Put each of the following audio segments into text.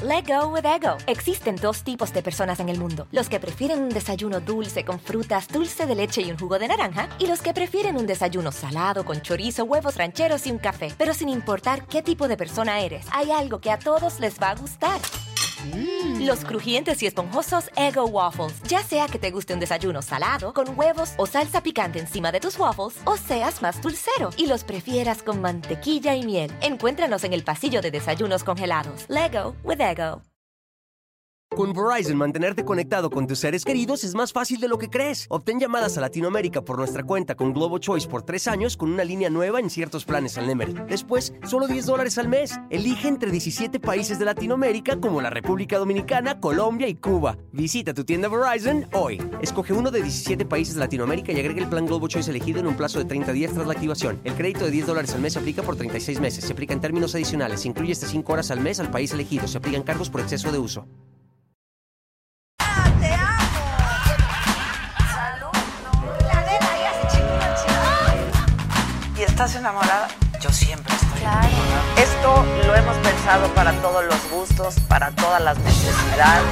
Let go with Ego. Existen dos tipos de personas en el mundo. Los que prefieren un desayuno dulce con frutas, dulce de leche y un jugo de naranja. Y los que prefieren un desayuno salado con chorizo, huevos rancheros y un café. Pero sin importar qué tipo de persona eres, hay algo que a todos les va a gustar. Los crujientes y esponjosos Eggo Waffles. Ya sea que te guste un desayuno salado, con huevos o salsa picante encima de tus waffles, o seas más dulcero y los prefieras con mantequilla y miel. Encuéntranos en el pasillo de desayunos congelados. Lego with Eggo. Con Verizon, mantenerte conectado con tus seres queridos es más fácil de lo que crees. Obtén llamadas a Latinoamérica por nuestra cuenta con Globo Choice por 3 años con una línea nueva en ciertos planes al Nemery. Después, solo $10 al mes. Elige entre 17 países de Latinoamérica como la República Dominicana, Colombia y Cuba. Visita tu tienda Verizon hoy. Escoge uno de 17 países de Latinoamérica y agrega el plan Globo Choice elegido en un plazo de 30 días tras la activación. El crédito de $10 al mes se aplica por 36 meses. Se aplica en términos adicionales. Se incluye hasta 5 horas al mes al país elegido. Se aplican cargos por exceso de uso. ¿Y estás enamorada? Yo siempre estoy enamorada. Esto lo hemos pensado para todos los gustos, para todas las necesidades.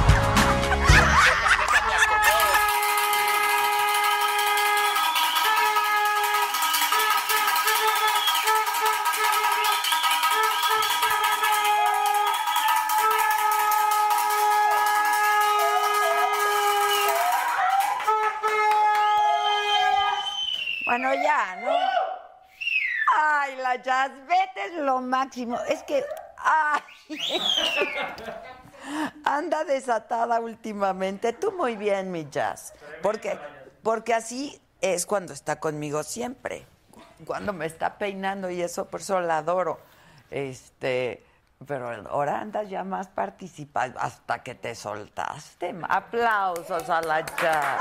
Bueno, ya, ¿no? Ay, la Jazz, vete, es lo máximo. Es que, ay, anda desatada últimamente. Tú muy bien, mi Jazz. Porque así es cuando está conmigo siempre. Cuando me está peinando y eso, por eso la adoro. Pero ahora andas ya más participada hasta que te soltaste. Aplausos a la Jazz.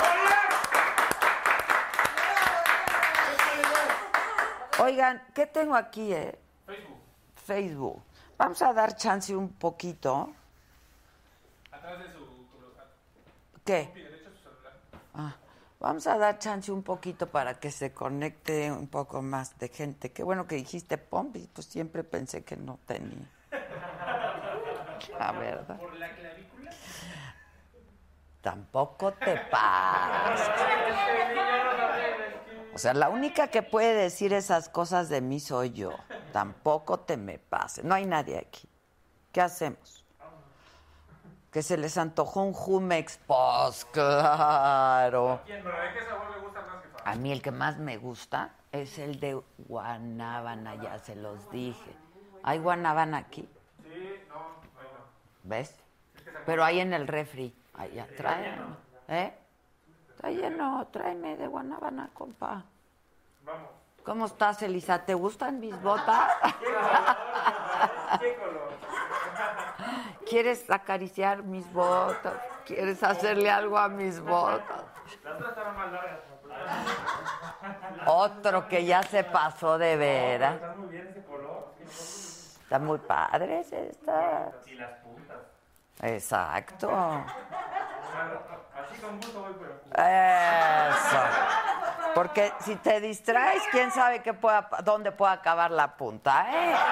Oigan, ¿qué tengo aquí, Facebook. Vamos a dar chance un poquito. Atrás de su... ¿Qué? Vamos a dar chance un poquito para que se conecte un poco más de gente. Qué bueno que dijiste Pompi, pues siempre pensé que no tenía. La verdad. ¿Por la clavícula? Tampoco te pases. O sea, la única que puede decir esas cosas de mí soy yo. Tampoco te me pases. No hay nadie aquí. ¿Qué hacemos? Que se les antojó un Jumex. Pues claro. ¿Quién? ¿Pero de qué sabor le gusta más que A mí el que más me gusta es el de guanábana, ya se los dije. ¿Hay guanábana aquí? Sí, no, ahí no. ¿Ves? Pero hay en el refri. Allá, tráeme. Está lleno, tráeme de guanábana, compa. Vamos. ¿Cómo estás, Elisa? ¿Te gustan mis botas? ¿Qué color? ¿Quieres acariciar mis botas? ¿Quieres hacerle algo a mis botas? Las otras estaban más largas. Otro que ya se pasó de veras. Está muy bien ese color. Está muy padre esta. Y las puntas. Exacto. Así con gusto voy por el jugo. Eso. Porque si te distraes, quién sabe dónde puede acabar la punta,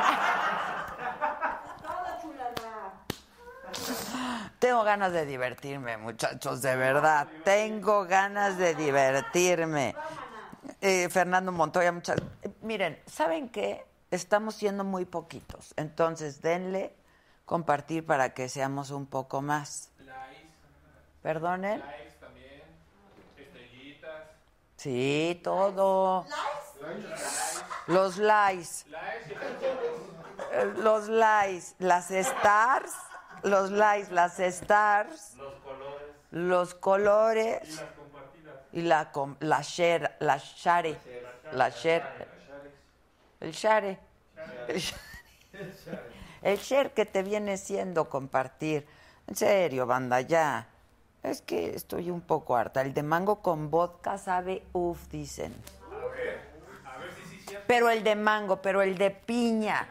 Tengo ganas de divertirme, muchachos, de verdad. Tengo ganas de divertirme. Fernando Montoya, muchas... Miren, ¿saben qué? Estamos siendo muy poquitos. Entonces, denle compartir para que seamos un poco más. Likes. ¿Perdonen? Likes también. Estrellitas. Sí, todo. Los likes. Los likes. Las stars. Los likes, las stars. Los colores. Y las compartidas. Y la share. La share. La share. El share. El share que te viene siendo compartir. En serio, banda, ya. Es que estoy un poco harta. El de mango con vodka sabe dicen. A ver si sí es cierto. Pero el de mango, pero el de piña.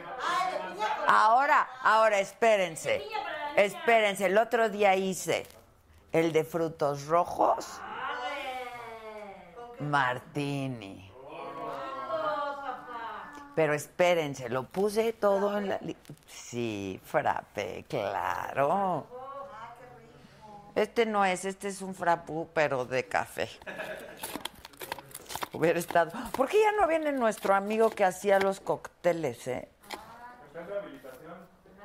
Ahora, espérense. Espérense, el otro día hice el de frutos rojos. Martini. Pero espérense, lo puse todo en la... Sí, frappé, claro. Este no es, este es un frappú, pero de café. Hubiera estado... ¿Por qué ya no viene nuestro amigo que hacía los cócteles, Está en rehabilitación.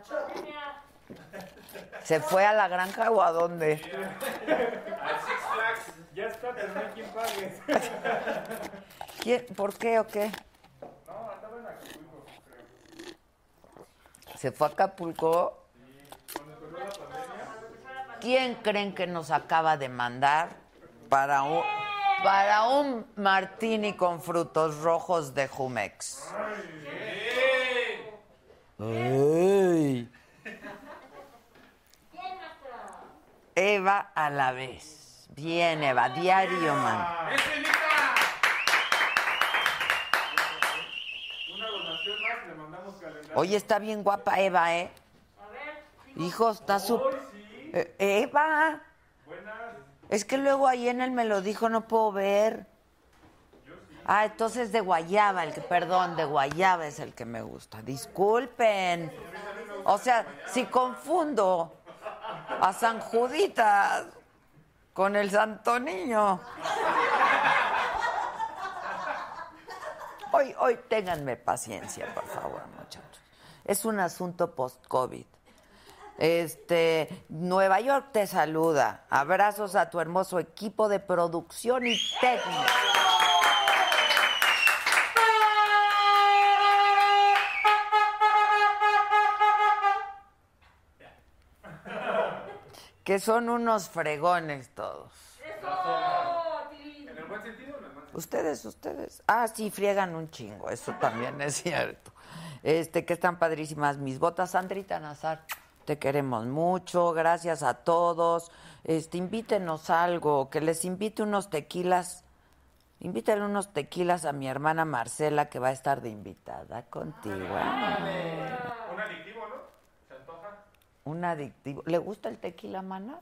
¿Se fue a la granja o a dónde? Al Six Flags. Ya está, pero no hay quien pague. ¿Por qué o qué? No, estaba en Acapulco, creo. ¿Se fue a Acapulco? Cuando empezó la pandemia. ¿Quién creen que nos acaba de mandar para un martini con frutos rojos de Jumex? ¡Ay! Eva a la vez. Bien, Eva, diario, man. ¡Eso, Evita! Una donación más, le mandamos calendario. Oye, está bien guapa Eva, ¿eh? Hijo, está súper... Sí. Eva, Buenas. es que luego ahí en el me lo dijo, no puedo ver. Ah, entonces de guayaba, de guayaba es el que me gusta. Disculpen. O sea, si confundo a San Juditas con el Santo Niño. Hoy ténganme paciencia, por favor, muchachos. Es un asunto post-COVID. Nueva York te saluda. Abrazos a tu hermoso equipo de producción y técnica. Que son unos fregones todos. ¿En el buen sentido o en el mal sentido? Ustedes. Ah, sí, friegan un chingo. Eso también es cierto. Que están padrísimas mis botas. Sandrita Nazar, te queremos mucho. Gracias a todos. Invítenos algo. Que les invite unos tequilas. Invítenle unos tequilas a mi hermana Marcela, que va a estar de invitada contigo. Un adictivo, ¿no? ¿Se antoja? Un adictivo. ¿Le gusta el tequila, mana?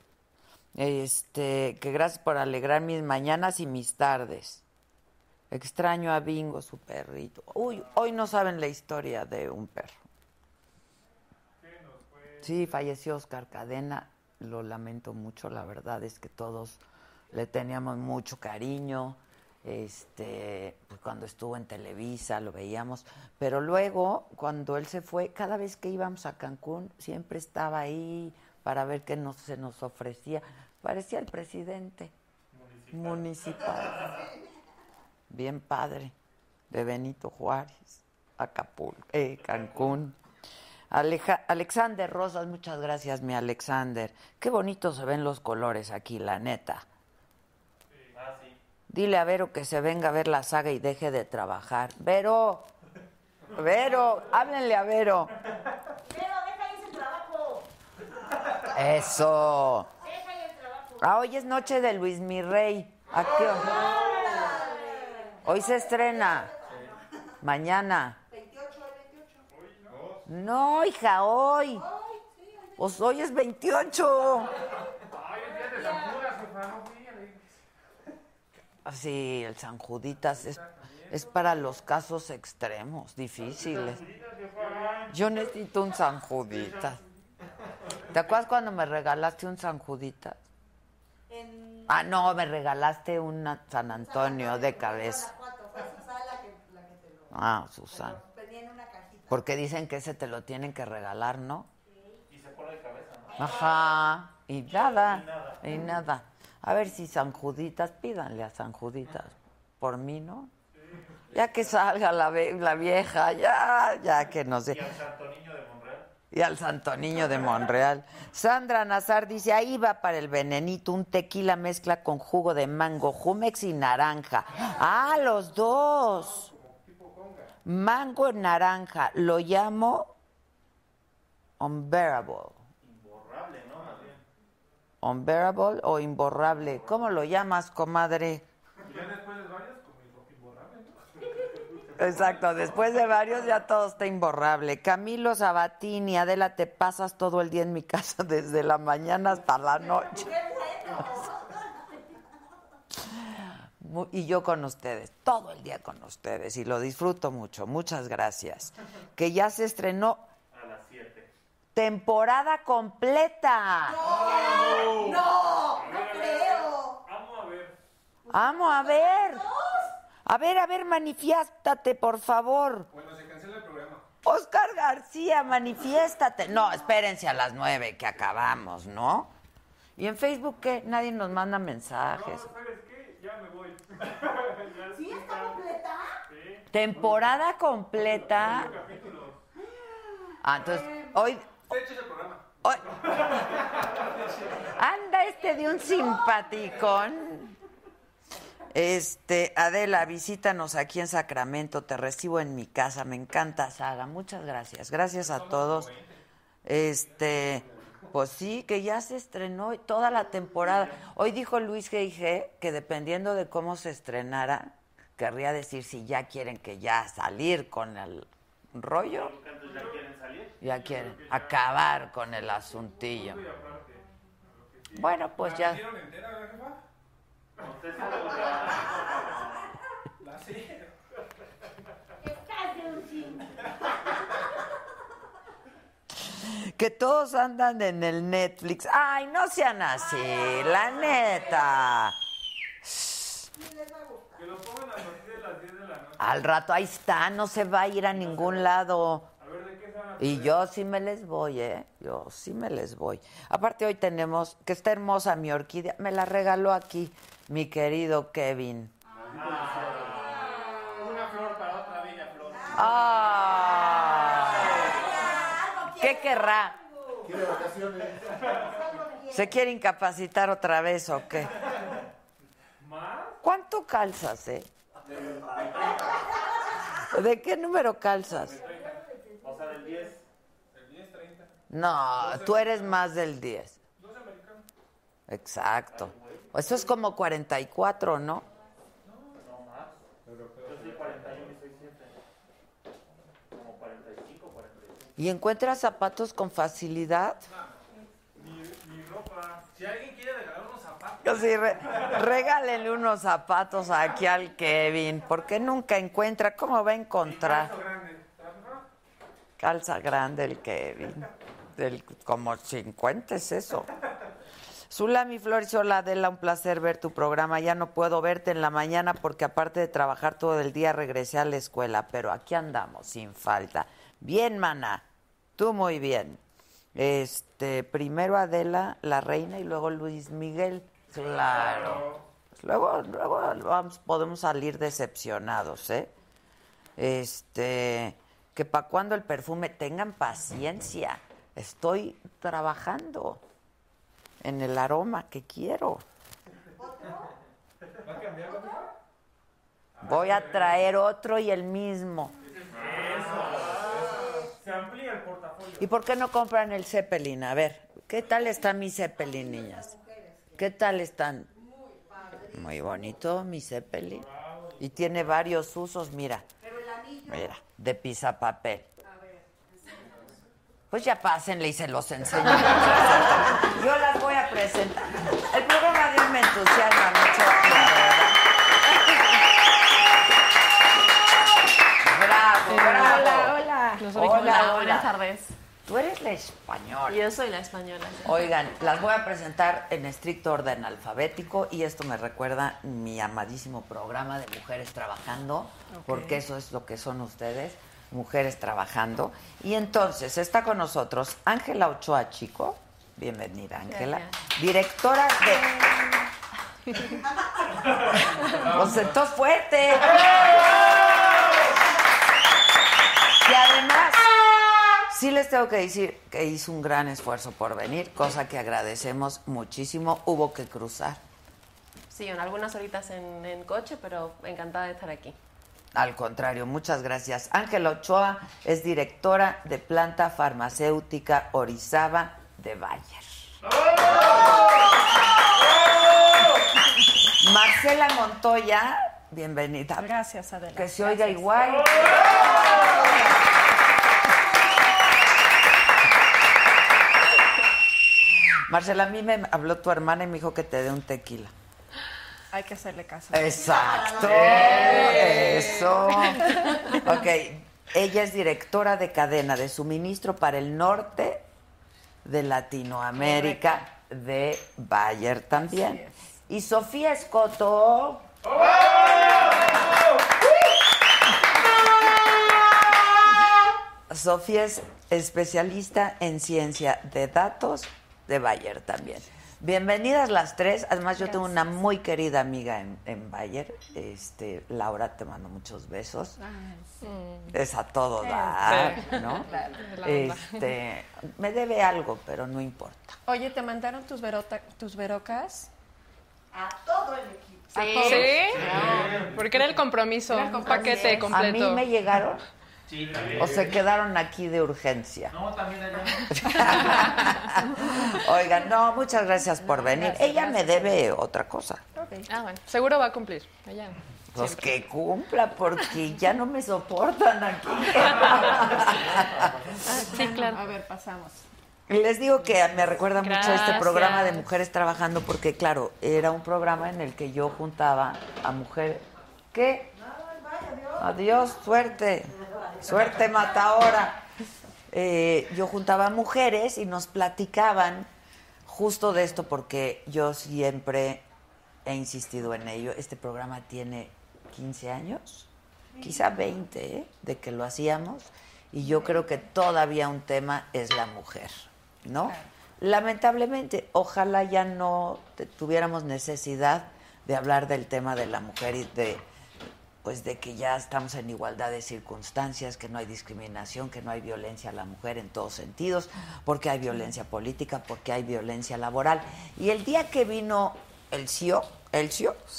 Que gracias por alegrar mis mañanas y mis tardes. Extraño a Bingo, su perrito. Uy, hoy no saben la historia de un perro. ¿Qué nos fue? Sí, falleció Oscar Cadena. Lo lamento mucho, la verdad es que todos le teníamos mucho cariño. Pues cuando estuvo en Televisa lo veíamos, pero luego cuando él se fue, cada vez que íbamos a Cancún siempre estaba ahí para ver qué se nos ofrecía. Parecía el presidente municipal. Bien padre, de Benito Juárez, Acapulco, Cancún. Alexander Rosas, muchas gracias, mi Alexander. Qué bonito se ven los colores aquí, la neta. Sí. Dile a Vero que se venga a ver la saga y deje de trabajar. Vero, háblenle a Vero. Pero deja ahí ese trabajo. Eso. Deja ahí el trabajo. Ah, hoy es noche de Luis Mi Rey. ¿A qué hora? Hoy se estrena. Mañana. 28, el 28. No, hija, hoy. Pues hoy es 28. Ay, el día de San Judas, jefa, no fui a la iglesia. Sí, el San Juditas es para los casos extremos, difíciles. Yo necesito un San Juditas. ¿Te acuerdas cuando me regalaste un San Juditas? Ah, no, me regalaste un San Antonio de cabeza. Fue Susana la que te lo... Ah, Susana. Venía en una cajita. Porque dicen que ese te lo tienen que regalar, ¿no? Y se pone de cabeza, ¿no? Ajá, y nada. A ver si San Juditas, pídanle a San Juditas, por mí, ¿no? Ya que salga la vieja, ya que no sé. Y al Santo Niño de Monreal. Y al Santo Niño de Monreal. Sandra Nazar dice, ahí va para el venenito, un tequila mezcla con jugo de mango, Jumex y naranja. Ah, los dos. Mango y naranja, lo llamo unbearable. Imborrable, ¿no? Más bien. ¿Unbearable o imborrable? ¿Cómo lo llamas, comadre? Y ya después de varios, como imborrable, ¿no? Exacto, después de varios ya todo está imborrable. Camilo Sabatini, Adela, te pasas todo el día en mi casa desde la mañana hasta la noche. Y yo con ustedes, todo el día con ustedes. Y lo disfruto mucho. Muchas gracias. Que ya se estrenó A las 7. temporada completa. No creo. Amo a ver. A ver, manifiéstate, por favor. Bueno, se cancela el programa. Oscar García, manifiéstate. No, espérense a las 9 que acabamos, ¿no? ¿Y en Facebook qué? Nadie nos manda mensajes. No, ¿sabes qué? Ya me voy. ¿Sí está completa? Sí. Temporada completa. Capítulos. Ah, entonces, hoy... Fecha el programa. Anda de un simpaticón. Adela, visítanos aquí en Sacramento, te recibo en mi casa, me encanta Saga, muchas gracias. Gracias a todos. Pues sí, que ya se estrenó toda la temporada. Hoy dijo Luis G.I.G. que dependiendo de cómo se estrenara, querría decir si ya quieren que ya salir con el rollo. ¿Ya quieren salir? Ya quieren acabar con el asuntillo. Bueno, pues ya. ¿La vieron entera, verdad, jefa? Usted sabe lo que La sí. Estás de un chingo. Que todos andan en el Netflix. Ay, no sean así, la neta. Que lo pongan a partir de las 10 de la noche. Al rato, ahí está, no se va a ir a ningún lado. A ver, ¿de qué se van a Y yo sí me les voy, yo sí me les voy. Aparte hoy tenemos, que está hermosa mi orquídea, me la regaló aquí mi querido Kevin. Una flor para otra bella flor. ¡Ah! ¿Qué querrá? Quiere vacaciones. ¿Se quiere incapacitar otra vez o qué? ¿Más? ¿Cuánto calzas, ¿De qué número calzas? O sea, del 10. El 10, 30. No, tú eres más del 10. 2 americanos. Exacto. Eso es como 44, ¿no? No más. Yo soy 41 y soy 7. Como 45, 45. ¿Y encuentras zapatos con facilidad? Mi ropa. Si alguien quiere regalar unos zapatos. Yo sí, regálenle unos zapatos aquí al Kevin, porque nunca encuentra. ¿Cómo va a encontrar? Grande. Calza grande el Kevin. Como 50 es eso. Zulami Flores, hola Adela, un placer ver tu programa. Ya no puedo verte en la mañana porque aparte de trabajar todo el día regresé a la escuela, pero aquí andamos sin falta. Bien, mana, tú muy bien. Primero Adela, la reina, y luego Luis Miguel. Claro. Luego podemos salir decepcionados, ¿eh? Que para cuando el perfume, tengan paciencia. Estoy trabajando en el aroma que quiero. ¿Va a cambiar la jefa? Voy a traer otro y el mismo. Se amplía el portafolio. ¿Y por qué no compran el Zeppelin? A ver, ¿qué tal está mi Zeppelin, niñas? ¿Qué tal están? Muy bonito mi Zeppelin. Y tiene varios usos, mira. Mira, de pisapapel. Pues ya pásenle y se los enseño. Yo las voy a presentar. El programa de hoy me entusiasma mucho, la verdad. Bravo. Hola. Hola. Buenas tardes. Tú eres la española. Yo soy la española. Oigan, las voy a presentar en estricto orden alfabético y esto me recuerda mi amadísimo programa de Mujeres Trabajando, porque eso es lo que son ustedes, mujeres trabajando. Y entonces está con nosotros Ángela Ochoa Chico. Bienvenida, Ángela. Gracias. Directora de... Pues entonces fuerte. Y además, sí les tengo que decir que hizo un gran esfuerzo por venir, cosa que agradecemos muchísimo. Hubo que cruzar. Sí, algunas horitas en coche, pero encantada de estar aquí. Al contrario, muchas gracias. Ángela Ochoa es directora de planta farmacéutica Orizaba de Bayer. Marcela Montoya, bienvenida. Gracias, Adela. Que se oiga igual. Marcela, a mí me habló tu hermana y me dijo que te dé un tequila. Hay que hacerle caso. Exacto, eso. Ok, ella es directora de cadena de suministro para el norte de Latinoamérica de Bayer también. Y Sofía Escoto. Sofía es especialista en ciencia de datos de Bayer también. Bienvenidas las tres. Además, yo tengo una muy querida amiga en Bayer. Laura, te mando muchos besos. Es a todo dar, ¿no? Me debe algo, pero no importa. Oye, ¿te mandaron tus verocas? A todo el equipo. Sí, porque era el compromiso, un paquete completo. ¿A mí me llegaron? Sí, también. ¿O se quedaron aquí de urgencia? No, también allá. Oigan, no, muchas gracias por venir. Ella me debe otra cosa. Ah, bueno, seguro va a cumplir. Allá. Pues que cumpla, porque ya no me soportan aquí. Sí, claro. A ver, pasamos. Y les digo que me recuerda mucho este Gracias. programa de Mujeres Trabajando, porque claro, era un programa en el que yo juntaba a mujeres. ¿Qué? Adiós, suerte. Suerte mata ahora. Yo juntaba a mujeres y nos platicaban justo de esto, porque yo siempre he insistido en ello. Este programa tiene 15 años, quizá 20, de que lo hacíamos, y yo creo que todavía un tema es la mujer, ¿no? Claro. Lamentablemente, ojalá ya no tuviéramos necesidad de hablar del tema de la mujer y de que ya estamos en igualdad de circunstancias, que no hay discriminación, que no hay violencia a la mujer en todos sentidos, porque hay violencia política, porque hay violencia laboral. Y el día que vino el CEO de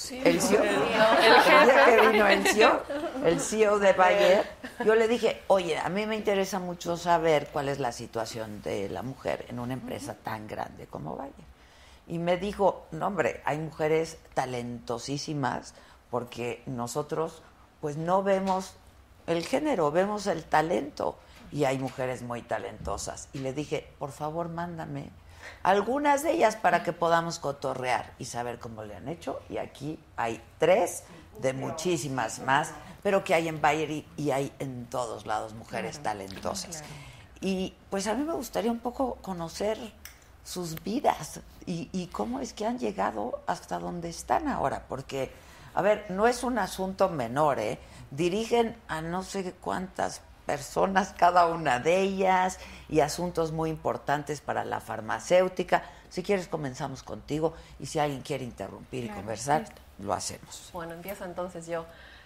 Bayer, yo le dije, oye, a mí me interesa mucho saber cuál es la situación de la mujer en una empresa tan grande como Bayer. Y me dijo, no, hombre, hay mujeres talentosísimas, porque nosotros pues no vemos el género, vemos el talento, y hay mujeres muy talentosas. Y le dije, por favor, mándame algunas de ellas para que podamos cotorrear y saber cómo le han hecho. Y aquí hay 3 de muchísimas más, pero que hay en Bayer y hay en todos lados mujeres talentosas. Y pues a mí me gustaría un poco conocer sus vidas y cómo es que han llegado hasta donde están ahora, porque, a ver, no es un asunto menor, ¿eh? Dirigen a no sé cuántas personas cada una de ellas, y asuntos muy importantes para la farmacéutica. Si quieres, comenzamos contigo, y si alguien quiere interrumpir y conversar, lo hacemos. Bueno, empiezo entonces yo.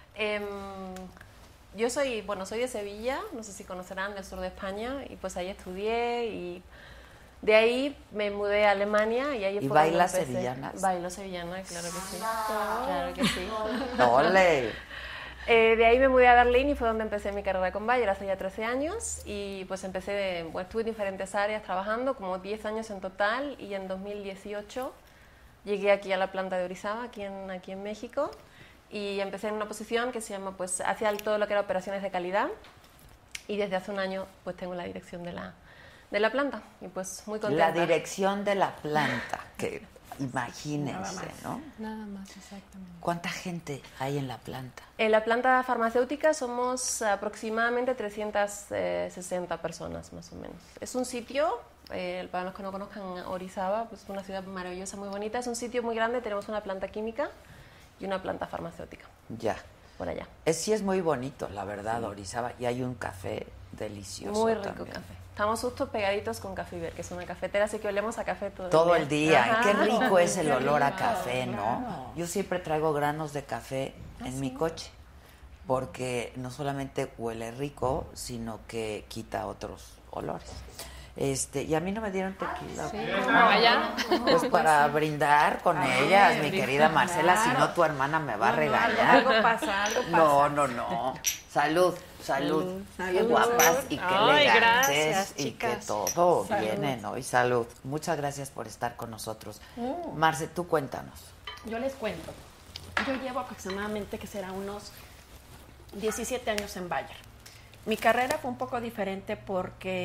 Yo soy de Sevilla, no sé si conocerán, del sur de España, y pues ahí estudié, y de ahí me mudé a Alemania, y ahí fue ¿Y cuando bailas empecé. sevillanas? Bailo sevillana, claro que sí. Claro que sí. ¡Ole! De ahí me mudé a Berlín y fue donde empecé mi carrera con Bayer hace ya 13 años, y pues estuve en diferentes áreas trabajando, como 10 años en total, y en 2018 llegué aquí a la planta de Orizaba, aquí en México, y empecé en una posición que se llama, pues, hacía todo lo que era operaciones de calidad, y desde hace un año pues tengo la dirección de la planta, y pues muy contenta. La dirección de la planta, que imagínense, ¿no? Nada más, exactamente. ¿Cuánta gente hay en la planta? En la planta farmacéutica somos aproximadamente 360 personas, más o menos. Es un sitio, para los que no conozcan Orizaba, pues es una ciudad maravillosa, muy bonita. Es un sitio muy grande, tenemos una planta química y una planta farmacéutica. Ya. Por allá. Sí, es muy bonito, la verdad, Orizaba. Y hay un café delicioso. Muy rico también. café. Estamos justo pegaditos con Café Iber, que es una cafetera, así que olemos a café todo el día. Ajá. Qué rico es el olor a café, ¿no? Yo siempre traigo granos de café en mi coche, porque no solamente huele rico, sino que quita otros olores. Y a mí no me dieron tequila. Sí. Allá. Pues para brindar con ellas, mi querida Marcela, si no tu hermana me va a regañar. Algo pasa. No. Salud. Qué guapas y qué Ay, elegantes, gracias, y que chicas. todo viene hoy. Salud. Muchas gracias por estar con nosotros. Marce, tú cuéntanos. Yo les cuento. Yo llevo aproximadamente, que será unos 17 años en Bayer. Mi carrera fue un poco diferente porque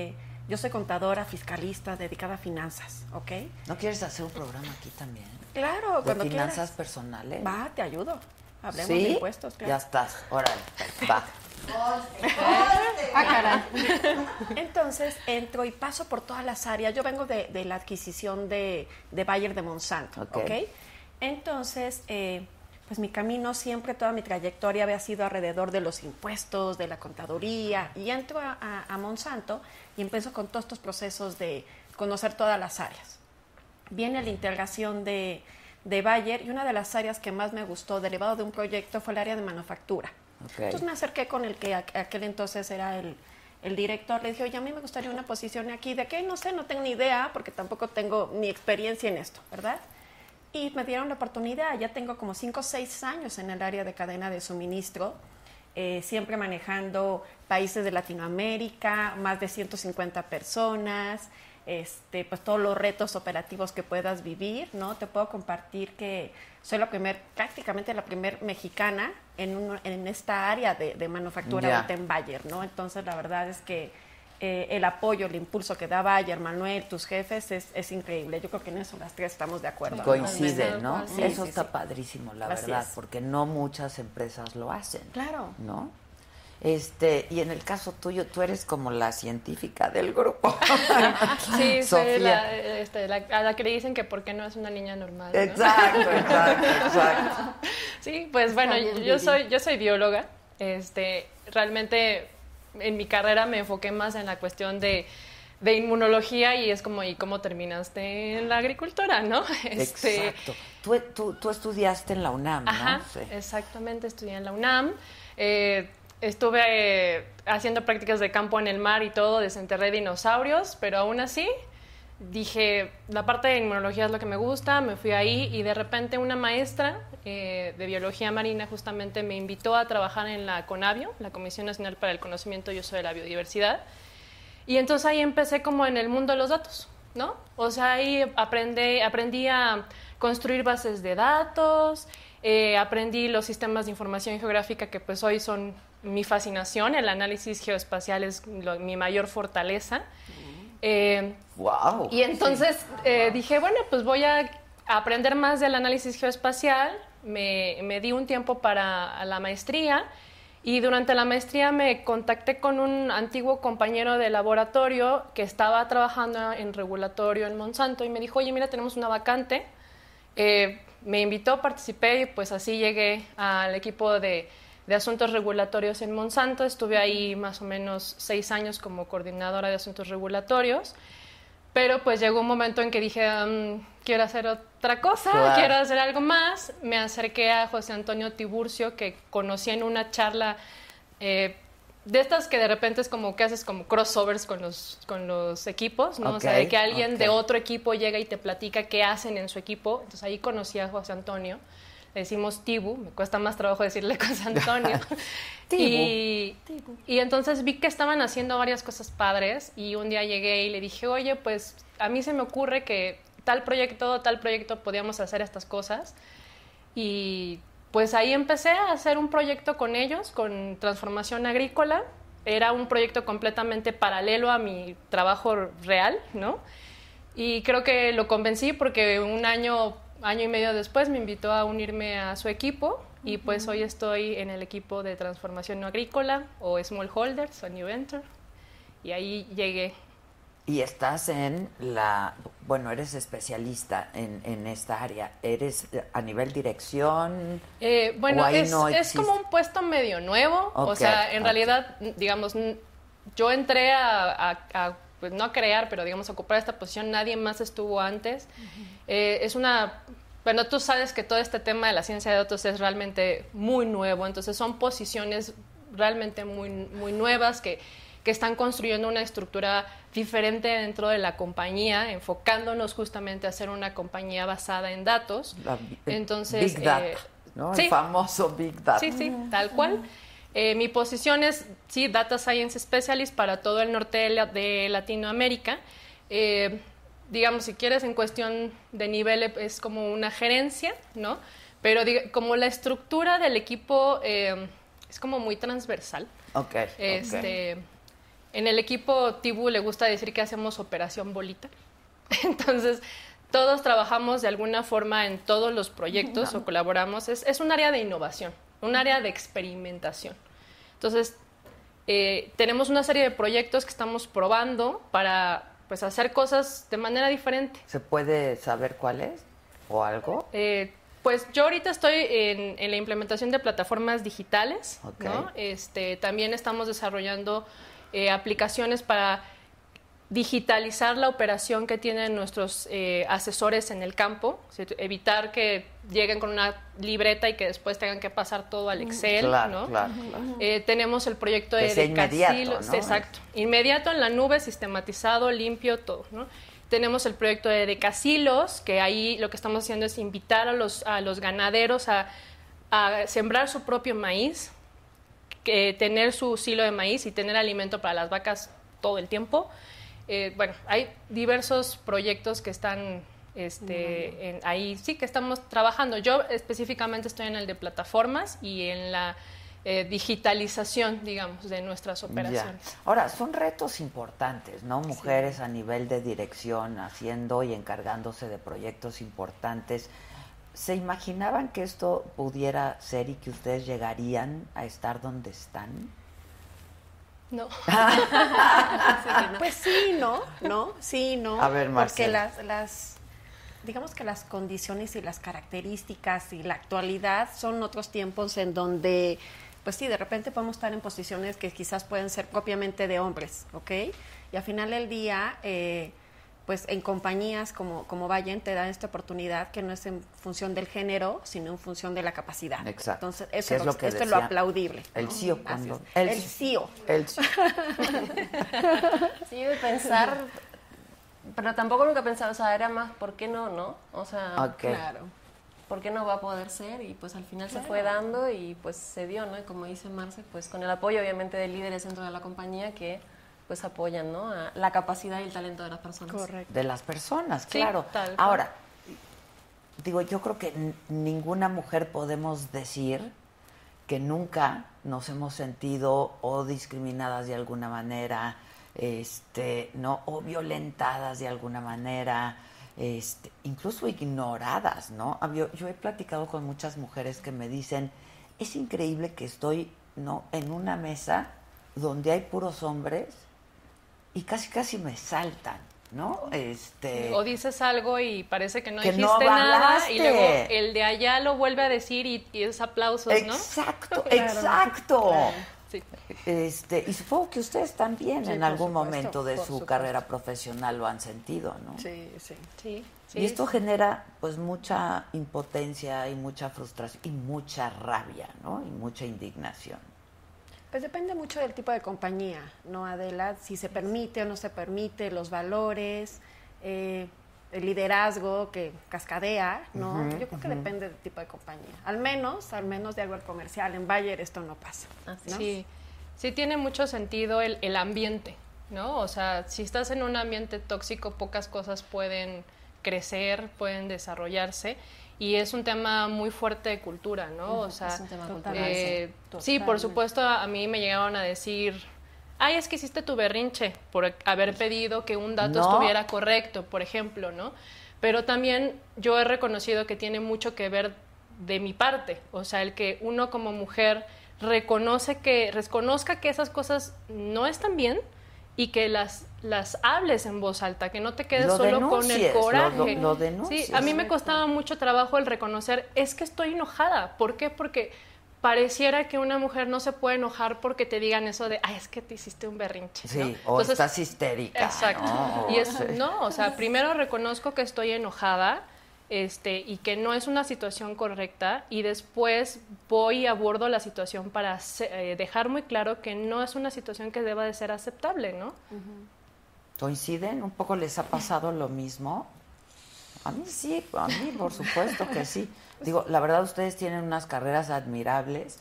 Yo soy contadora, fiscalista, dedicada a finanzas, ¿ok? ¿No quieres hacer un programa aquí también? Claro, cuando ¿De finanzas quieras. personales? Va, te ayudo. Hablemos ¿Sí? de impuestos, claro. Ya estás, órale, va. Caray. Entonces entro y paso por todas las áreas. Yo vengo de la adquisición de Bayer de Monsanto, ¿ok? Entonces, pues mi camino siempre, toda mi trayectoria había sido alrededor de los impuestos, de la contaduría, y entro a Monsanto y empiezo con todos estos procesos de conocer todas las áreas. Viene la integración de Bayer, y una de las áreas que más me gustó, derivado de un proyecto, fue el área de manufactura. Entonces me acerqué con el que aquel entonces era el director, le dije, oye, a mí me gustaría una posición aquí, ¿de qué? No sé, no tengo ni idea, porque tampoco tengo ni experiencia en esto, ¿verdad? Y me dieron la oportunidad. Ya tengo como 5 o 6 años en el área de cadena de suministro, siempre manejando países de Latinoamérica, más de 150 personas, pues todos los retos operativos que puedas vivir, ¿no? Te puedo compartir que soy prácticamente la primer mexicana en esta área de manufactura ahorita en Bayer, ¿no? Entonces la verdad es que el apoyo, el impulso que da Bayer, Manuel, tus jefes, es increíble. Yo creo que en eso las tres estamos de acuerdo. Coinciden, ¿no? Sí, Eso sí, está sí. padrísimo, la Así verdad, es. porque no muchas empresas lo hacen. Claro. ¿No? Y en el caso tuyo, tú eres como la científica del grupo. Sí, soy Sofía. a la que le dicen que por qué no es una niña normal, ¿no? Exacto. Sí, pues bueno, yo soy bióloga. Realmente en mi carrera me enfoqué más en la cuestión de inmunología, y es como, ¿y cómo terminaste en la agricultura, no? Exacto. Tú estudiaste en la UNAM, ¿no? Ajá, Sí. exactamente, estudié en la UNAM. Estuve haciendo prácticas de campo en el mar y todo, desenterré dinosaurios, pero aún así dije, la parte de inmunología es lo que me gusta, me fui ahí, y de repente una maestra de biología marina justamente me invitó a trabajar en la CONABIO, la Comisión Nacional para el Conocimiento y Uso de la Biodiversidad, y entonces ahí empecé como en el mundo de los datos, ¿no? O sea, ahí aprendí a construir bases de datos, aprendí los sistemas de información geográfica, que pues hoy son mi fascinación. El análisis geoespacial es mi mayor fortaleza. Wow. Y entonces dije, bueno, pues voy a aprender más del análisis geoespacial. Me di un tiempo para la maestría, y durante la maestría me contacté con un antiguo compañero de laboratorio que estaba trabajando en regulatorio en Monsanto, y me dijo, oye, mira, tenemos una vacante. Me invitó, participé, y pues así llegué al equipo de asuntos regulatorios en Monsanto. Estuve ahí más o menos 6 años como coordinadora de asuntos regulatorios, pero pues llegó un momento en que dije, quiero hacer otra cosa, quiero hacer algo más. Me acerqué a José Antonio Tiburcio, que conocí en una charla de estas que de repente es como que haces como crossovers con los equipos, ¿no? O sea, de que alguien de otro equipo llega y te platica qué hacen en su equipo. Entonces ahí conocí a José Antonio. Le decimos Tibu, me cuesta más trabajo decirle José Antonio. Y entonces vi que estaban haciendo varias cosas padres, y un día llegué y le dije, oye, pues a mí se me ocurre que tal proyecto podíamos hacer estas cosas. Y pues ahí empecé a hacer un proyecto con ellos, con transformación agrícola. Era un proyecto completamente paralelo a mi trabajo real, ¿no? Y creo que lo convencí porque un año y medio después me invitó a unirme a su equipo, y pues hoy estoy en el equipo de transformación no agrícola, o Smallholders, o New Venture, y ahí llegué. Y estás eres especialista en esta área. ¿Eres a nivel dirección? Bueno, no es como un puesto medio nuevo. O sea, en realidad, digamos, yo entré pues no a crear, pero digamos a ocupar esta posición. Nadie más estuvo antes. Bueno, tú sabes que todo este tema de la ciencia de datos es realmente muy nuevo, entonces son posiciones realmente muy, muy nuevas que están construyendo una estructura diferente dentro de la compañía, enfocándonos justamente a ser una compañía basada en datos. Entonces, Big Data, ¿no? Sí. El famoso Big Data. Sí, tal cual. Mi posición es, Data Science Specialist para todo el norte de Latinoamérica. Digamos, si quieres, en cuestión de nivel es como una gerencia, ¿no? Pero como la estructura del equipo es como muy transversal. en el equipo Tibu le gusta decir que hacemos operación bolita. Entonces, todos trabajamos de alguna forma en todos los proyectos o colaboramos. Es un área de innovación, un área de experimentación. Entonces, tenemos una serie de proyectos que estamos probando para pues, hacer cosas de manera diferente. ¿Se puede saber cuál es o algo? Pues yo ahorita estoy en la implementación de plataformas digitales, ¿no? También estamos desarrollando aplicaciones para digitalizar la operación que tienen nuestros asesores en el campo, evitar que lleguen con una libreta y que después tengan que pasar todo al Excel, claro, ¿no? Claro. Tenemos el proyecto que sea de inmediato, Casilos, ¿no? exacto, inmediato en la nube, sistematizado, limpio, todo, ¿no? Tenemos el proyecto de Casilos, que ahí lo que estamos haciendo es invitar a los ganaderos a sembrar su propio maíz, tener su silo de maíz y tener alimento para las vacas todo el tiempo. Bueno, hay diversos proyectos que están ahí, sí, que estamos trabajando. Yo específicamente estoy en el de plataformas y en la digitalización, digamos, de nuestras operaciones. Ya. Ahora, son retos importantes, ¿no? Mujeres a nivel de dirección, haciendo y encargándose de proyectos importantes. ¿Se imaginaban que esto pudiera ser y que ustedes llegarían a estar donde están? No. Pues sí, ¿no? Sí, ¿no? A ver, Marcela. Porque digamos que las condiciones y las características y la actualidad son otros tiempos en donde, pues sí, de repente podemos estar en posiciones que quizás pueden ser propiamente de hombres, ¿ok? Y al final del día, pues en compañías como Bayen te dan esta oportunidad que no es en función del género, sino en función de la capacidad. Exacto. Entonces, eso es lo que esto es lo aplaudible, ¿no? El CEO cuando... El CEO. Sí, de pensar, pero tampoco nunca he pensado, o sea, era más, ¿por qué no? O sea, Claro. ¿por qué no va a poder ser? Y pues al final se fue dando y pues se dio, ¿no? Y como dice Marce, pues con el apoyo obviamente de líderes dentro de la compañía que pues apoyan, ¿no? A la capacidad y el talento de las personas. Correcto. De las personas, Sí, claro. tal cual. Ahora, digo, yo creo que ninguna mujer podemos decir que nunca nos hemos sentido o discriminadas de alguna manera, ¿no? O violentadas de alguna manera, incluso ignoradas, ¿no? Yo he platicado con muchas mujeres que me dicen, es increíble que estoy, ¿no? En una mesa donde hay puros hombres y casi me saltan, ¿no? O dices algo y parece que no que dijiste no nada hablaste. y luego el de allá lo vuelve a decir y es aplausos, ¿no? Exacto, Claro. exacto. Sí. Y supongo que ustedes también Sí, en por algún supuesto, momento de por su supuesto. carrera profesional lo han sentido, ¿no? Sí. Sí, Y esto genera pues mucha impotencia y mucha frustración y mucha rabia, ¿no? Y mucha indignación. Pues depende mucho del tipo de compañía, ¿no, Adela? Si se permite o no se permite, los valores, el liderazgo que cascadea, ¿no? Yo creo que depende del tipo de compañía. Al menos de algo comercial. En Bayer esto no pasa, ¿no? Sí tiene mucho sentido el ambiente, ¿no? O sea, si estás en un ambiente tóxico, pocas cosas pueden crecer, pueden desarrollarse. Y es un tema muy fuerte de cultura, ¿no? O sea, es un tema cultural, sí, por supuesto, a mí me llegaron a decir, ay, es que hiciste tu berrinche por haber pedido que un dato estuviera correcto, por ejemplo, ¿no? Pero también yo he reconocido que tiene mucho que ver de mi parte, o sea, el que uno como mujer reconozca que esas cosas no están bien y que las hables en voz alta, que no te quedes solo con el coraje. Lo denuncies. Sí, a mí me costaba mucho trabajo el reconocer, es que estoy enojada. ¿Por qué? Porque pareciera que una mujer no se puede enojar porque te digan eso de, ay, es que te hiciste un berrinche, ¿no? Sí, o Entonces, estás histérica, exacto. ¿no? Y no, o sea, primero reconozco que estoy enojada, y que no es una situación correcta, y después voy y abordo la situación para dejar muy claro que no es una situación que deba de ser aceptable, ¿no? ¿Coinciden? ¿Un poco les ha pasado lo mismo? A mí sí, a mí por supuesto que sí. Digo, la verdad ustedes tienen unas carreras admirables.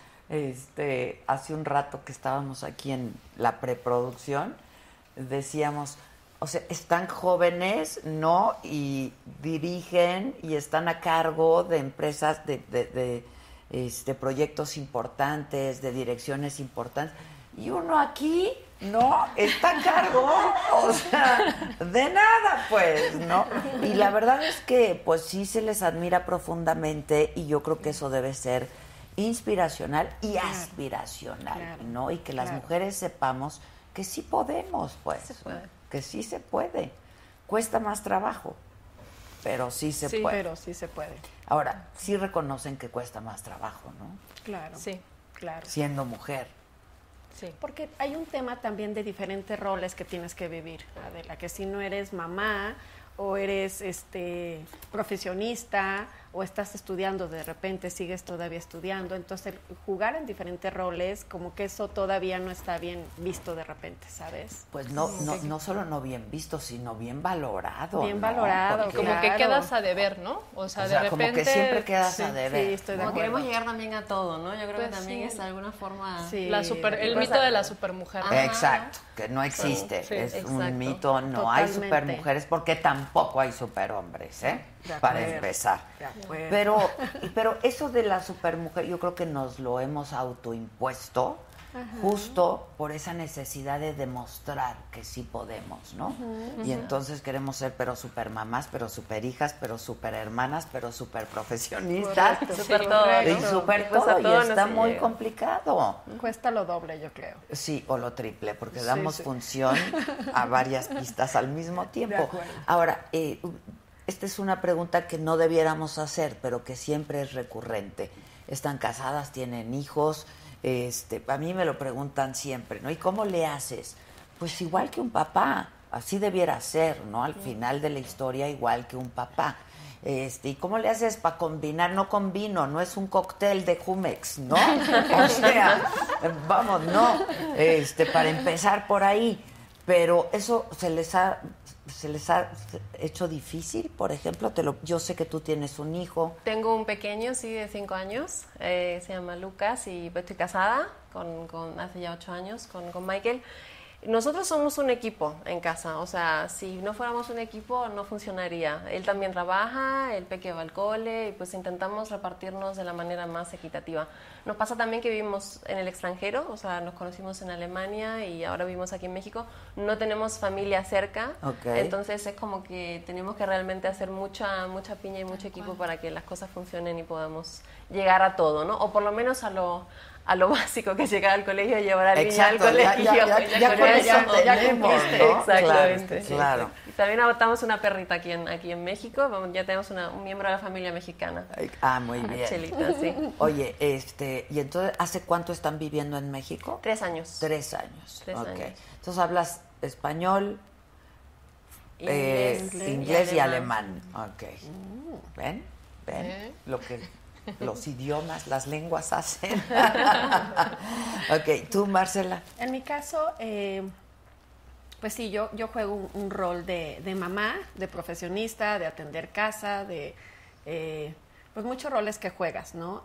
Hace un rato que estábamos aquí en la preproducción, decíamos, o sea, están jóvenes, ¿no? Y dirigen y están a cargo de empresas, de proyectos importantes, de direcciones importantes. Y uno aquí No, está a cargo, o sea, de nada, pues, ¿no? Y la verdad es que, pues, sí se les admira profundamente y yo creo que eso debe ser inspiracional y aspiracional, ¿no? Y que las mujeres sepamos que sí podemos, pues, que sí se puede. Cuesta más trabajo, pero sí se puede. Pero sí se puede. Ahora, sí reconocen que cuesta más trabajo, ¿no? Claro. Sí. Claro. Siendo mujer. Sí. Porque hay un tema también de diferentes roles que tienes que vivir, Adela, que si no eres mamá o eres profesionista o estás estudiando, de repente sigues todavía estudiando, entonces jugar en diferentes roles, como que eso todavía no está bien visto de repente, ¿sabes? Pues no solo no bien visto, sino bien valorado. Bien ¿no? valorado, Porque, Como que quedas a deber, ¿no? O sea, de repente... como que siempre quedas a deber. Sí, estoy de Como acuerdo. queremos llegar también a todo, ¿no? Yo creo Pues que también sí. es de alguna forma... Sí. el mito de la supermujer. Exacto, que no existe. Sí, es exacto. un mito, no hay Totalmente. supermujeres porque tampoco hay superhombres, ¿eh? De Para acuerdo. empezar. De acuerdo. Pero eso de la supermujer yo creo que nos lo hemos autoimpuesto justo por esa necesidad de demostrar que sí podemos, ¿no? Y entonces queremos ser pero super mamás, pero super hijas, pero super hermanas, pero super profesionistas. Correcto. Súper Sí, todo, correcto. Y super Pues a todo, y todo no está se muy llega. complicado. Cuesta lo doble, yo creo. Sí, o lo triple, porque Sí, damos sí. función a varias pistas al mismo tiempo. acuerdo. Ahora, esta es una pregunta que no debiéramos hacer, pero que siempre es recurrente. Están casadas, tienen hijos, a mí me lo preguntan siempre, ¿no? ¿Y cómo le haces? Pues igual que un papá, así debiera ser, ¿no? Al final de la historia, igual que un papá. ¿Y cómo le haces para combinar? No con vino, no es un cóctel de Jumex, ¿no? O sea, vamos, no, para empezar por ahí. Pero eso se les ha hecho difícil, por ejemplo. Yo sé que tú tienes un hijo. Tengo un pequeño, sí, de 5 años, se llama Lucas y pues estoy casada hace ya 8 años con Michael. Nosotros somos un equipo en casa, o sea, si no fuéramos un equipo no funcionaría. Él también trabaja, el peque va al cole y pues intentamos repartirnos de la manera más equitativa. Nos pasa también que vivimos en el extranjero, o sea, nos conocimos en Alemania y ahora vivimos aquí en México. No tenemos familia cerca, entonces es como que tenemos que realmente hacer mucha piña y mucho equipo para que las cosas funcionen y podamos llegar a todo, ¿no? O por lo menos a lo básico, que es llegar al colegio y llevar al niño al colegio. Ya con eso tenemos, ¿no? Exactamente. Claro. Y también adoptamos una perrita aquí en México. Ya tenemos un miembro de la familia mexicana. Muy bien. Chelita, sí. Oye, ¿y entonces hace cuánto están viviendo en México? 3 años. 3 años. 3 Ok. años. Entonces hablas español, inglés y alemán. Ok. ¿Ven? Lo que los idiomas, las lenguas hacen. Ok, ¿tú, Marcela? En mi caso, pues sí, yo juego un rol de mamá, de profesionista, de atender casa, pues muchos roles que juegas, ¿no?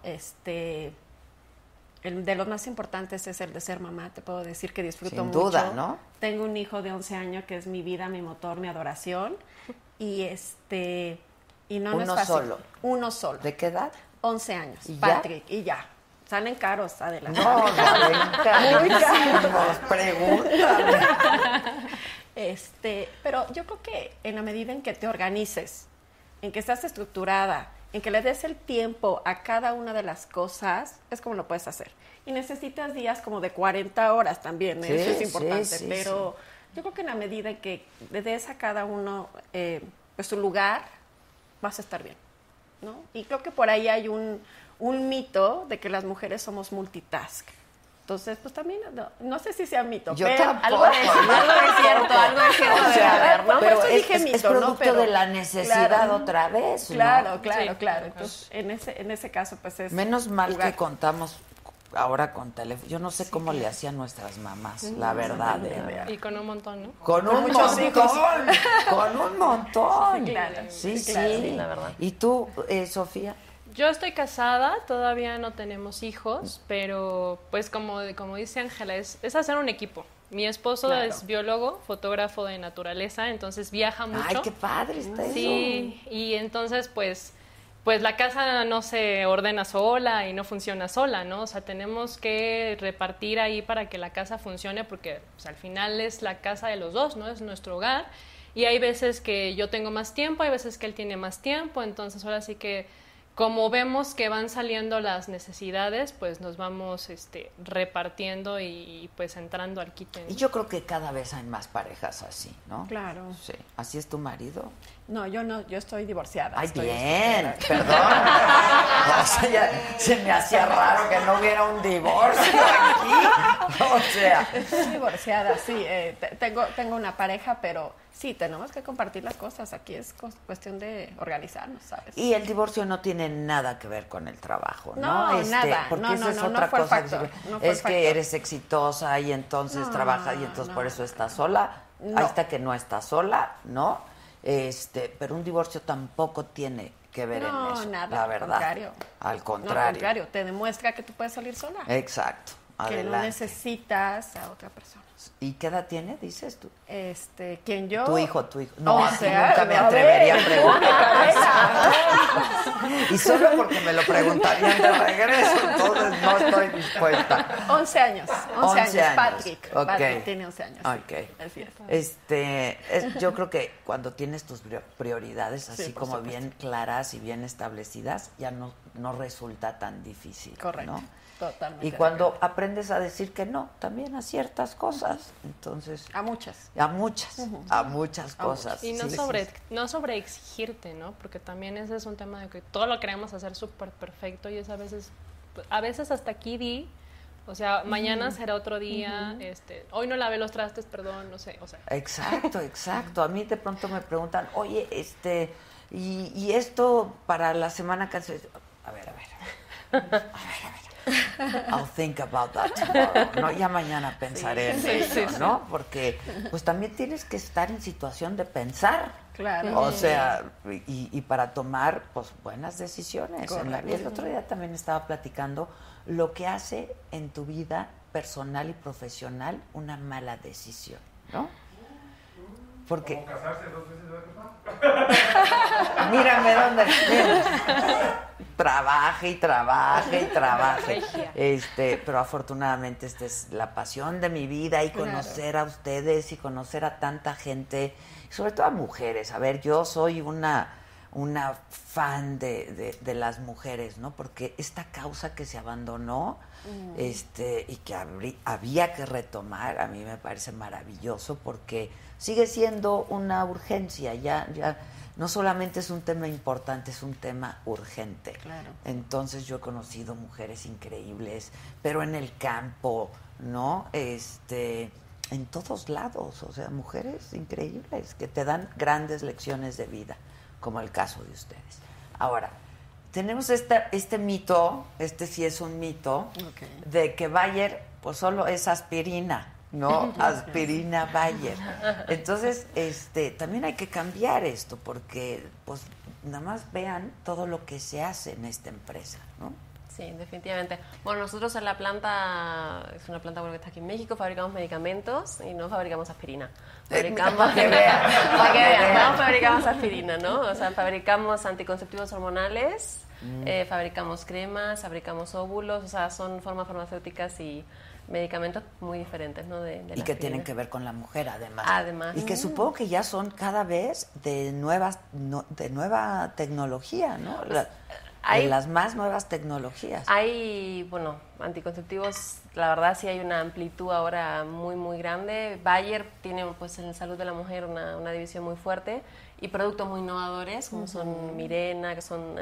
El de los más importantes es el de ser mamá. Te puedo decir que disfruto mucho. Sin duda, ¿no? Tengo un hijo de 11 años que es mi vida, mi motor, mi adoración. Y no es fácil. Solo. Uno solo. ¿De qué edad? 11 años. ¿Y Patrick. Y ya. Salen caros, adelante. No, muy caros. Pregúntame. Pero yo creo que en la medida en que te organices, en que estás estructurada, en que le des el tiempo a cada una de las cosas, es como lo puedes hacer. Y necesitas días como de 40 horas también, Sí, eso es importante. sí, pero yo creo que en la medida en que le des a cada uno pues su lugar, vas a estar bien, ¿no? Y creo que por ahí hay un mito de que las mujeres somos multitask. Entonces, pues también, no sé si sea mito, Yo pero tampoco. Algo es cierto O sea, debe haber, ¿no? pero Por eso dije es mito, producto ¿no? Pero, de la necesidad claro, otra vez, ¿no? Claro. Sí. Entonces, en ese caso, pues es... Menos mal jugar. que contamos ahora con teléfono. Yo no sé cómo le hacían nuestras mamás, la verdad. Y con un montón, ¿no? Con un muchos montón. hijos. Con un montón. Sí, claro. Sí, claro, sí. sí, la verdad. ¿Y tú, Sofía? Yo estoy casada, todavía no tenemos hijos, pero pues como dice Ángela, es hacer un equipo. Mi esposo Claro. es biólogo, fotógrafo de naturaleza, entonces viaja mucho. Ay, qué padre está eso. Sí, y entonces pues pues la casa no se ordena sola y no funciona sola, ¿no? O sea, tenemos que repartir ahí para que la casa funcione porque pues, al final es la casa de los dos, ¿no? Es nuestro hogar y hay veces que yo tengo más tiempo, hay veces que él tiene más tiempo, entonces ahora sí que como vemos que van saliendo las necesidades, pues nos vamos repartiendo y pues entrando al quite, ¿no? Y yo creo que cada vez hay más parejas así, ¿no? Claro. Sí. ¿Así es tu marido? No, yo estoy divorciada. Ay, estoy bien, perdón. O sea, ya se me hacía raro que no hubiera un divorcio aquí. O sea. Estoy divorciada, sí. Tengo una pareja, pero sí, tenemos que compartir las cosas. Aquí es cuestión de organizarnos, ¿sabes? Y el divorcio no tiene nada que ver con el trabajo, ¿no? No, nada. Porque No, esa es no, otra no fue el cosa. factor, no fue el Es que factor. eres exitosa y entonces trabajas y entonces por eso estás sola. No. Ahí está que no estás sola, ¿no? Pero un divorcio tampoco tiene que ver en eso, nada, la verdad. Al contrario. al contrario, te demuestra que tú puedes salir sola. Exacto. Que Adelante. no necesitas a otra persona. ¿Y qué edad tiene, dices tú? ¿Quién yo? Tu hijo. No, O así sea, nunca me a atrevería ver, a preguntar. Y solo porque me lo preguntarían de regreso, entonces no estoy dispuesta. 11 años. 11 años. Patrick. Ok. Patrick tiene 11 años. Ok. El fiesta. Yo creo que cuando tienes tus prioridades así Sí, por como supuesto. bien claras y bien establecidas, ya no resulta tan difícil. Correcto. ¿no? Totalmente. Y cuando aprendes a decir que no, también a ciertas cosas, entonces... A muchas. A muchas cosas. Y no Sí, no sobre exigirte, ¿no? Porque también ese es un tema de que todo lo queremos hacer súper perfecto y es a veces hasta aquí di, o sea, mañana será otro día, hoy no lavé los trastes, perdón, no sé, o sea. Exacto. A mí de pronto me preguntan, oye, y esto para la semana que hace... A ver. I'll think about that tomorrow. No, ya mañana pensaré en eso, ¿no? Porque pues también tienes que estar en situación de pensar. Claro. O sea, y para tomar pues buenas decisiones en la vida. El otro día también estaba platicando lo que hace en tu vida personal y profesional una mala decisión, ¿no? Porque ¿Cómo casarse 2 veces de papá? mírame dónde trabaje. Pero afortunadamente esta es la pasión de mi vida y conocer a ustedes y conocer a tanta gente, sobre todo a mujeres. A ver, yo soy una fan de las mujeres, ¿no? Porque esta causa que se abandonó y que había que retomar, a mí me parece maravilloso porque sigue siendo una urgencia, ya no solamente es un tema importante, es un tema urgente. Claro. Entonces yo he conocido mujeres increíbles, pero en el campo, ¿no? En todos lados, o sea, mujeres increíbles que te dan grandes lecciones de vida, como el caso de ustedes. Ahora, tenemos este mito, sí es un mito, de que Bayer pues solo es aspirina, ¿no? Aspirina Bayer. Entonces, también hay que cambiar esto, porque pues nada más vean todo lo que se hace en esta empresa, ¿no? Sí, definitivamente. Bueno, nosotros en la planta, es una planta que está aquí en México, fabricamos medicamentos y no fabricamos aspirina. Fabricamos, para que vean. no fabricamos aspirina, ¿no? O sea, fabricamos anticonceptivos hormonales, fabricamos cremas, fabricamos óvulos, o sea, son formas farmacéuticas y medicamentos muy diferentes, ¿no? De y que tienen que ver con la mujer, además. Además. Y que supongo que ya son cada vez de nueva tecnología, ¿no? De las más nuevas tecnologías. Hay, bueno, anticonceptivos, la verdad sí hay una amplitud ahora muy, muy grande. Bayer tiene, pues, en salud de la mujer una división muy fuerte y productos muy innovadores, como son Mirena, que son,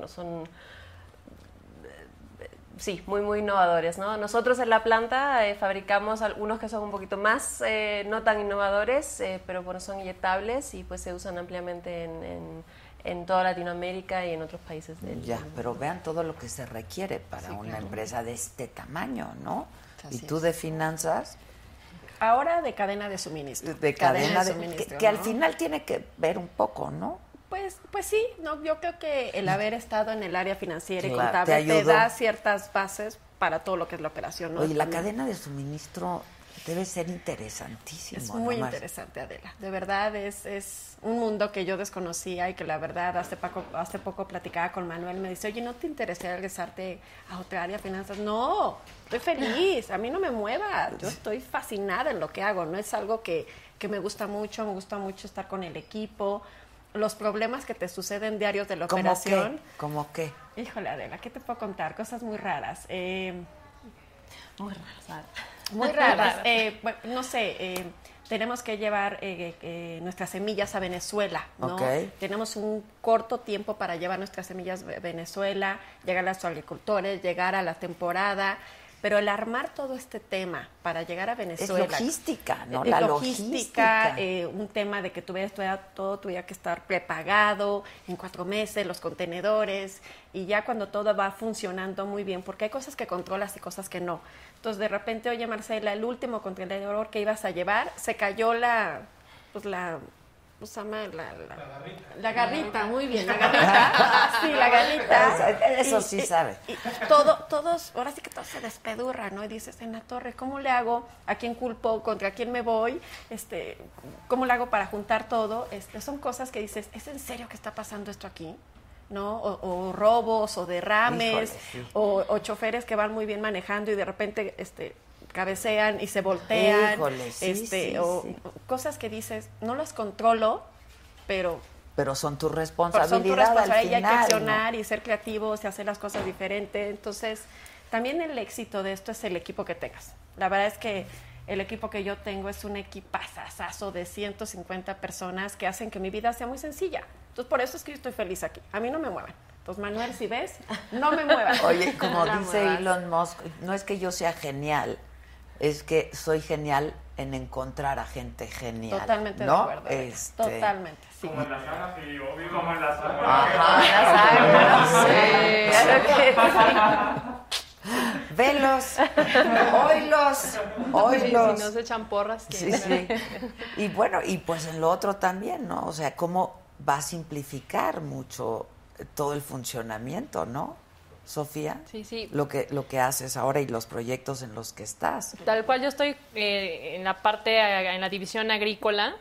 sí, muy, muy innovadores, ¿no? Nosotros en la planta fabricamos algunos que son un poquito más, no tan innovadores, pero bueno, son inyectables y pues se usan ampliamente en toda Latinoamérica y en otros países del Ya, pero vean todo lo que se requiere para una empresa de este tamaño, ¿no? Así ¿Y tú de finanzas? Ahora de cadena de suministro. De cadena de suministro, que al ¿no? final tiene que ver un poco, ¿no? Pues sí, no, yo creo que el haber estado en el área financiera y Claro, contable te te ayudó. da ciertas bases para todo lo que es la operación, ¿no? Oye, la También. cadena de suministro Debe ser interesantísimo. Es muy nomás. interesante, Adela. De verdad, es un mundo que yo desconocía y que la verdad hace poco platicaba con Manuel. Me dice, oye, ¿no te interesaría regresarte a otra área de finanzas? No, estoy feliz. A mí no me mueva. Yo estoy fascinada en lo que hago. No es algo que me gusta mucho. Me gusta mucho estar con el equipo. Los problemas que te suceden diarios de la operación. ¿Cómo qué? Híjole, Adela, ¿qué te puedo contar? Cosas muy raras. Muy raras. Muy raras. Bueno, no sé, tenemos que llevar nuestras semillas a Venezuela, ¿no? Okay. Tenemos un corto tiempo para llevar nuestras semillas a Venezuela, llegar a los agricultores, llegar a la temporada, pero el armar todo este tema para llegar a Venezuela... Es logística, ¿no? La logística. Un tema de que todo tuviera que estar prepagado en 4 meses, los contenedores, y ya cuando todo va funcionando muy bien, porque hay cosas que controlas y cosas que no. Entonces, de repente, oye, Marcela, el último contenedor que ibas a llevar, se cayó la garrita, muy bien, la garrita. Sí, la garrita. Eso sí sabe. Y ahora sí que todo se despedurra, ¿no? Y dices, en la torre, ¿cómo le hago? ¿A quién culpo? ¿Contra quién me voy? ¿Cómo le hago para juntar todo? Son cosas que dices, ¿es en serio que está pasando esto aquí? ¿No? O robos, o derrames, híjole, sí. o choferes que van muy bien manejando y de repente cabecean y se voltean. Híjole, sí, cosas que dices, no las controlo, pero son tu responsabilidad al final, y hay que accionar, ¿no? Y ser creativos y hacer las cosas diferentes. Entonces, también el éxito de esto es el equipo que tengas. La verdad es que el equipo que yo tengo es un equipazazazo de 150 personas que hacen que mi vida sea muy sencilla. Entonces, por eso es que yo estoy feliz aquí. A mí no me mueven. Entonces, Manuel, si ves, no me muevan. Oye, como dice Elon Musk, no es que yo sea genial, es que soy genial en encontrar a gente genial. Totalmente, ¿no? de acuerdo. Totalmente, sí. Como en la saga, sí, obvio, como en la saga. Ajá, claro que sí. Velos, oílos. Si no se echan porras. Sí. Y bueno, y pues en lo otro también, ¿no? O sea, cómo va a simplificar mucho todo el funcionamiento, ¿no? Sofía, sí. Lo que haces ahora y los proyectos en los que estás. Tal cual yo estoy en la división agrícola,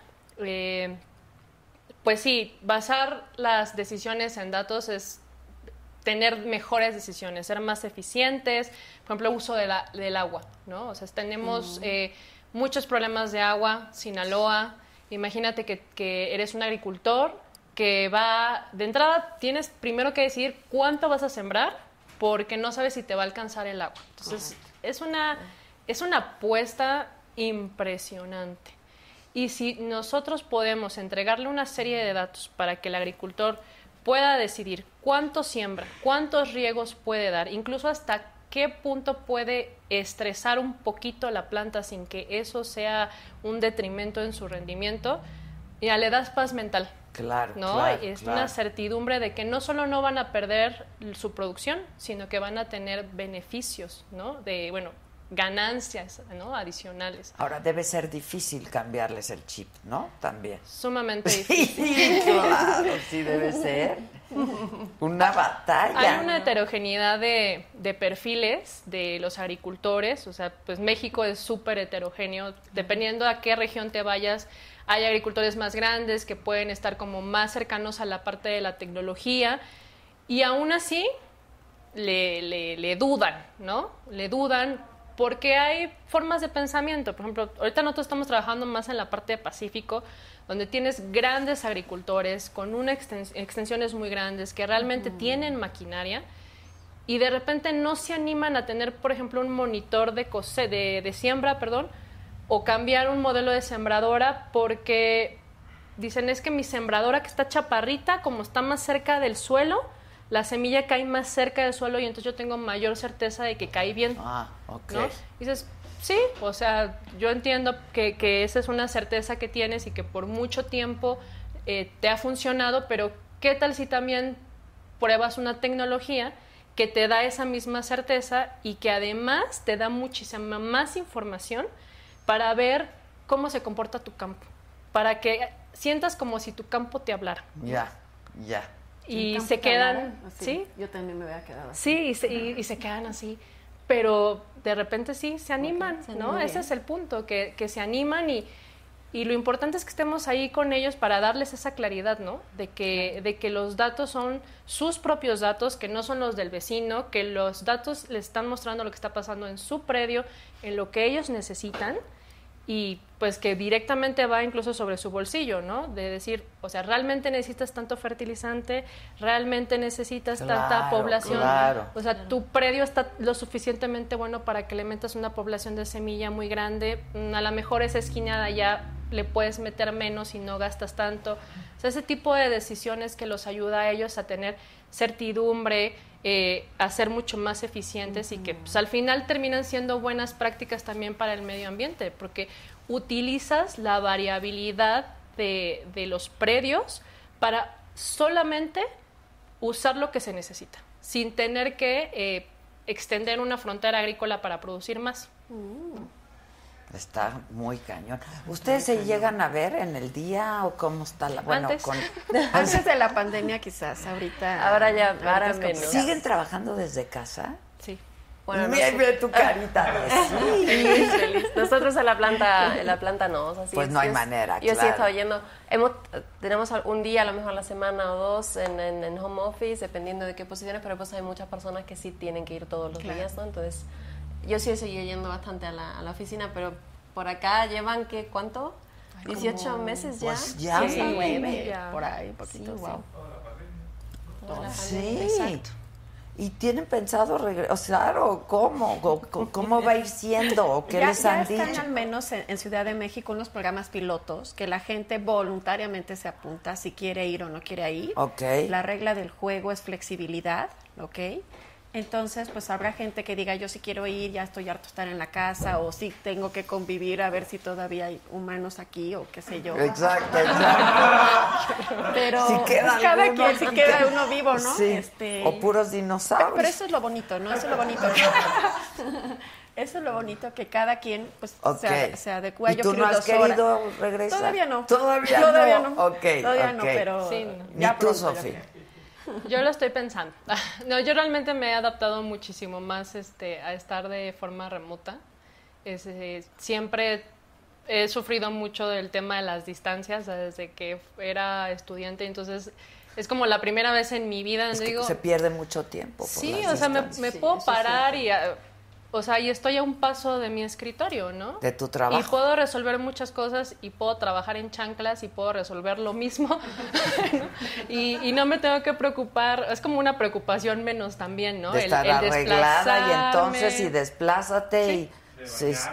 pues sí, basar las decisiones en datos es tener mejores decisiones, ser más eficientes, por ejemplo, uso del agua, ¿no? O sea, tenemos muchos problemas de agua, Sinaloa, imagínate que eres un agricultor que de entrada tienes primero que decidir cuánto vas a sembrar, porque no sabes si te va a alcanzar el agua. Entonces, es una apuesta impresionante. Y si nosotros podemos entregarle una serie de datos para que el agricultor pueda decidir cuánto siembra, cuántos riegos puede dar, incluso hasta qué punto puede estresar un poquito la planta sin que eso sea un detrimento en su rendimiento, ya le das paz mental. Claro, ¿no? claro, Y es claro. una certidumbre de que no solo no van a perder su producción, sino que van a tener beneficios, ¿no? Ganancias, ¿no? Adicionales. Ahora debe ser difícil cambiarles el chip, ¿no? También. Sumamente difícil. Sí, claro, sí debe ser una batalla. Hay una heterogeneidad de perfiles de los agricultores, o sea, pues México es súper heterogéneo, dependiendo a qué región te vayas. Hay agricultores más grandes que pueden estar como más cercanos a la parte de la tecnología y aún así le dudan, ¿no? Le dudan porque hay formas de pensamiento. Por ejemplo, ahorita nosotros estamos trabajando más en la parte de Pacífico, donde tienes grandes agricultores con extensiones muy grandes que realmente tienen maquinaria y de repente no se animan a tener, por ejemplo, un monitor de siembra, o cambiar un modelo de sembradora porque dicen es que mi sembradora que está chaparrita, como está más cerca del suelo, la semilla cae más cerca del suelo y entonces yo tengo mayor certeza de que cae bien. Ok. ¿No? Y dices, sí, o sea, yo entiendo que esa es una certeza que tienes y que por mucho tiempo te ha funcionado, pero ¿qué tal si también pruebas una tecnología que te da esa misma certeza y que además te da muchísima más información para ver cómo se comporta tu campo, para que sientas como si tu campo te hablara. Ya. Y se quedan, así, ¿sí? Yo también me había quedado así. Sí, y se quedan así. pero de repente sí se animan, Okay, ¿no? Ese es el punto, que se animan y lo importante es que estemos ahí con ellos para darles esa claridad, ¿no? De que los datos son sus propios datos, que no son los del vecino, que los datos les están mostrando lo que está pasando en su predio, en lo que ellos necesitan, y pues que directamente va incluso sobre su bolsillo, ¿no? De decir, o sea, ¿realmente necesitas tanto fertilizante? ¿Realmente necesitas tanta población? Claro. O sea, tu predio está lo suficientemente bueno para que le metas una población de semilla muy grande. A lo mejor esa esquina de allá le puedes meter menos y no gastas tanto. O sea, ese tipo de decisiones que los ayuda a ellos a tener certidumbre, a ser mucho más eficientes y que pues, al final terminan siendo buenas prácticas también para el medio ambiente, porque utilizas la variabilidad de los predios para solamente usar lo que se necesita, sin tener que extender una frontera agrícola para producir más. Está muy cañón. ¿Ustedes se llegan a ver en el día o cómo está la... Bueno, Antes. Antes de la pandemia quizás, ahorita... Ahora ya, ahorita ahora es menos. complicado. ¿Siguen trabajando desde casa? Sí. Bueno, Mira, mira tu carita de sí. Feliz. Nosotros en la planta no. O sea, sí, Pues no hay yo- manera, Yo sí he claro. estado yendo. Tenemos un día, a lo mejor a la semana o dos, en home office, dependiendo de qué posiciones, pero pues hay muchas personas que sí tienen que ir todos los días, ¿no? Entonces, yo sí he seguido yendo bastante a la oficina, pero por acá llevan, ¿qué? ¿Cuánto? 18 meses ya. Pues ya, Sí, 9, ya. por ahí, poquito, Sí, wow. Toda la Sí. pandemia, exacto. ¿Y tienen pensado regresar o cómo? ¿Cómo va a ir siendo? ¿O qué les han están dicho? al menos en Ciudad de México unos programas pilotos que la gente voluntariamente se apunta si quiere ir o no quiere ir. Ok. La regla del juego es flexibilidad, ¿ok? Entonces, pues habrá gente que diga, yo sí quiero ir, ya estoy harto de estar en la casa, o sí tengo que convivir a ver si todavía hay humanos aquí, o qué sé yo. Exacto. Pero Si queda pues, cada alguno, quien, si queda uno vivo, ¿no? Sí. O puros dinosaurios. Pero eso es lo bonito, ¿no? Eso es lo bonito. Eso es lo bonito, que cada quien pues Ok. se adecua. ¿Y Yo tú quiero no has 2 horas. querido regresar? Todavía no. ¿Todavía no? Ok, Todavía no, ok. pero Sí, Ni ya tú, pronto, ya Sofía. Yo lo estoy pensando. No, yo realmente me he adaptado muchísimo más a estar de forma remota. Siempre he sufrido mucho del tema de las distancias desde que era estudiante, entonces es como la primera vez en mi vida Es donde que digo, se pierde mucho tiempo. Por sí, las o sea, me distancias. puedo eso parar y estoy a un paso de mi escritorio, ¿no? De tu trabajo. Y puedo resolver muchas cosas y puedo trabajar en chanclas y puedo resolver lo mismo. ¿no? Y no me tengo que preocupar, es como una preocupación menos también, ¿no? De estar arreglada y entonces desplazarme. desplázate Sí. y...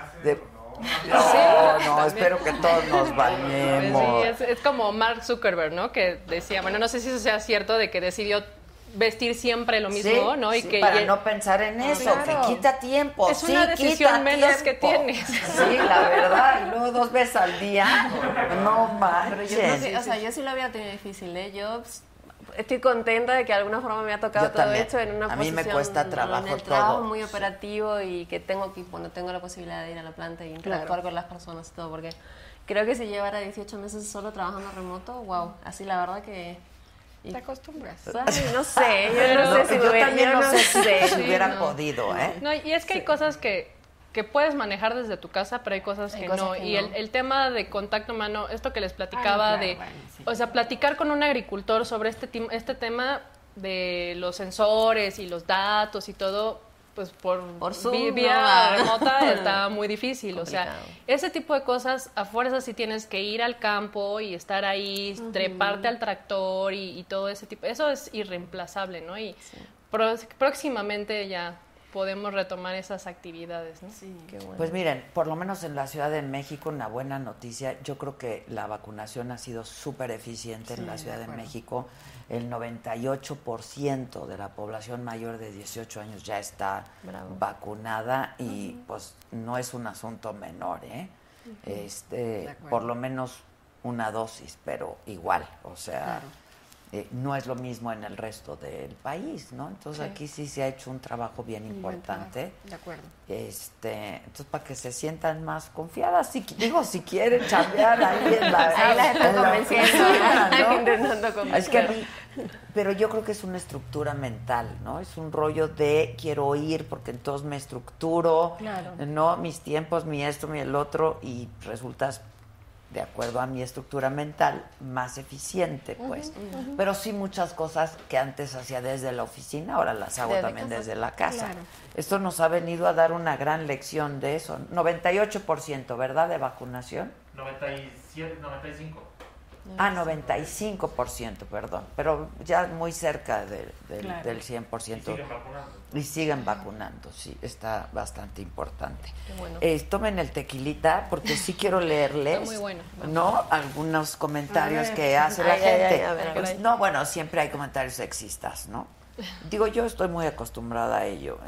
No, espero que todos nos bañemos. Sí, es como Mark Zuckerberg, ¿no? Que decía, bueno, no sé si eso sea cierto, de que decidió vestir siempre lo mismo, Sí, ¿no? Y sí, que para no pensar en eso, claro. que quita tiempo. Es sí, una decisión quita menos que tiempo. tienes. Sí, la verdad. Y luego 2 veces al día. No Pero yo, manches. yo sí lo había tenido difícil, ¿eh? Yo estoy contenta de que de alguna forma me ha tocado Yo todo también. esto en una A mí posición me cuesta trabajo en el trabajo todo. muy operativo y que tengo la posibilidad de ir a la planta y interactuar con las personas y todo, porque creo que si llevara 18 meses solo trabajando remoto, wow, así la verdad que... te acostumbras. Ay, no sé, yo no sé si yo me hubiera- también yo no sé si Sí, hubiera no. podido, ¿eh? No, y es que hay cosas que puedes manejar desde tu casa, pero hay cosas Hay que cosas no. que Y no. el tema de contacto humano, esto que les platicaba claro, de, bueno, sí. o sea, platicar con un agricultor sobre este tema de los sensores y los datos y todo, pues por Zoom, vía ¿no? remota está muy difícil. O sea, Complicado. ese tipo de cosas, a fuerza sí tienes que ir al campo y estar ahí, treparte al tractor y todo ese tipo. Eso es irreemplazable, ¿no? Y próximamente ya podemos retomar esas actividades, ¿no? Sí, qué bueno. Pues miren, por lo menos en la Ciudad de México, una buena noticia. Yo creo que la vacunación ha sido súper eficiente en la Ciudad de México. El 98% de la población mayor de 18 años ya está vacunada y pues no es un asunto menor, ¿eh? Por lo menos una dosis, pero igual, o sea, no es lo mismo en el resto del país, ¿no? Entonces aquí sí se ha hecho un trabajo bien importante. De acuerdo. Entonces para que se sientan más confiadas, si quieren chambear ahí en la ahí la estoy convenciendo, ¿no? intentando convencer. Es que a mí, pero yo creo que es una estructura mental, ¿no? Es un rollo de quiero ir porque entonces me estructuro, claro, ¿no? Mis tiempos, mi esto, mi el otro, y resultas, de acuerdo a mi estructura mental, más eficiente, pues. Pero sí muchas cosas que antes hacía desde la oficina, ahora las hago también desde la casa. Claro. Esto nos ha venido a dar una gran lección de eso. 98%, ¿verdad?, de vacunación. 97, 95. 95%, perdón. Pero ya muy cerca Claro. del 100%. Y siguen vacunando. Y siguen vacunando, sí, está bastante importante. Qué bueno. Tomen el tequilita, porque sí quiero leerles, Está muy bueno. ¿no? Algunos comentarios A ver. que hace la Ay, gente. a ver, Pues, no, bueno, siempre hay comentarios sexistas, ¿no? Digo, yo estoy muy acostumbrada a ello.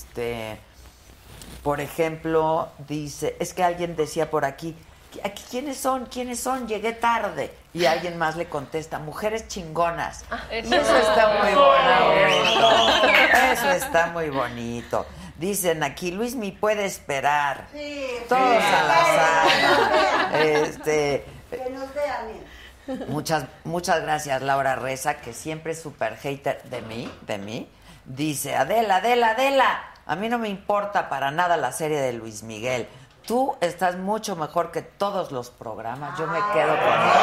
Por ejemplo, dice, es que alguien decía por aquí, ¿quiénes son? Llegué tarde. Y alguien más le contesta, mujeres chingonas. Y eso está muy bonito. Eso está muy bonito. Dicen aquí, Luismi puede esperar. Sí, Todos a la sala. que nos vean bien. Muchas gracias, Laura Reza, que siempre es súper hater de mí. Dice, Adela, a mí no me importa para nada la serie de Luis Miguel. Tú estás mucho mejor que todos los programas. Yo me quedo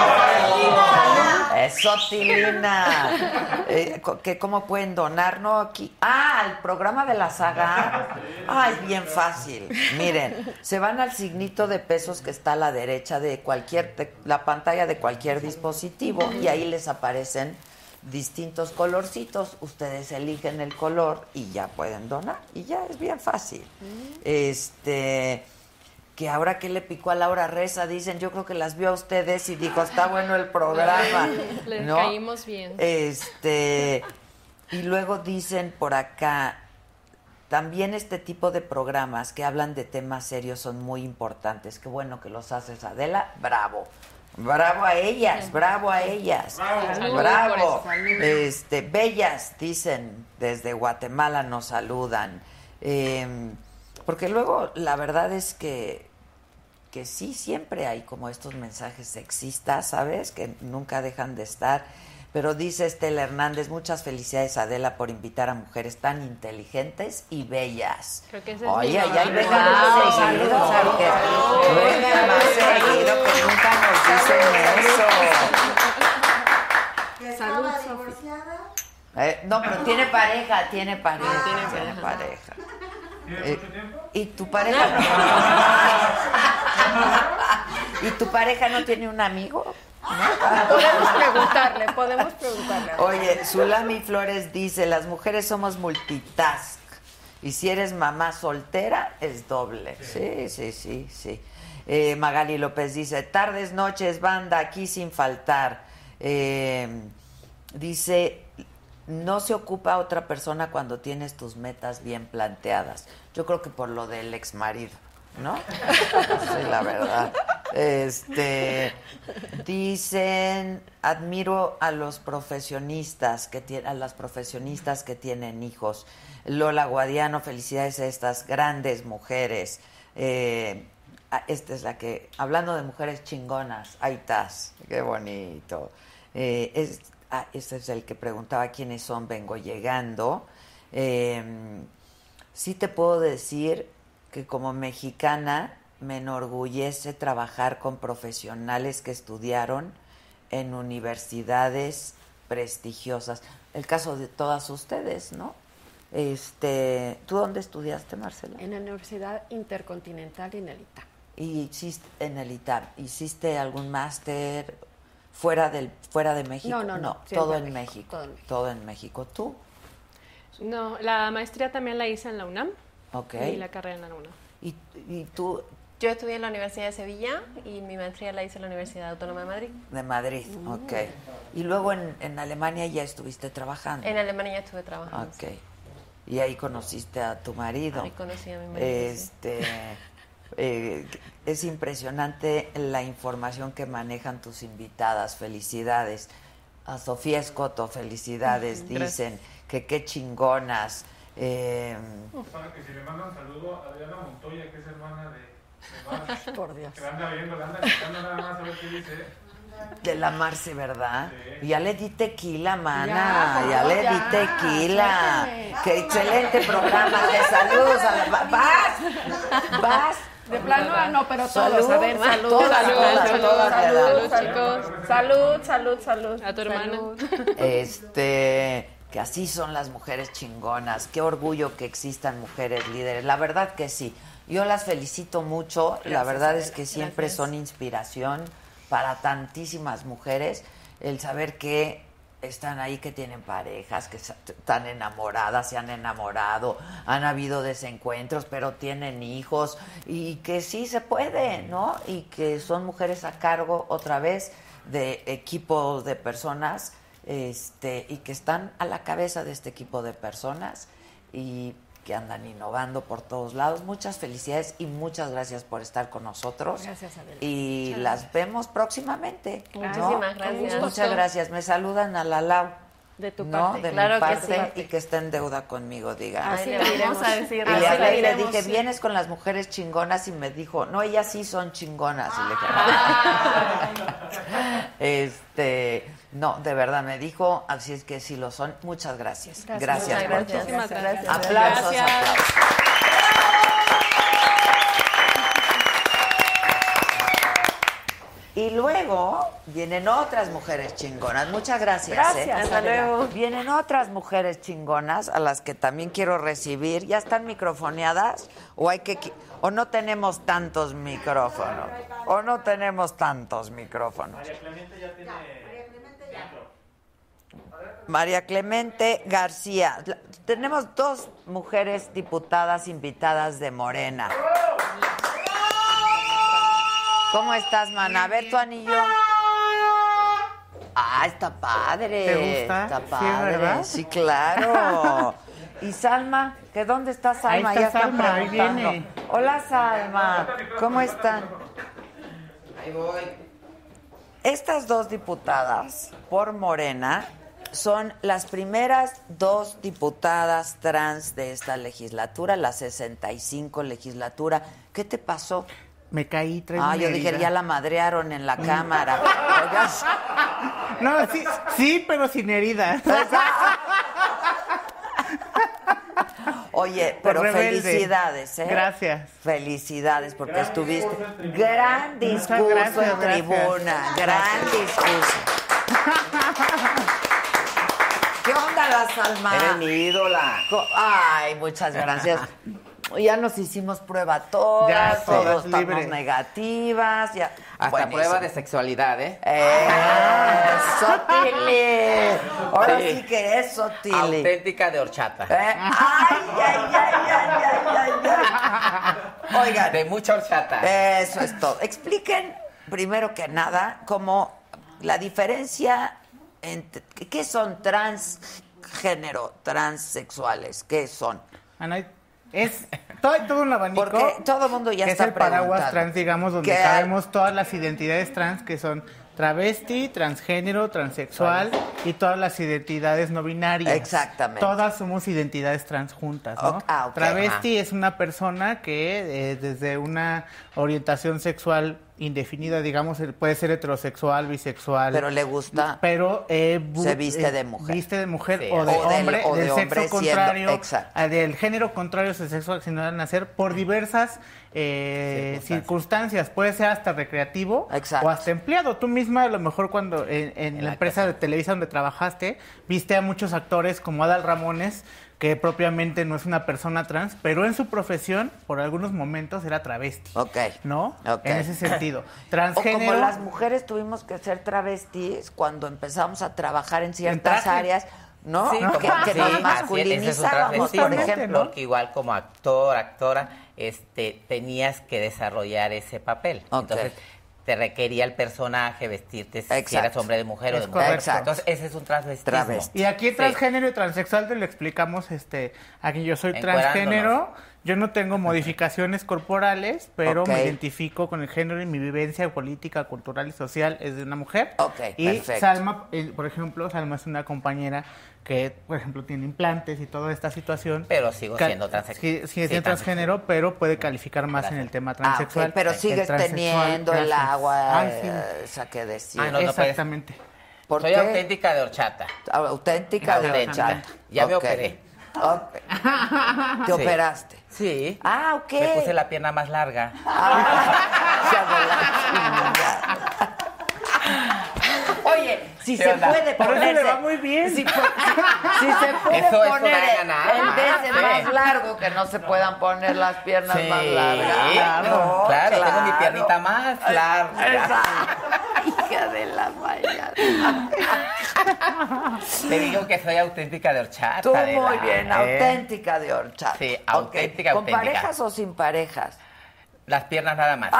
con eso. Tilina. ¿Cómo pueden donar? No, aquí. Al programa de la saga. Ay, bien fácil. Miren, se van al signito de pesos que está a la derecha de la pantalla de cualquier dispositivo y ahí les aparecen distintos colorcitos. Ustedes eligen el color y ya pueden donar. Y ya es bien fácil. Que ahora que le picó a Laura Reza, dicen, yo creo que las vio a ustedes y dijo, está bueno el programa. Le ¿no? caímos bien. Y luego dicen por acá, también este tipo de programas que hablan de temas serios son muy importantes. Qué bueno que los haces, Adela, bravo. Bravo a ellas, bravo a ellas. Bravo. Bellas, dicen, desde Guatemala nos saludan. Porque luego la verdad es que sí, siempre hay como estos mensajes sexistas, ¿sabes? Que nunca dejan de estar. Pero dice Estela Hernández, muchas felicidades, Adela, por invitar a mujeres tan inteligentes y bellas. Creo que ese es Oye, mi ahí vengan más seguido, porque vengan más seguido, que nunca nos dicen eso. Que estaba divorciada. No, pero tiene pareja. ¿Tiene mucho tiempo? ¿Y tu pareja? ¿Y tu pareja no tiene un amigo? Podemos preguntarle. Oye, Zulami Flores dice, las mujeres somos multitask. Y si eres mamá soltera, es doble. Sí. Magali López dice, tardes, noches, banda, aquí sin faltar. Dice, no se ocupa otra persona cuando tienes tus metas bien planteadas. Yo creo que por lo del ex marido, ¿no? Sí, la verdad. Dicen, admiro a los profesionistas a las profesionistas que tienen hijos. Lola Guadiano, felicidades a estas grandes mujeres. Esta es la que, hablando de mujeres chingonas, ahí estás, qué bonito. Este es el que preguntaba quiénes son, vengo llegando. Sí te puedo decir que como mexicana me enorgullece trabajar con profesionales que estudiaron en universidades prestigiosas. El caso de todas ustedes, ¿no? ¿Tú dónde estudiaste, Marcela? En la Universidad Intercontinental y en el ITAM. En el ITAM. ¿Hiciste algún máster fuera de México? No, todo en México. Todo en México. ¿Tú? No, la maestría también la hice en la UNAM. Okay. Y la carrera en la UNAM. ¿Y tú? Yo estudié en la Universidad de Sevilla y mi maestría la hice en la Universidad Autónoma de Madrid. De Madrid, ok. Y luego en Alemania ya estuviste trabajando. En Alemania ya estuve trabajando. Ok. Y ahí conociste a tu marido. Ahí conocí a mi marido. Es impresionante la información que manejan tus invitadas. Felicidades. A Sofía Escoto, felicidades, dicen que qué chingonas. Para que si le manda un saludo a Adriana Montoya, que es hermana de Mar. Por Dios. Que la anda viendo, la anda checando nada más a ver qué dice. De la Marce, ¿verdad? Sí. Ya le di tequila, mana. Ya le di tequila. Suéltame. Qué excelente programa de saludos. Vas. De plano, no, pero Salud. todos. A ver, salud. Todas, salud, todas, salud, todas le salud, damos. salud, salud, salud, salud. A tu hermana. Salud. Que así son las mujeres chingonas. Qué orgullo que existan mujeres líderes. La verdad que sí. Yo las felicito mucho. Gracias, La verdad Adela. es que siempre Gracias. son inspiración para tantísimas mujeres. El saber que están ahí, que tienen parejas, que están enamoradas, se han enamorado, han habido desencuentros, pero tienen hijos y que sí se puede, ¿no? Y que son mujeres a cargo otra vez de equipos de personas y que están a la cabeza de este equipo de personas y que andan innovando por todos lados. Muchas felicidades y muchas gracias por estar con nosotros. Gracias, Adela. Y las vemos próximamente. ¿no? Muchísimas gracias. Muchas gracias. Me saludan a la Lau. De tu ¿no? parte. De Claro mi que parte sí. y que está en deuda conmigo, digan. Así Ay, le le diremos. vamos a decir. Y así le hablé y le diremos, dije, sí. vienes con las mujeres chingonas y me dijo, no, ellas sí son chingonas. Y le dije, no, de verdad me dijo, así es que sí lo son. Muchas gracias. Gracias. Muchas por gracias. todo. Muchísimas gracias. Aplausos, Gracias. aplausos. Y luego vienen otras mujeres chingonas. Muchas gracias. Gracias, Hasta Adela. luego. Vienen otras mujeres chingonas a las que también quiero recibir. ¿Ya están microfoneadas? ¿O no tenemos tantos micrófonos? ¿O no tenemos tantos micrófonos? María Clemente ya tiene. María Clemente García. Tenemos 2 mujeres diputadas invitadas de Morena. ¿Cómo estás, mana? A ver tu anillo. Ah, está padre. ¿Te gusta? Está Sí, padre. ¿verdad? Sí, claro. ¿Y Salma? ¿Que dónde está Salma? Ahí está Ya están Salma, ahí preguntando. viene. Hola, Salma. ¿Cómo están? Ahí voy. Estas 2 diputadas por Morena son las primeras 2 diputadas trans de esta legislatura, la 65 legislatura. ¿Qué te pasó? Me caí, traigo una Yo dije, herida. ya la madrearon en la cámara. No, sí, pero sin heridas. Oye, Por pero rebelde. felicidades, ¿eh? Gracias. Felicidades, porque Gran estuviste... discurso en tribuna. Gran discurso gracias, en gracias. tribuna. Gran discurso. ¿Qué onda, la Salma? Eres mi ídola. Ay, muchas gracias. Ya nos hicimos prueba todas, Ya, todos todas estamos libres. negativas. Ya. Hasta Buenísimo. prueba de sexualidad, ¿eh? ¡Eso, Tili! Ahora sí que eso, Tili. Auténtica de horchata. Oigan, De mucha horchata. eso es todo. Expliquen, primero que nada, cómo la diferencia entre... ¿Qué son transgénero, transexuales? ¿Qué son? Ana, es todo un abanico. Porque todo el mundo ya que está es el paraguas preguntando. trans, digamos, donde ¿Qué? cabemos todas las identidades trans, que son travesti, transgénero, transexual y todas las identidades no binarias. Exactamente. Todas somos identidades trans juntas, ¿no? Ok. Travesti es una persona que desde una orientación sexual indefinida, digamos, puede ser heterosexual, bisexual. Pero le gusta... Pero se viste de mujer. Viste de mujer Sí, o de o del- hombre, o de del hombre sexo siendo- contrario, exacto. del género contrario al sexo asignado al nacer por diversas circunstancias. Puede ser hasta recreativo Exacto. o hasta empleado. Tú misma, a lo mejor cuando en la la empresa casa. de Televisa donde trabajaste, viste a muchos actores como Adal Ramones, que propiamente no es una persona trans, pero en su profesión, por algunos momentos, era travesti. Ok. ¿No? Ok. En ese sentido. O Transgénero. como las mujeres tuvimos que ser travestis cuando empezamos a trabajar en ciertas traje. áreas, ¿no? Sí, que como- que sí, nos así es, ese es un masculinizábamos, travesti, por Justamente, ejemplo. ¿no? porque igual como actor, actora, tenías que desarrollar ese papel. Ok. Entonces, te requería el personaje vestirte si Exacto. eres hombre de mujer o Es de mujer. correcto. Entonces, ese es un transvestismo. Travesti. Y aquí Sí. transgénero y transexual te lo explicamos, aquí yo soy Encuerándonos. transgénero Yo no tengo modificaciones corporales, pero Ok. me identifico con el género y mi vivencia política, cultural y social es de una mujer. Ok, y perfecto. Salma, por ejemplo, Salma es una compañera que, por ejemplo, tiene implantes y toda esta situación. Pero sigo siendo transgénero. Sigue sí, siendo transgénero, pero puede calificar más en el tema transexual. ok, pero sigues teniendo el gracias. agua Ay, sí. esa que decía. Ah, no, no puedes. Exactamente. ¿Por Soy qué? auténtica de horchata. Auténtica de Auténtica. horchata. Ya me Ok. operé. Ok. ¿Te Sí. operaste? Sí. Ah, ok. Me puse la pierna más larga. Ya me la chingada. Oye, si ¿Qué se onda? puede Por eso ponerse... le va muy bien. Si se puede Eso poner da a ganar. el veces Sí. más largo, que no se puedan poner las piernas Sí, más largas. claro, claro, tengo mi piernita más larga. Exacto. Hija de la mañana. Te digo que soy auténtica de horchata. Tú Adela, muy bien, auténtica de horchata. Sí, Ok. auténtica, ¿Con auténtica. parejas o sin parejas? Las piernas nada más.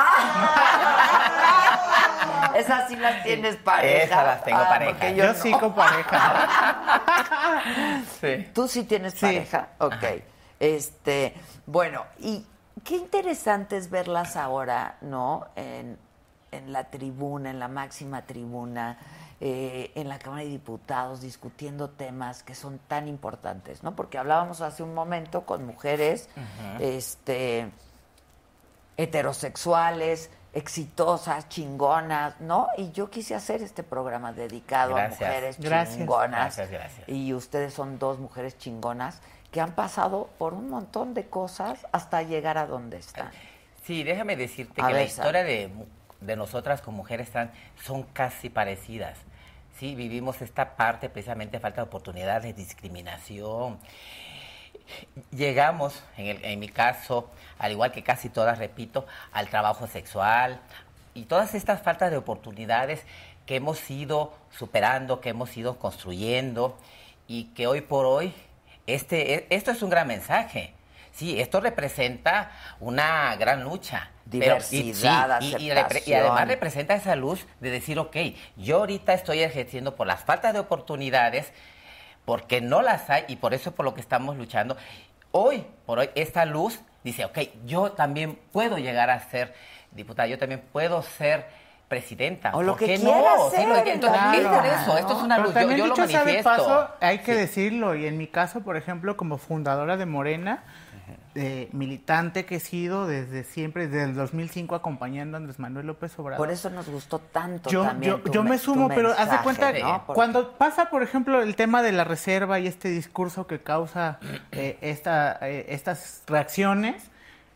Esas sí las tienes pareja. Esas las tengo pareja. Porque Yo no. sí con pareja. Sí. ¿Tú sí tienes pareja? Ok. Bueno, y qué interesante es verlas ahora, ¿no? En la tribuna, en la máxima tribuna, en la Cámara de Diputados, discutiendo temas que son tan importantes, ¿no? Porque hablábamos hace un momento con mujeres, heterosexuales, exitosas, chingonas, ¿no? Y yo quise hacer este programa dedicado Gracias. a mujeres Gracias. chingonas. Gracias. Y ustedes son dos mujeres chingonas que han pasado por un montón de cosas hasta llegar a donde están. Sí, déjame decirte A que ver, la historia de nosotras como mujeres trans son casi parecidas. Sí, vivimos esta parte precisamente de falta de oportunidades, discriminación. Llegamos, en mi caso, al igual que casi todas, repito, al trabajo sexual y todas estas faltas de oportunidades que hemos ido superando, que hemos ido construyendo y que hoy por hoy, esto es un gran mensaje. Sí, esto representa una gran lucha. Diversidad, y aceptación. además representa esa luz de decir, ok, yo ahorita estoy ejerciendo por las faltas de oportunidades, porque no las hay y por eso es por lo que estamos luchando. Hoy por hoy, esta luz dice, ok, yo también puedo llegar a ser diputada, yo también puedo ser presidenta. O lo ¿Por que qué quieras no? ser, Sí, entonces, claro. es por eso, esto es una Pero luz, también yo lo dicho sea de manifiesto. paso, hay que decirlo, y en mi caso, por ejemplo, como fundadora de Morena, militante que he sido desde siempre, desde el 2005 acompañando a Andrés Manuel López Obrador. Por eso nos gustó tanto Yo también yo me sumo, pero haz de cuenta, ¿no? Porque cuando pasa, por ejemplo, el tema de la reserva y este discurso que causa estas reacciones,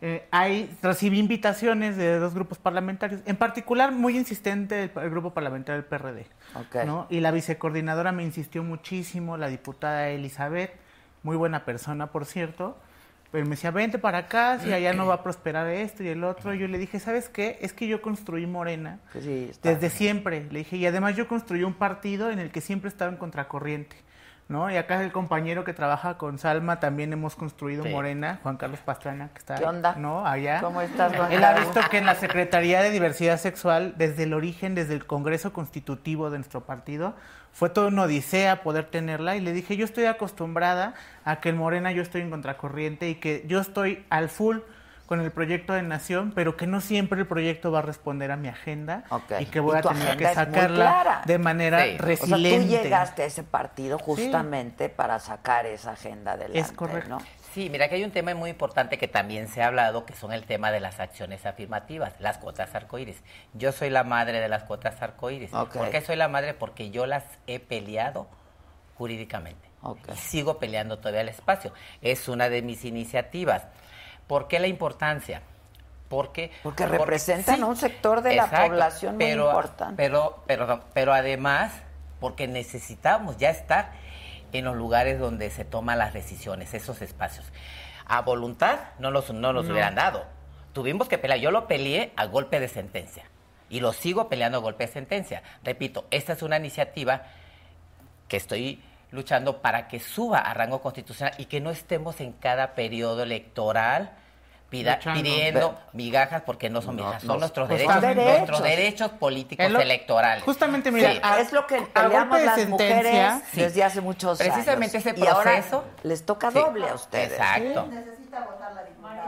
recibí invitaciones de dos grupos parlamentarios, en particular muy insistente el grupo parlamentario del PRD, Ok. ¿no? Y la vicecoordinadora me insistió muchísimo, la diputada Elizabeth, muy buena persona, por cierto, pero me decía, vente para acá, si allá no va a prosperar esto y el otro. Y yo le dije, ¿sabes qué? Es que yo construí Morena sí, está desde bien. siempre. Le dije, y además yo construí un partido en el que siempre estaba en contracorriente, ¿no? Y acá el compañero que trabaja con Salma también hemos construido Sí. Morena, Juan Carlos Pastrana, que está ¿Qué onda? ¿no? Allá. ¿Cómo estás, Juan Él ha Carlos? visto que en la Secretaría de Diversidad Sexual, desde el origen, desde el Congreso Constitutivo de nuestro partido, fue toda una odisea poder tenerla. Y le dije, yo estoy acostumbrada a que en Morena yo estoy en contracorriente y que yo estoy al full con el proyecto de Nación, pero que no siempre el proyecto va a responder a mi agenda y que voy Y a tu tener agenda que es muy sacarla clara. de manera Sí. resiliente. O sea, tú llegaste a ese partido justamente para sacar esa agenda adelante, Es correcto. ¿no? Sí, mira que hay un tema muy importante que también se ha hablado, que son el tema de las acciones afirmativas, las cuotas arcoíris. Yo soy la madre de las cuotas arcoíris. Ok. ¿Por qué soy la madre? Porque yo las he peleado jurídicamente. Ok. Y sigo peleando todavía el espacio. Es una de mis iniciativas. ¿Por qué la importancia? Porque representan sí, a un sector de la población muy importante. Pero además, porque necesitamos ya estar en los lugares donde se toman las decisiones, esos espacios. A voluntad no nos hubieran dado. Tuvimos que pelear. Yo lo peleé a golpe de sentencia y lo sigo peleando a golpe de sentencia. Repito, esta es una iniciativa que estoy luchando para que suba a rango constitucional y que no estemos en cada periodo electoral pidiendo migajas, porque no son migajas, son nuestros derechos políticos electorales. Justamente, mira, Sí. Es lo que a peleamos golpe de las sentencia, mujeres desde hace muchos Precisamente años. ese Y ahora proceso. les toca Sí. doble a ustedes. Exacto. Necesita votar la diputada.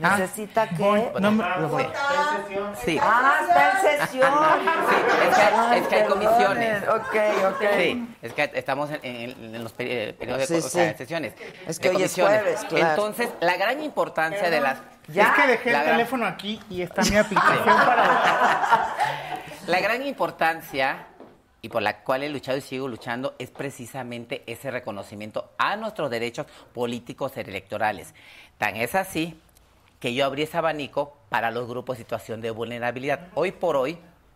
¿Necesita que...? No me... voy. Sí. Está en sesión. Sí, es que hay comisiones. Ok. Sí, es que estamos en los periodos Sí, o sea, sí. sesiones. Es que de hoy es comisiones. jueves, claro. Entonces, la gran importancia de las... Es que dejé el teléfono aquí y está mi aplicación para... La gran importancia y por la cual he luchado y sigo luchando es precisamente ese reconocimiento a nuestros derechos políticos y electorales. Tan es así que yo abrí ese abanico para los grupos en situación de vulnerabilidad. Hoy por hoy,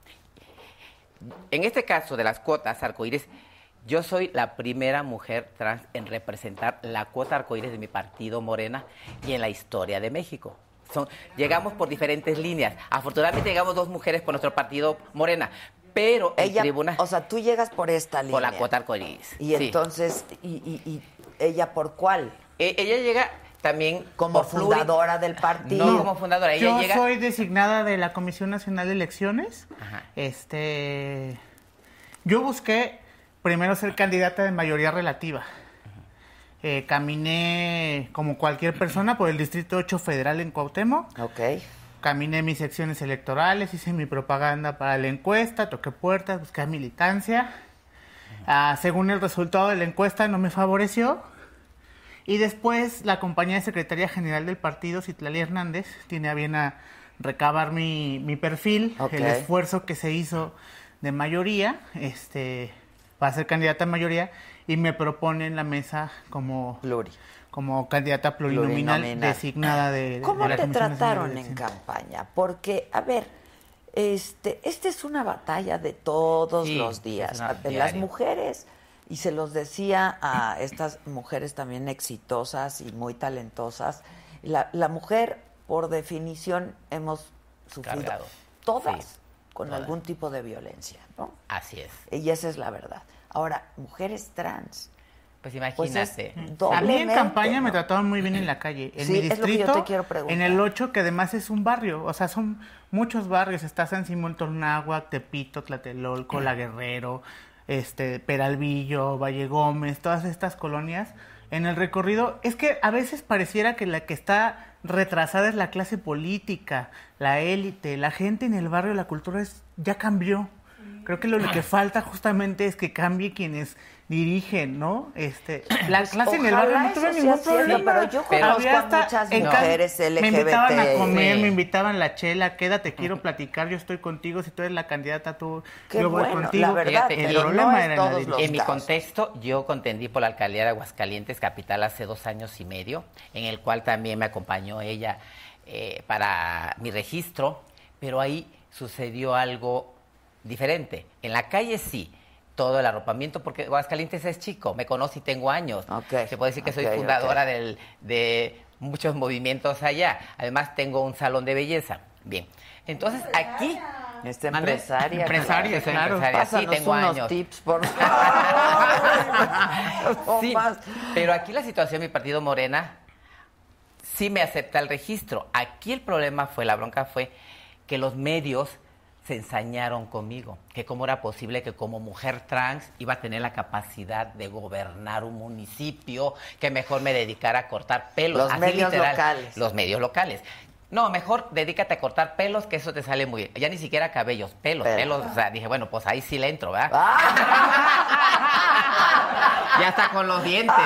en este caso de las cuotas arcoíris, yo soy la primera mujer trans en representar la cuota arcoíris de mi partido Morena y en la historia de México. Llegamos por diferentes líneas. Afortunadamente llegamos 2 mujeres por nuestro partido Morena, pero ella, tribuna... O sea, tú llegas por esta línea. Por la cuota arcoíris. Y sí. entonces, ¿y ella por cuál? Ella llega también... ¿Como fundadora del partido? No, como fundadora. Ella Yo llega... soy designada de la Comisión Nacional de Elecciones. Ajá. Yo busqué primero ser candidata de mayoría relativa. Caminé como cualquier persona por el Distrito 8 Federal en Cuauhtémoc. Ok. Caminé mis secciones electorales, hice mi propaganda para la encuesta, toqué puertas, busqué militancia. Según el resultado de la encuesta no me favoreció. Y después la compañía de Secretaría General del partido, Citlali Hernández, tiene a bien a recabar mi perfil, Ok. el esfuerzo que se hizo de mayoría, para ser candidata a mayoría, y me propone en la mesa como candidata plurinominal designada de ¿Cómo la te Comisión Nacional de trataron en Elecciones. campaña? Porque, a ver, esta es una batalla de todos los días. De las diaria. mujeres, y se los decía a estas mujeres también exitosas y muy talentosas, la mujer, por definición, hemos sufrido Cargado. todas Sí, con todas. algún tipo de violencia, ¿no? Así es. Y esa es la verdad. Ahora, mujeres trans. Pues imagínate. A mí en doblemente, campaña me ¿no? trataban muy bien en la calle. En Sí, mi es lo que yo distrito, te quiero preguntar. en el 8, que además es un barrio. O sea, son muchos barrios. Está San Simón Tornáhuac, Tepito, Tlatelolco, La Guerrero, Peralvillo, Valle Gómez, todas estas colonias. En el recorrido, es que a veces pareciera que la que está retrasada es la clase política, la élite, la gente en el barrio, la cultura ya cambió. Creo que lo que falta justamente es que cambie quienes dirigen, ¿no? La clase en el barrio no tuve ningún problema. Pero yo conozco a muchas mujeres LGBT. Me invitaban a comer, me invitaban la chela, quédate, quiero platicar, yo estoy contigo, si tú eres la candidata, yo voy contigo. La verdad, Fíjate, pero el no problema es era en todos la los dirección. En mi casos. contexto, yo contendí por la alcaldía de Aguascalientes, capital, hace 2 años y medio, en el cual también me acompañó ella para mi registro, pero ahí sucedió algo diferente. En la calle sí, todo el arropamiento, porque Aguascalientes es chico, me conoce y tengo años. Se puede decir que soy fundadora de muchos movimientos allá. Además, tengo un salón de belleza. Bien, entonces aquí... Empresaria. Empresaria, soy claro. empresaria, sí, Pásanos tengo unos años. tips, por favor. Sí, pero aquí la situación, mi partido Morena, sí me acepta el registro. Aquí el problema fue, la bronca fue que los medios se ensañaron conmigo, que cómo era posible que como mujer trans iba a tener la capacidad de gobernar un municipio, que mejor me dedicara a cortar pelos. Los así medios literal, locales. Los medios locales. No, mejor dedícate a cortar pelos, que eso te sale muy bien. Ya ni siquiera cabellos, pelos. O sea, dije, bueno, pues ahí sí le entro, ¿verdad? Ya está con los dientes.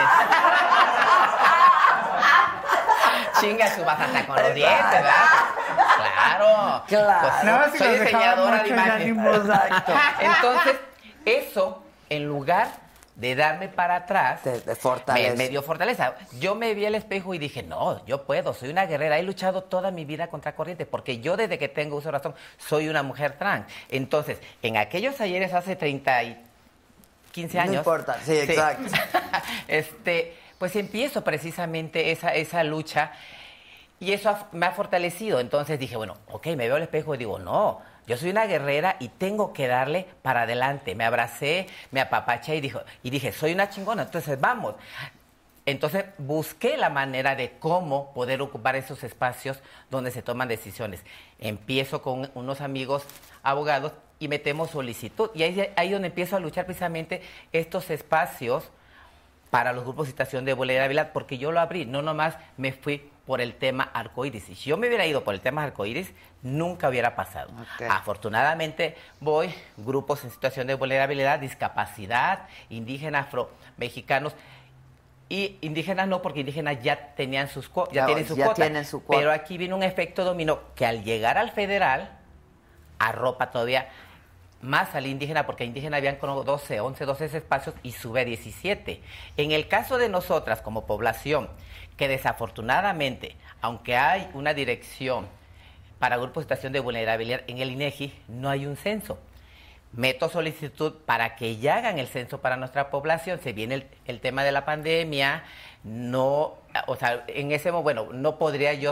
Chinga su baja hasta con los dientes, ¿verdad? Claro. Claro. Pues, No, si soy nos diseñadora dejaba de mucho imagen. ya ni Exacto. Entonces, eso, en lugar de darme para atrás, Te fortalece. me dio fortaleza. Yo me vi al espejo y dije, no, yo puedo, soy una guerrera. He luchado toda mi vida contra corriente, porque yo desde que tengo uso de razón soy una mujer trans. Entonces, en aquellos ayeres hace 15 años... No importa, sí, exacto. Pues empiezo precisamente esa lucha y eso me ha fortalecido. Entonces dije, bueno, ok, me veo al espejo y digo, no, yo soy una guerrera y tengo que darle para adelante. Me abracé, me apapaché y dije, soy una chingona, entonces vamos. Entonces busqué la manera de cómo poder ocupar esos espacios donde se toman decisiones. Empiezo con unos amigos abogados y metemos solicitud. Y ahí donde empiezo a luchar precisamente estos espacios para los grupos de situación de vulnerabilidad, porque yo lo abrí, no nomás me fui por el tema arcoíris. Si yo me hubiera ido por el tema arcoíris, nunca hubiera pasado. Okay. Afortunadamente, voy, grupos en situación de vulnerabilidad, discapacidad, indígenas, afro-mexicanos, y indígenas no, porque indígenas ya tenían sus tienen su cuota. Pero aquí viene un efecto dominó, que al llegar al federal, arropa todavía más al indígena, porque indígena habían como 12 espacios y sube a 17. En el caso de nosotras como población, que desafortunadamente, aunque hay una dirección para grupos de situación de vulnerabilidad en el INEGI, no hay un censo. Meto solicitud para que ya hagan el censo para nuestra población. Se viene el tema de la pandemia, no, o sea, en ese momento, bueno, no podría yo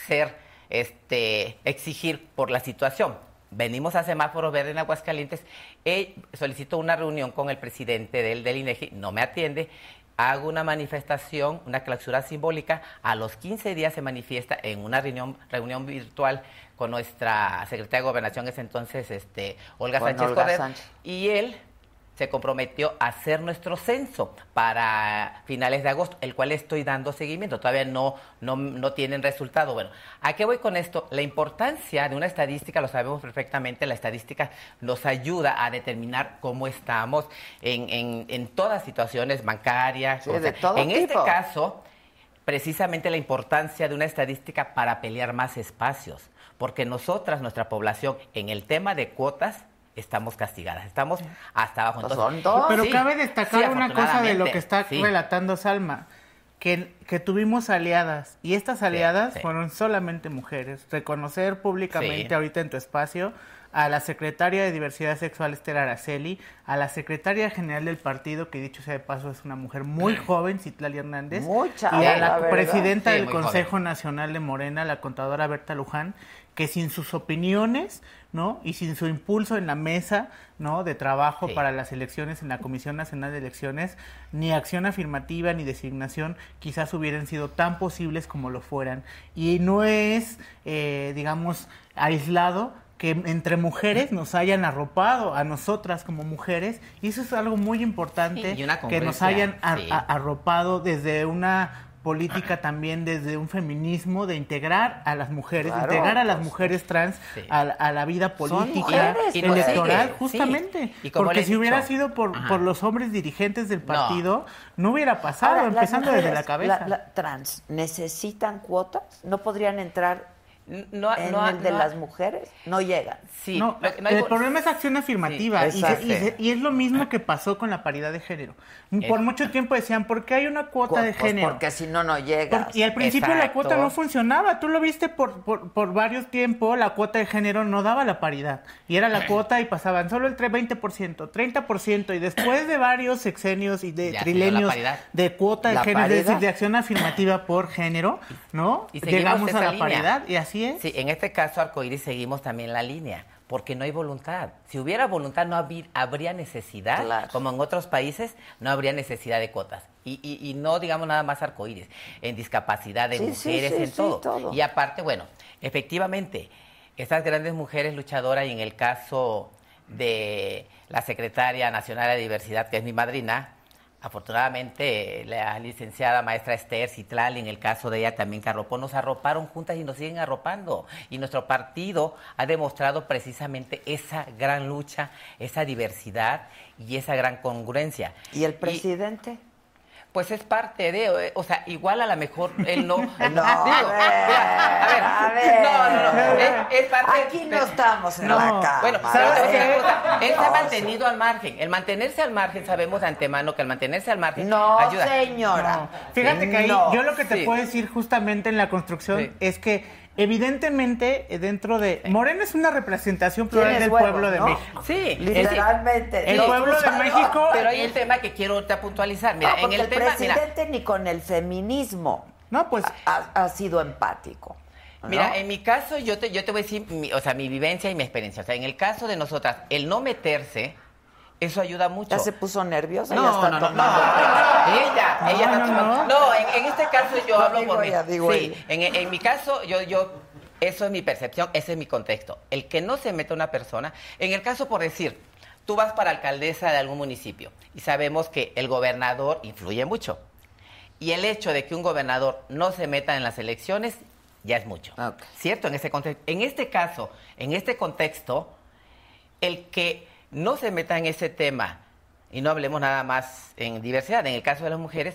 exigir por la situación. Venimos a Semáforo Verde en Aguascalientes, solicito una reunión con el presidente del INEGI, no me atiende, hago una manifestación, una clausura simbólica, a los 15 días se manifiesta en una reunión virtual con nuestra secretaria de Gobernación, ese entonces, Olga Sánchez Correa, y él se comprometió a hacer nuestro censo para finales de agosto, el cual estoy dando seguimiento. Todavía no tienen resultado. Bueno, ¿a qué voy con esto? La importancia de una estadística, lo sabemos perfectamente, la estadística nos ayuda a determinar cómo estamos en todas situaciones bancarias. Sí, de todo tipo. Este caso, precisamente la importancia de una estadística para pelear más espacios, porque nosotras, nuestra población, en el tema de cuotas, estamos castigadas, estamos hasta abajo. Entonces, pero sí, cabe destacar una cosa de lo que está relatando Salma, que tuvimos aliadas, y estas aliadas fueron solamente mujeres. Reconocer públicamente ahorita en tu espacio a la secretaria de Diversidad Sexual, Esther Araceli, a la secretaria general del partido, que dicho sea de paso es una mujer muy joven, Citlali Hernández, y a la presidenta del Consejo Nacional de Morena, la contadora Berta Luján, que sin sus opiniones, ¿no?, y sin su impulso en la mesa, ¿no?, de trabajo para las elecciones en la Comisión Nacional de Elecciones, ni acción afirmativa ni designación quizás hubieran sido tan posibles como lo fueran. Y no es, digamos, aislado que entre mujeres nos hayan arropado a nosotras como mujeres, y eso es algo muy importante, que nos hayan arropado desde una política, también desde un feminismo de integrar a las mujeres, integrar a las mujeres trans a la vida política, electoral, justamente. Porque si hubiera sido por los hombres dirigentes del partido, no hubiera pasado. Ahora, empezando desde la cabeza. ¿Trans necesitan cuotas? ¿No podrían entrar de las mujeres? No llegan. El problema es acción afirmativa, y es lo mismo que pasó con la paridad de género. Por mucho tiempo decían, ¿por qué hay una cuota de género? Porque si no llegas. Y al principio la cuota no funcionaba. Tú lo viste por varios tiempos, la cuota de género no daba la paridad. Y era la cuota y pasaban solo el 20%, 30%, y después de varios sexenios y de trilenios de cuota de género, es decir, de acción afirmativa por género, ¿no? Llegamos a la paridad, y así es. Sí, en este caso, Arcoíris, seguimos también la línea, porque no hay voluntad. Si hubiera voluntad, no habría necesidad, como en otros países, no habría necesidad de cuotas. Y no digamos nada más Arcoíris, en discapacidad de mujeres, en todo. Y aparte, bueno, efectivamente, estas grandes mujeres luchadoras, y en el caso de la secretaria nacional de diversidad, que es mi madrina, afortunadamente la licenciada maestra Esther Citlali, en el caso de ella también que arropó, nos arroparon juntas y nos siguen arropando, y nuestro partido ha demostrado precisamente esa gran lucha, esa diversidad y esa gran congruencia. ¿Y el presidente? Pues es parte de, o sea, igual a lo mejor él no. A ver. Es parte. Aquí no estamos en la cama. Bueno, él se ha mantenido al margen. El mantenerse al margen, sabemos de antemano que el mantenerse al margen ayuda. Señora. No. Fíjate que ahí yo lo que te puedo decir justamente en la construcción es que evidentemente dentro de Morena es una representación plural del pueblo de México. Sí, literalmente. El pueblo de México. Pero hay un tema que quiero ahorita puntualizar. Mira, en el presidente ni con el feminismo ha sido empático. ¿no? Mira, en mi caso, yo te voy a decir, mi vivencia y mi experiencia. O sea, en el caso de nosotras, el no meterse, eso ayuda mucho. ¿Ya se puso nerviosa? No. Ella está tomando. No, en este caso yo hablo por mí. Sí, en mi caso, yo eso es mi percepción, ese es mi contexto. El que no se meta una persona, en el caso por decir, tú vas para alcaldesa de algún municipio y sabemos que el gobernador influye mucho. Y el hecho de que un gobernador no se meta en las elecciones ya es mucho. Okay. ¿Cierto? En este caso, en este contexto, el que no se meta en ese tema, y no hablemos nada más en diversidad, en el caso de las mujeres,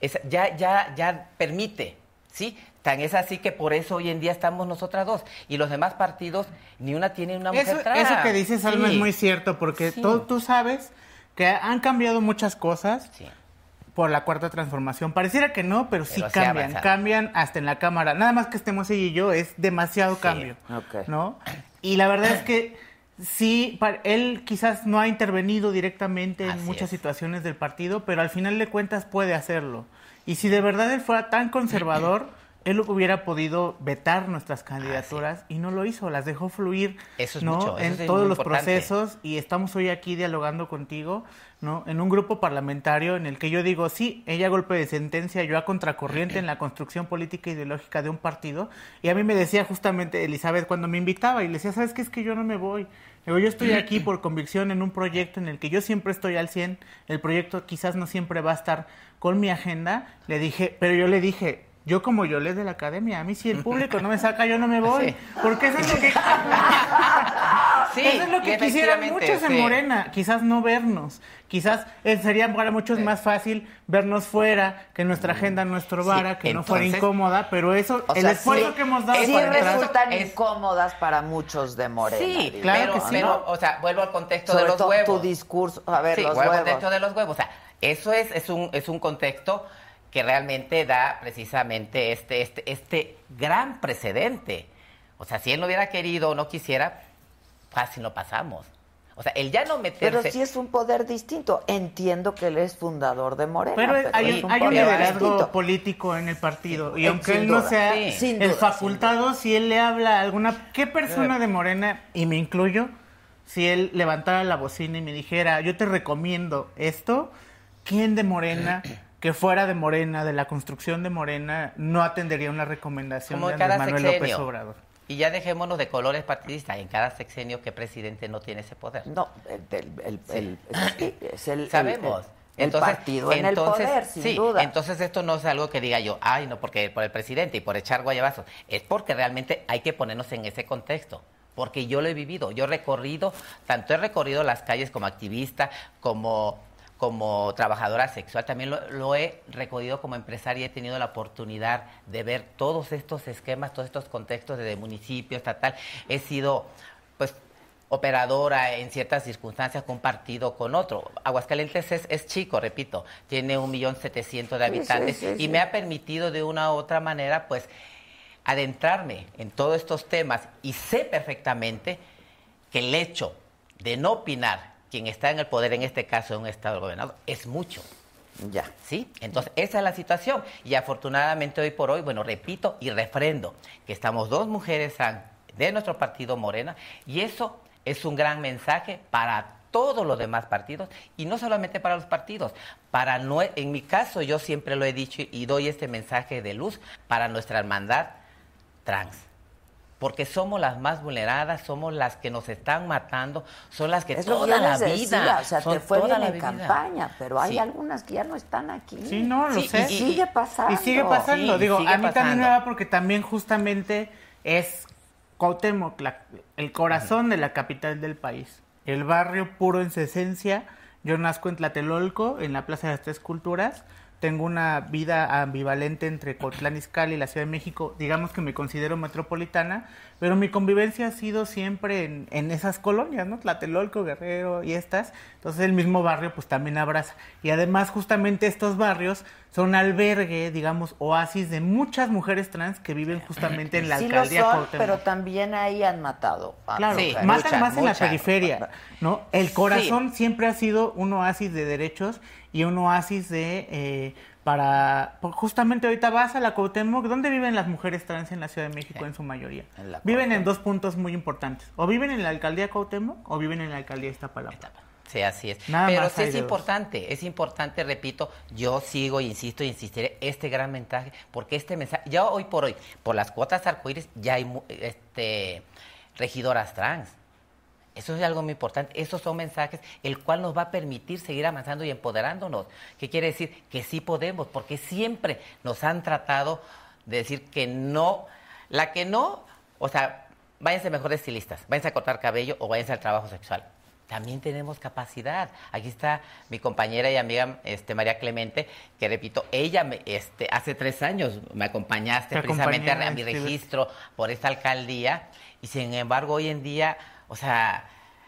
ya permite, ¿sí? Tan es así que por eso hoy en día estamos nosotras dos. Y los demás partidos, ni una tiene una mujer trans. Eso que dices, Alma, es muy cierto, porque tú sabes que han cambiado muchas cosas por la Cuarta Transformación. Pareciera que no, pero sí cambian. Cambian hasta en la Cámara. Nada más que estemos ella y yo, es demasiado cambio, ¿no? Y la verdad es que sí, él quizás no ha intervenido directamente en muchas situaciones del partido, pero al final de cuentas puede hacerlo. Y si de verdad él fuera tan conservador, él hubiera podido vetar nuestras candidaturas y no lo hizo, las dejó fluir, eso es ¿no? mucho, eso en es todos muy los importante. procesos, y estamos hoy aquí dialogando contigo, ¿no? En un grupo parlamentario en el que yo digo, sí, ella a golpe de sentencia, yo a contracorriente en la construcción política e ideológica de un partido, y a mí me decía justamente Elizabeth cuando me invitaba, y le decía, ¿sabes qué? Es que yo no me voy. Digo, yo estoy aquí por convicción en un proyecto en el que yo siempre estoy al 100, el proyecto quizás no siempre va a estar con mi agenda, pero yo le dije, yo como yo les de la academia, a mí si el público no me saca, yo no me voy, porque eso es lo que... eso es lo que quisieran muchos en Morena, quizás no vernos, quizás sería para muchos más fácil vernos fuera, que nuestra agenda no estorbara, que no fuera incómoda, pero eso, el esfuerzo que hemos dado para resultan incómodas para muchos de Morena. Sí, claro que sí. Pero, o sea, vuelvo al contexto de los huevos. Tu discurso, a ver, los vuelvo huevos. al contexto de los huevos, o sea, eso es un contexto que realmente da precisamente este gran precedente. O sea, si él no hubiera querido o no quisiera, fácil no pasamos. O sea, él ya no meterse... Pero sí es un poder distinto. Entiendo que él es fundador de Morena. Pero hay un liderazgo político en el partido. Y aunque él no sea el facultado, si él le habla a alguna... ¿Qué persona de Morena, y me incluyo, si él levantara la bocina y me dijera, yo te recomiendo esto, ¿quién de Morena... que fuera de Morena, de la construcción de Morena, no atendería una recomendación de Andrés Manuel López Obrador? Y ya dejémonos de colores partidistas. En cada sexenio, ¿qué presidente no tiene ese poder? No, sabemos. El partido en el poder, sin duda. Entonces esto no es algo que diga yo, ay, no, porque por el presidente y por echar guayabazos. Es porque realmente hay que ponernos en ese contexto. Porque yo lo he vivido. Yo he recorrido las calles como activista, como trabajadora sexual, también lo he recorrido como empresaria y he tenido la oportunidad de ver todos estos esquemas, todos estos contextos de municipio, estatal. He sido, pues, operadora en ciertas circunstancias con un partido, con otro. Aguascalientes es chico, repito, tiene 1.700.000 de habitantes y me ha permitido de una u otra manera, pues, adentrarme en todos estos temas y sé perfectamente que el hecho de no opinar quien está en el poder, en este caso de un estado gobernador, es mucho. Ya. ¿Sí? Entonces, esa es la situación. Y afortunadamente hoy por hoy, bueno, repito y refrendo que estamos dos mujeres de nuestro partido Morena y eso es un gran mensaje para todos los demás partidos y no solamente para los partidos. En mi caso, yo siempre lo he dicho y doy este mensaje de luz para nuestra hermandad trans. Porque somos las más vulneradas, somos las que nos están matando, son las que toda la vida... O sea, te fue bien en campaña, pero hay algunas que ya no están aquí. Sí, no, lo sé. Y sigue pasando. Y sigue pasando. Digo, a mí también me va porque también justamente es Cuauhtémoc, el corazón de la capital del país. El barrio puro en su esencia. Yo nazco en Tlatelolco, en la Plaza de las Tres Culturas. Tengo una vida ambivalente entre Cuautitlán Izcalli y la Ciudad de México. Digamos que me considero metropolitana, pero mi convivencia ha sido siempre en esas colonias, ¿no? Tlatelolco, Guerrero y estas. Entonces el mismo barrio pues también abraza. Y además justamente estos barrios son albergue, digamos, oasis de muchas mujeres trans que viven justamente en la alcaldía Cuauhtémoc. Pero también ahí han matado a mujeres. Más en la periferia, ¿no? El corazón siempre ha sido un oasis de derechos y un oasis de justamente ahorita vas a la Cuauhtémoc, ¿dónde viven las mujeres trans en la Ciudad de México en su mayoría? Viven en dos puntos muy importantes, o viven en la alcaldía Cuauhtémoc o viven en la alcaldía Iztapalapa. Sí, así es. Pero sí es importante, repito, yo sigo, insisto y insistiré, este gran mensaje, porque este mensaje, ya hoy por hoy, por las cuotas arcoíris, ya hay regidoras trans. Eso es algo muy importante. Esos son mensajes el cual nos va a permitir seguir avanzando y empoderándonos. ¿Qué quiere decir? Que sí podemos, porque siempre nos han tratado de decir que no. La que no, o sea, váyanse mejor estilistas, váyanse a cortar cabello o váyanse al trabajo sexual. También tenemos capacidad. Aquí está mi compañera y amiga María Clemente, que repito, ella hace 3 años me acompañaste precisamente a mi registro por esta alcaldía, y sin embargo hoy en día, o sea,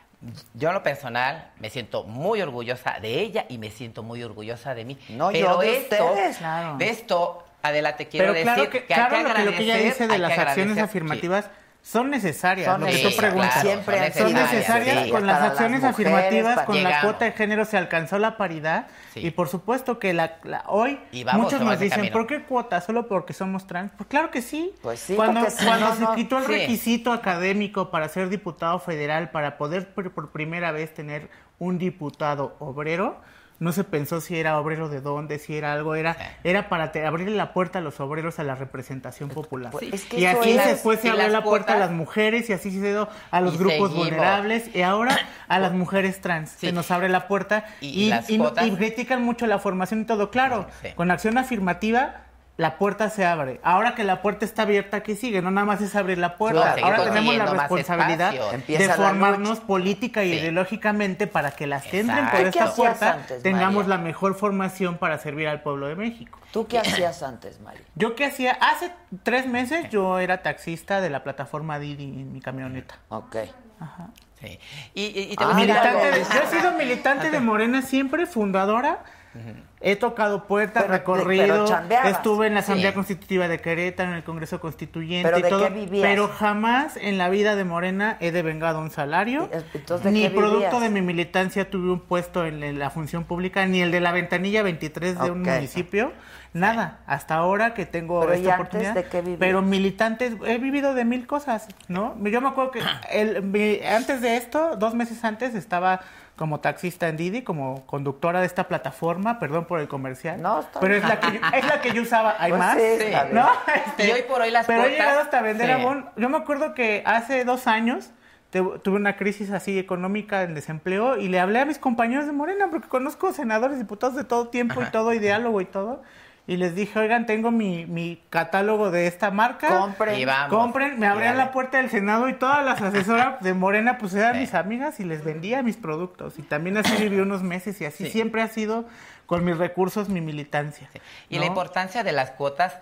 yo en lo personal me siento muy orgullosa de ella y me siento muy orgullosa de mí. No, pero yo de ustedes, claro. De esto, Adela, te quiero pero claro decir que hay que agradecer. Lo que ella dice de las acciones afirmativas son necesarias, lo que tú preguntas. Claro, siempre son necesarias, con las acciones afirmativas, con la cuota de género se alcanzó la paridad, y por supuesto que hoy muchos nos dicen, ¿por qué cuota? ¿Solo porque somos trans? Pues claro que sí. Pues sí, cuando se quitó el requisito académico para ser diputado federal, para poder por primera vez tener un diputado obrero, no se pensó si era obrero de dónde, si era algo, era para abrirle la puerta a los obreros a la representación popular. Pues es que y así después se abrió la puerta a las mujeres, y así se dio a los grupos vulnerables, y ahora a las mujeres trans. Se nos abre la puerta y critican mucho la formación y todo. Claro, con acción afirmativa la puerta se abre. Ahora que la puerta está abierta, ¿qué sigue? No nada más es abrir la puerta. Ahora tenemos la responsabilidad de formarnos política y ideológicamente para que las que entren por esta puerta tengamos la mejor formación para servir al pueblo de México. ¿Tú qué hacías antes, María? ¿Yo qué hacía? Hace 3 meses yo era taxista de la plataforma Didi en mi camioneta. Ok. Ajá. Sí. Y yo he sido militante de Morena siempre, fundadora. He tocado puertas, recorrido, estuve en la Asamblea Constitutiva de Querétaro, en el Congreso Constituyente y todo, pero jamás en la vida de Morena he devengado un salario, ni producto de mi militancia tuve un puesto en la función pública, ni el de la ventanilla 23 de un municipio, nada, hasta ahora que tengo esta oportunidad. ¿De qué vivías? Pero militantes, he vivido de 1000 cosas, ¿no? Yo me acuerdo que antes de esto, 2 meses antes, estaba como taxista en Didi, como conductora de esta plataforma, perdón por el comercial, pero es la que yo usaba. ¿Hay más? Sí, ¿no? Y hoy por hoy las pero he llegado hasta vender Avon. Yo me acuerdo que hace 2 años tuve una crisis así económica en desempleo y le hablé a mis compañeros de Morena, porque conozco senadores, diputados de todo tiempo y todo, y diálogo y todo. Y les dije, oigan, tengo mi catálogo de esta marca. Compren. Me abrían la puerta del Senado y todas las asesoras de Morena pues eran mis amigas y les vendía mis productos. Y también así viví unos meses y así siempre ha sido con mis recursos mi militancia. Y la importancia de las cuotas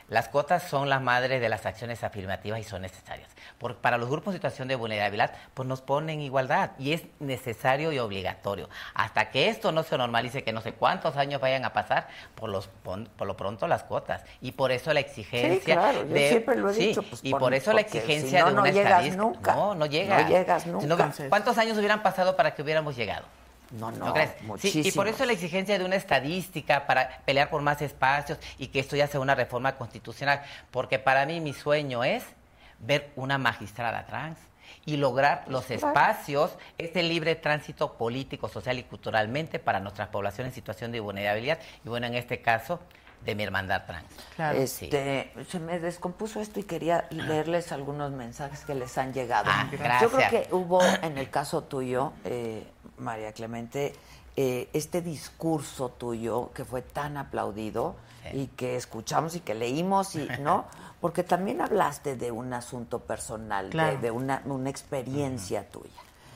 son las madres de las acciones afirmativas y son necesarias. Para los grupos en situación de vulnerabilidad, pues nos ponen igualdad y es necesario y obligatorio. Hasta que esto no se normalice, que no sé cuántos años vayan a pasar, por lo pronto las cuotas. Y por eso la exigencia... Sí, claro, yo siempre lo he dicho. Pues y por eso la exigencia si de una estadística. Nunca. No llegas. No llegas nunca. ¿Cuántos años hubieran pasado para que hubiéramos llegado? No crees? Muchísimo. Sí, y por eso la exigencia de una estadística para pelear por más espacios y que esto ya sea una reforma constitucional, porque para mí mi sueño es ver una magistrada trans y lograr los espacios, este libre tránsito político, social y culturalmente para nuestras poblaciones en situación de vulnerabilidad y bueno, en este caso, de mi hermandad trans. Claro. Se me descompuso esto y quería leerles algunos mensajes que les han llegado. Gracias. Yo creo que hubo, en el caso tuyo, María Clemente, este discurso tuyo que fue tan aplaudido y que escuchamos y que leímos, ¿no? Porque también hablaste de un asunto personal, de una experiencia tuya.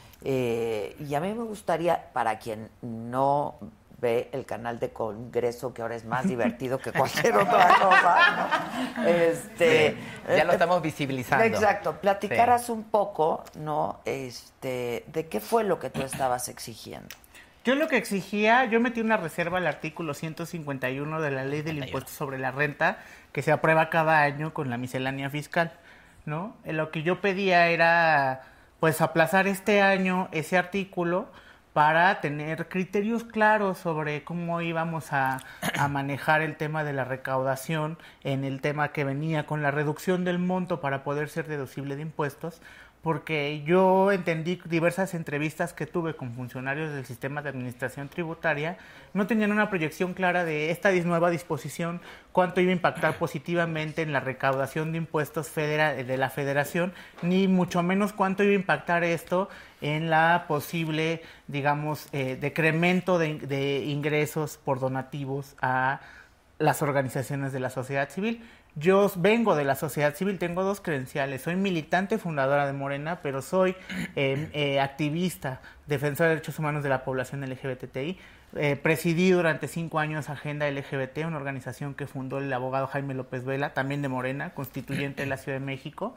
Y a mí me gustaría, para quien no ve el canal de Congreso, que ahora es más divertido que cualquier otra cosa, ¿no? Ya lo estamos visibilizando. Exacto. Platicaras un poco, ¿no? De qué fue lo que tú estabas exigiendo. Yo lo que exigía, yo metí una reserva al artículo 151 de la Ley del Impuesto sobre la Renta, que se aprueba cada año con la miscelánea fiscal, ¿no? Lo que yo pedía era, pues, aplazar este año ese artículo para tener criterios claros sobre cómo íbamos a manejar el tema de la recaudación en el tema que venía con la reducción del monto para poder ser deducible de impuestos, porque yo entendí diversas entrevistas que tuve con funcionarios del sistema de administración tributaria, no tenían una proyección clara de esta nueva disposición, cuánto iba a impactar positivamente en la recaudación de impuestos de la federación, ni mucho menos cuánto iba a impactar esto en la posible, digamos, decremento de ingresos por donativos a las organizaciones de la sociedad civil. Yo vengo de la sociedad civil, tengo 2 credenciales, soy militante fundadora de Morena, pero soy activista, defensora de derechos humanos de la población LGBTI. Presidí durante 5 años Agenda LGBT, una organización que fundó el abogado Jaime López Vela, también de Morena, constituyente de la Ciudad de México.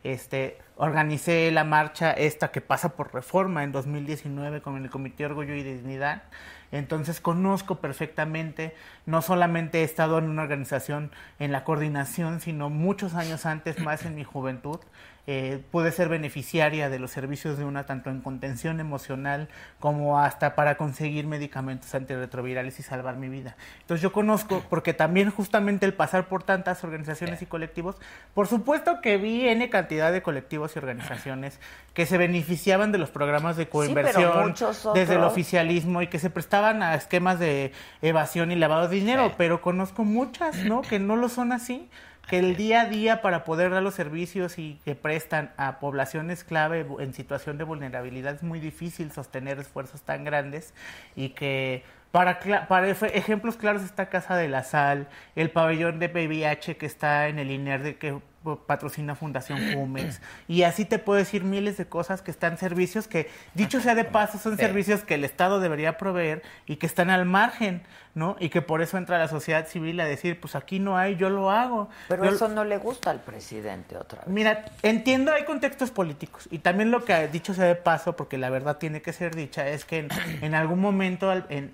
Organicé la marcha esta que pasa por Reforma en 2019 con el Comité Orgullo y Dignidad. Entonces conozco perfectamente, no solamente he estado en una organización en la coordinación, sino muchos años antes, más en mi juventud, pude ser beneficiaria de los servicios de UNA, tanto en contención emocional como hasta para conseguir medicamentos antirretrovirales y salvar mi vida. Entonces yo conozco, porque también justamente el pasar por tantas organizaciones y colectivos, por supuesto que vi N cantidad de colectivos y organizaciones que se beneficiaban de los programas de coinversión, desde el oficialismo, y que se prestaban a esquemas de evasión y lavado de dinero, pero conozco muchas, ¿no?, que no lo son así, que el día a día para poder dar los servicios y que prestan a poblaciones clave en situación de vulnerabilidad es muy difícil sostener esfuerzos tan grandes, y que para ejemplos claros está Casa de la Sal, el pabellón de VIH que está en el INER, que patrocina Fundación Jumex, y así te puedo decir miles de cosas que están servicios que, dicho sea de paso, son servicios que el Estado debería proveer y que están al margen, ¿no? Y que por eso entra la sociedad civil a decir, pues aquí no hay, yo lo hago. Pero eso no le gusta al presidente otra vez. Mira, entiendo, hay contextos políticos, y también lo que, dicho sea de paso, porque la verdad tiene que ser dicha, es que en algún momento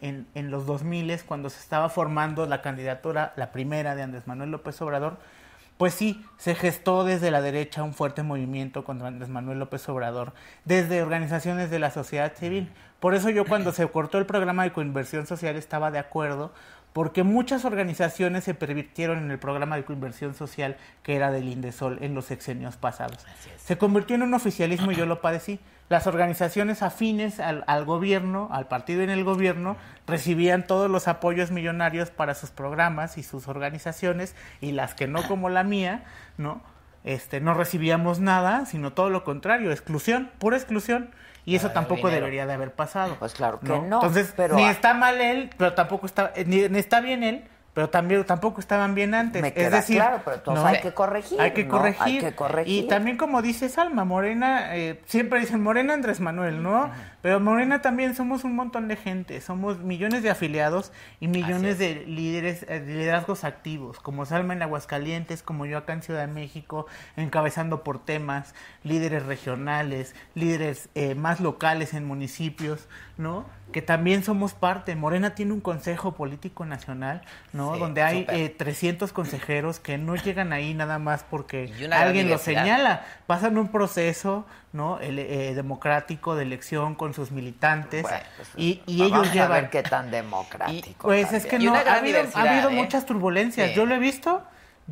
en los 2000, cuando se estaba formando la candidatura, la primera de Andrés Manuel López Obrador, pues sí, se gestó desde la derecha un fuerte movimiento contra Andrés Manuel López Obrador, desde organizaciones de la sociedad civil. Por eso yo, cuando se cortó el programa de coinversión social, estaba de acuerdo, porque muchas organizaciones se pervirtieron en el programa de coinversión social que era del Indesol en los sexenios pasados. Se convirtió en un oficialismo y yo lo padecí. Las organizaciones afines al gobierno, al partido en el gobierno, recibían todos los apoyos millonarios para sus programas y sus organizaciones, y las que no, como la mía, no recibíamos nada, sino todo lo contrario, exclusión, pura exclusión. Y eso tampoco debería de haber pasado. Pues claro que no. Entonces, pero ni está mal él, pero tampoco está, ni está bien él, pero tampoco estaban bien antes. Me queda es decir, claro, pero entonces hay que corregir. Hay que corregir. Hay que corregir. Y también, como dice Salma, Morena, siempre dicen Morena Andrés Manuel, ¿no? Pero Morena también somos un montón de gente, somos millones de afiliados y millones de líderes, liderazgos activos, como Salma en Aguascalientes, como yo acá en Ciudad de México, encabezando por temas, líderes regionales, líderes más locales en municipios, ¿no? Que también somos parte. Morena tiene un consejo político nacional, ¿no? Sí, donde hay 300 consejeros que no llegan ahí nada más porque alguien lo señala. Pasan un proceso, ¿no? Democrático de elección con sus militantes, bueno, pues, y ellos llevan. A ver qué tan democrático. Pues también. Es que no, ha habido muchas turbulencias. Sí. Yo lo he visto.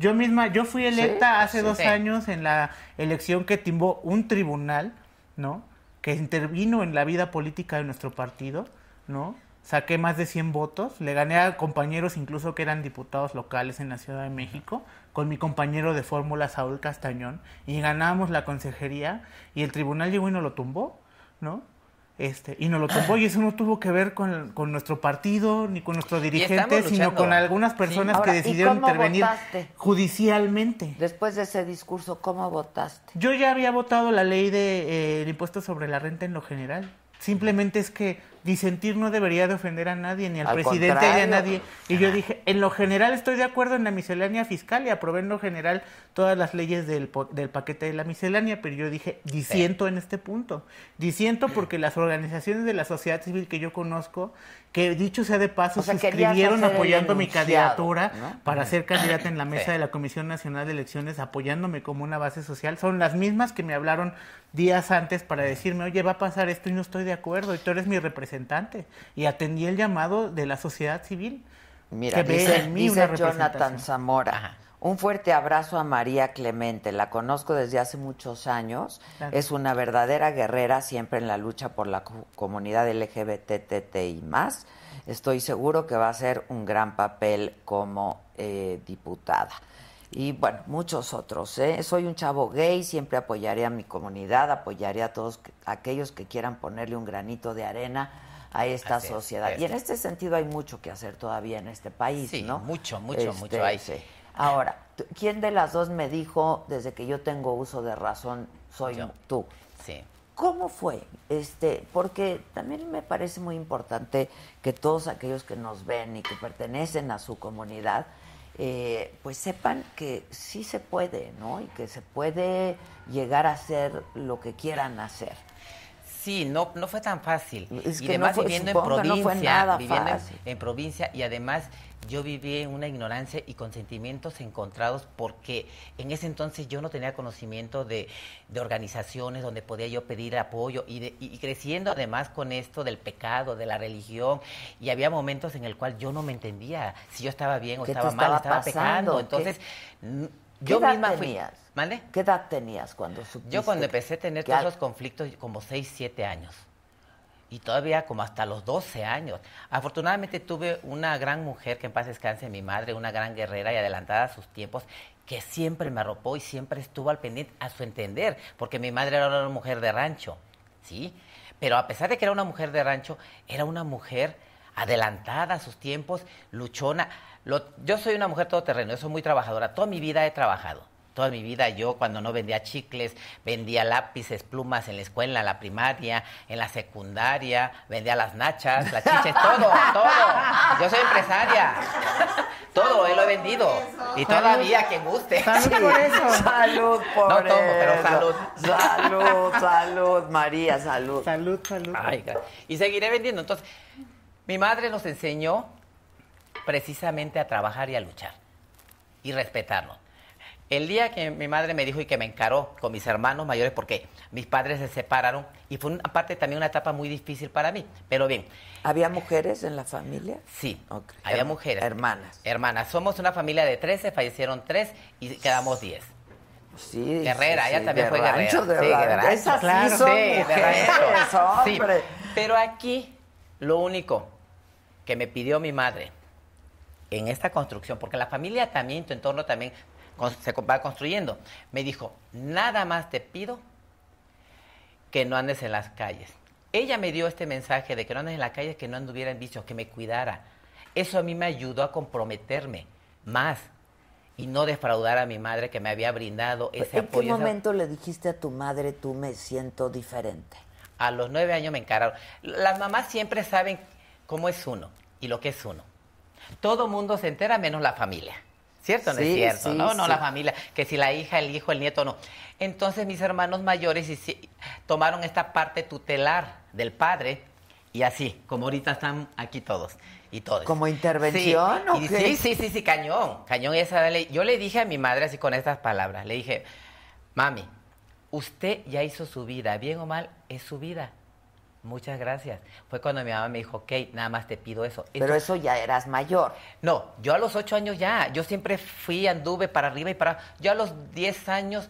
Yo fui electa hace 2 años en la elección que timbó un tribunal, ¿no?, que intervino en la vida política de nuestro partido, ¿no? Saqué más de 100 votos, le gané a compañeros incluso que eran diputados locales en la Ciudad de México, con mi compañero de fórmula Saúl Castañón, y ganamos la consejería, y el tribunal llegó y nos lo tumbó, ¿no? Y nos lo tumbó, y eso no tuvo que ver con nuestro partido, ni con nuestro dirigente, sino con algunas personas que decidieron intervenir judicialmente. Después de ese discurso, ¿cómo votaste? Yo ya había votado la ley del impuesto sobre la renta en lo general. Simplemente es que disentir no debería de ofender a nadie, ni al presidente ni a nadie. Y yo dije, en lo general estoy de acuerdo en la miscelánea fiscal, y aprobé en lo general todas las leyes del paquete de la miscelánea, pero yo dije, disiento en este punto. Disiento porque las organizaciones de la sociedad civil que yo conozco, que dicho sea de paso, se inscribieron apoyando mi candidatura, ¿no?, para ser candidata en la mesa de la Comisión Nacional de Elecciones, apoyándome como una base social, son las mismas que me hablaron días antes para decirme, oye, va a pasar esto y no estoy de acuerdo, y tú eres mi representante. Y atendí el llamado de la sociedad civil. Mira, dice Jonathan Zamora, Un fuerte abrazo a María Clemente. La conozco desde hace muchos años. Claro. Es una verdadera guerrera siempre en la lucha por la comunidad LGBTTI+. Estoy seguro que va a hacer un gran papel como diputada. Y bueno, muchos otros. Soy un chavo gay, siempre apoyaré a mi comunidad, apoyaré a todos aquellos que quieran ponerle un granito de arena a esta sociedad. Y en este sentido hay mucho que hacer todavía en este país, sí, ¿no? Mucho hay. Sí. Ahora, ¿quién de las dos me dijo, desde que yo tengo uso de razón, soy yo? Tú. Sí. ¿Cómo fue? Porque también me parece muy importante que todos aquellos que nos ven y que pertenecen a su comunidad, pues sepan que sí se puede, ¿no? Y que se puede llegar a hacer lo que quieran hacer. Sí, no fue tan fácil. Es y que además no fue, viviendo en provincia, no fue nada fácil. En provincia, y además yo viví en una ignorancia y con sentimientos encontrados, porque en ese entonces yo no tenía conocimiento de organizaciones donde podía yo pedir apoyo y creciendo además con esto del pecado, de la religión, y había momentos en el cual yo no me entendía si yo estaba bien o estaba mal, estaba pecando. Entonces, yo misma fui. ¿Mande? ¿Qué edad tenías cuando supiste? Yo cuando empecé a tener todos los conflictos, como 6, 7 años. Y todavía como hasta los 12 años. Afortunadamente tuve una gran mujer, que en paz descanse, mi madre, una gran guerrera y adelantada a sus tiempos, que siempre me arropó y siempre estuvo al pendiente a su entender, porque mi madre era una mujer de rancho, ¿sí? Pero a pesar de que era una mujer de rancho, era una mujer adelantada a sus tiempos, luchona. Yo soy una mujer todoterreno, yo soy muy trabajadora, toda mi vida he trabajado. Toda mi vida yo, cuando no vendía chicles, vendía lápices, plumas en la escuela, en la primaria, en la secundaria, vendía las nachas, las chiches, todo. Yo soy empresaria. Todo, lo he vendido. Y todavía, que guste. Salud por eso. Salud por eso. No tomo, pero salud. Salud, María, salud. Salud. Ay, y seguiré vendiendo. Entonces, mi madre nos enseñó precisamente a trabajar y a luchar. Y respetarnos. El día que mi madre me dijo y que me encaró con mis hermanos mayores, porque mis padres se separaron, y fue aparte también una etapa muy difícil para mí, pero bien. ¿Había mujeres en la familia? Sí, okay. Había mujeres. Hermanas. Somos una familia de 13, fallecieron 3 y quedamos 10. Sí. Guerrera, sí, ella también fue rancho, guerrera. Esas claro. Sí son mujeres, hombre. Sí. Pero aquí, lo único que me pidió mi madre en esta construcción, porque la familia también, tu entorno también se va construyendo. Me dijo, nada más te pido que no andes en las calles. Ella me dio este mensaje de que no andes en las calles, que no anduviera en vicios, que me cuidara. Eso a mí me ayudó a comprometerme más y no defraudar a mi madre, que me había brindado ese apoyo. ¿En qué momento le dijiste a tu madre, tú me siento diferente? A los 9 años me encararon. Las mamás siempre saben cómo es uno y lo que es uno. Todo mundo se entera menos la familia. ¿Cierto? No es cierto, ¿no? No, la familia, que si la hija, el hijo, el nieto, no. Entonces mis hermanos mayores tomaron esta parte tutelar del padre, y así, como ahorita están aquí todos y todos. ¿Como intervención o qué? Sí, cañón. Esa ley. Yo le dije a mi madre así con estas palabras, le dije, mami, usted ya hizo su vida, bien o mal, es su vida. Muchas gracias. Fue cuando mi mamá me dijo, ok, nada más te pido eso. Pero eso ya eras mayor. No, yo a los 8 años ya. Yo siempre anduve para arriba y para abajo. Yo a los 10 años,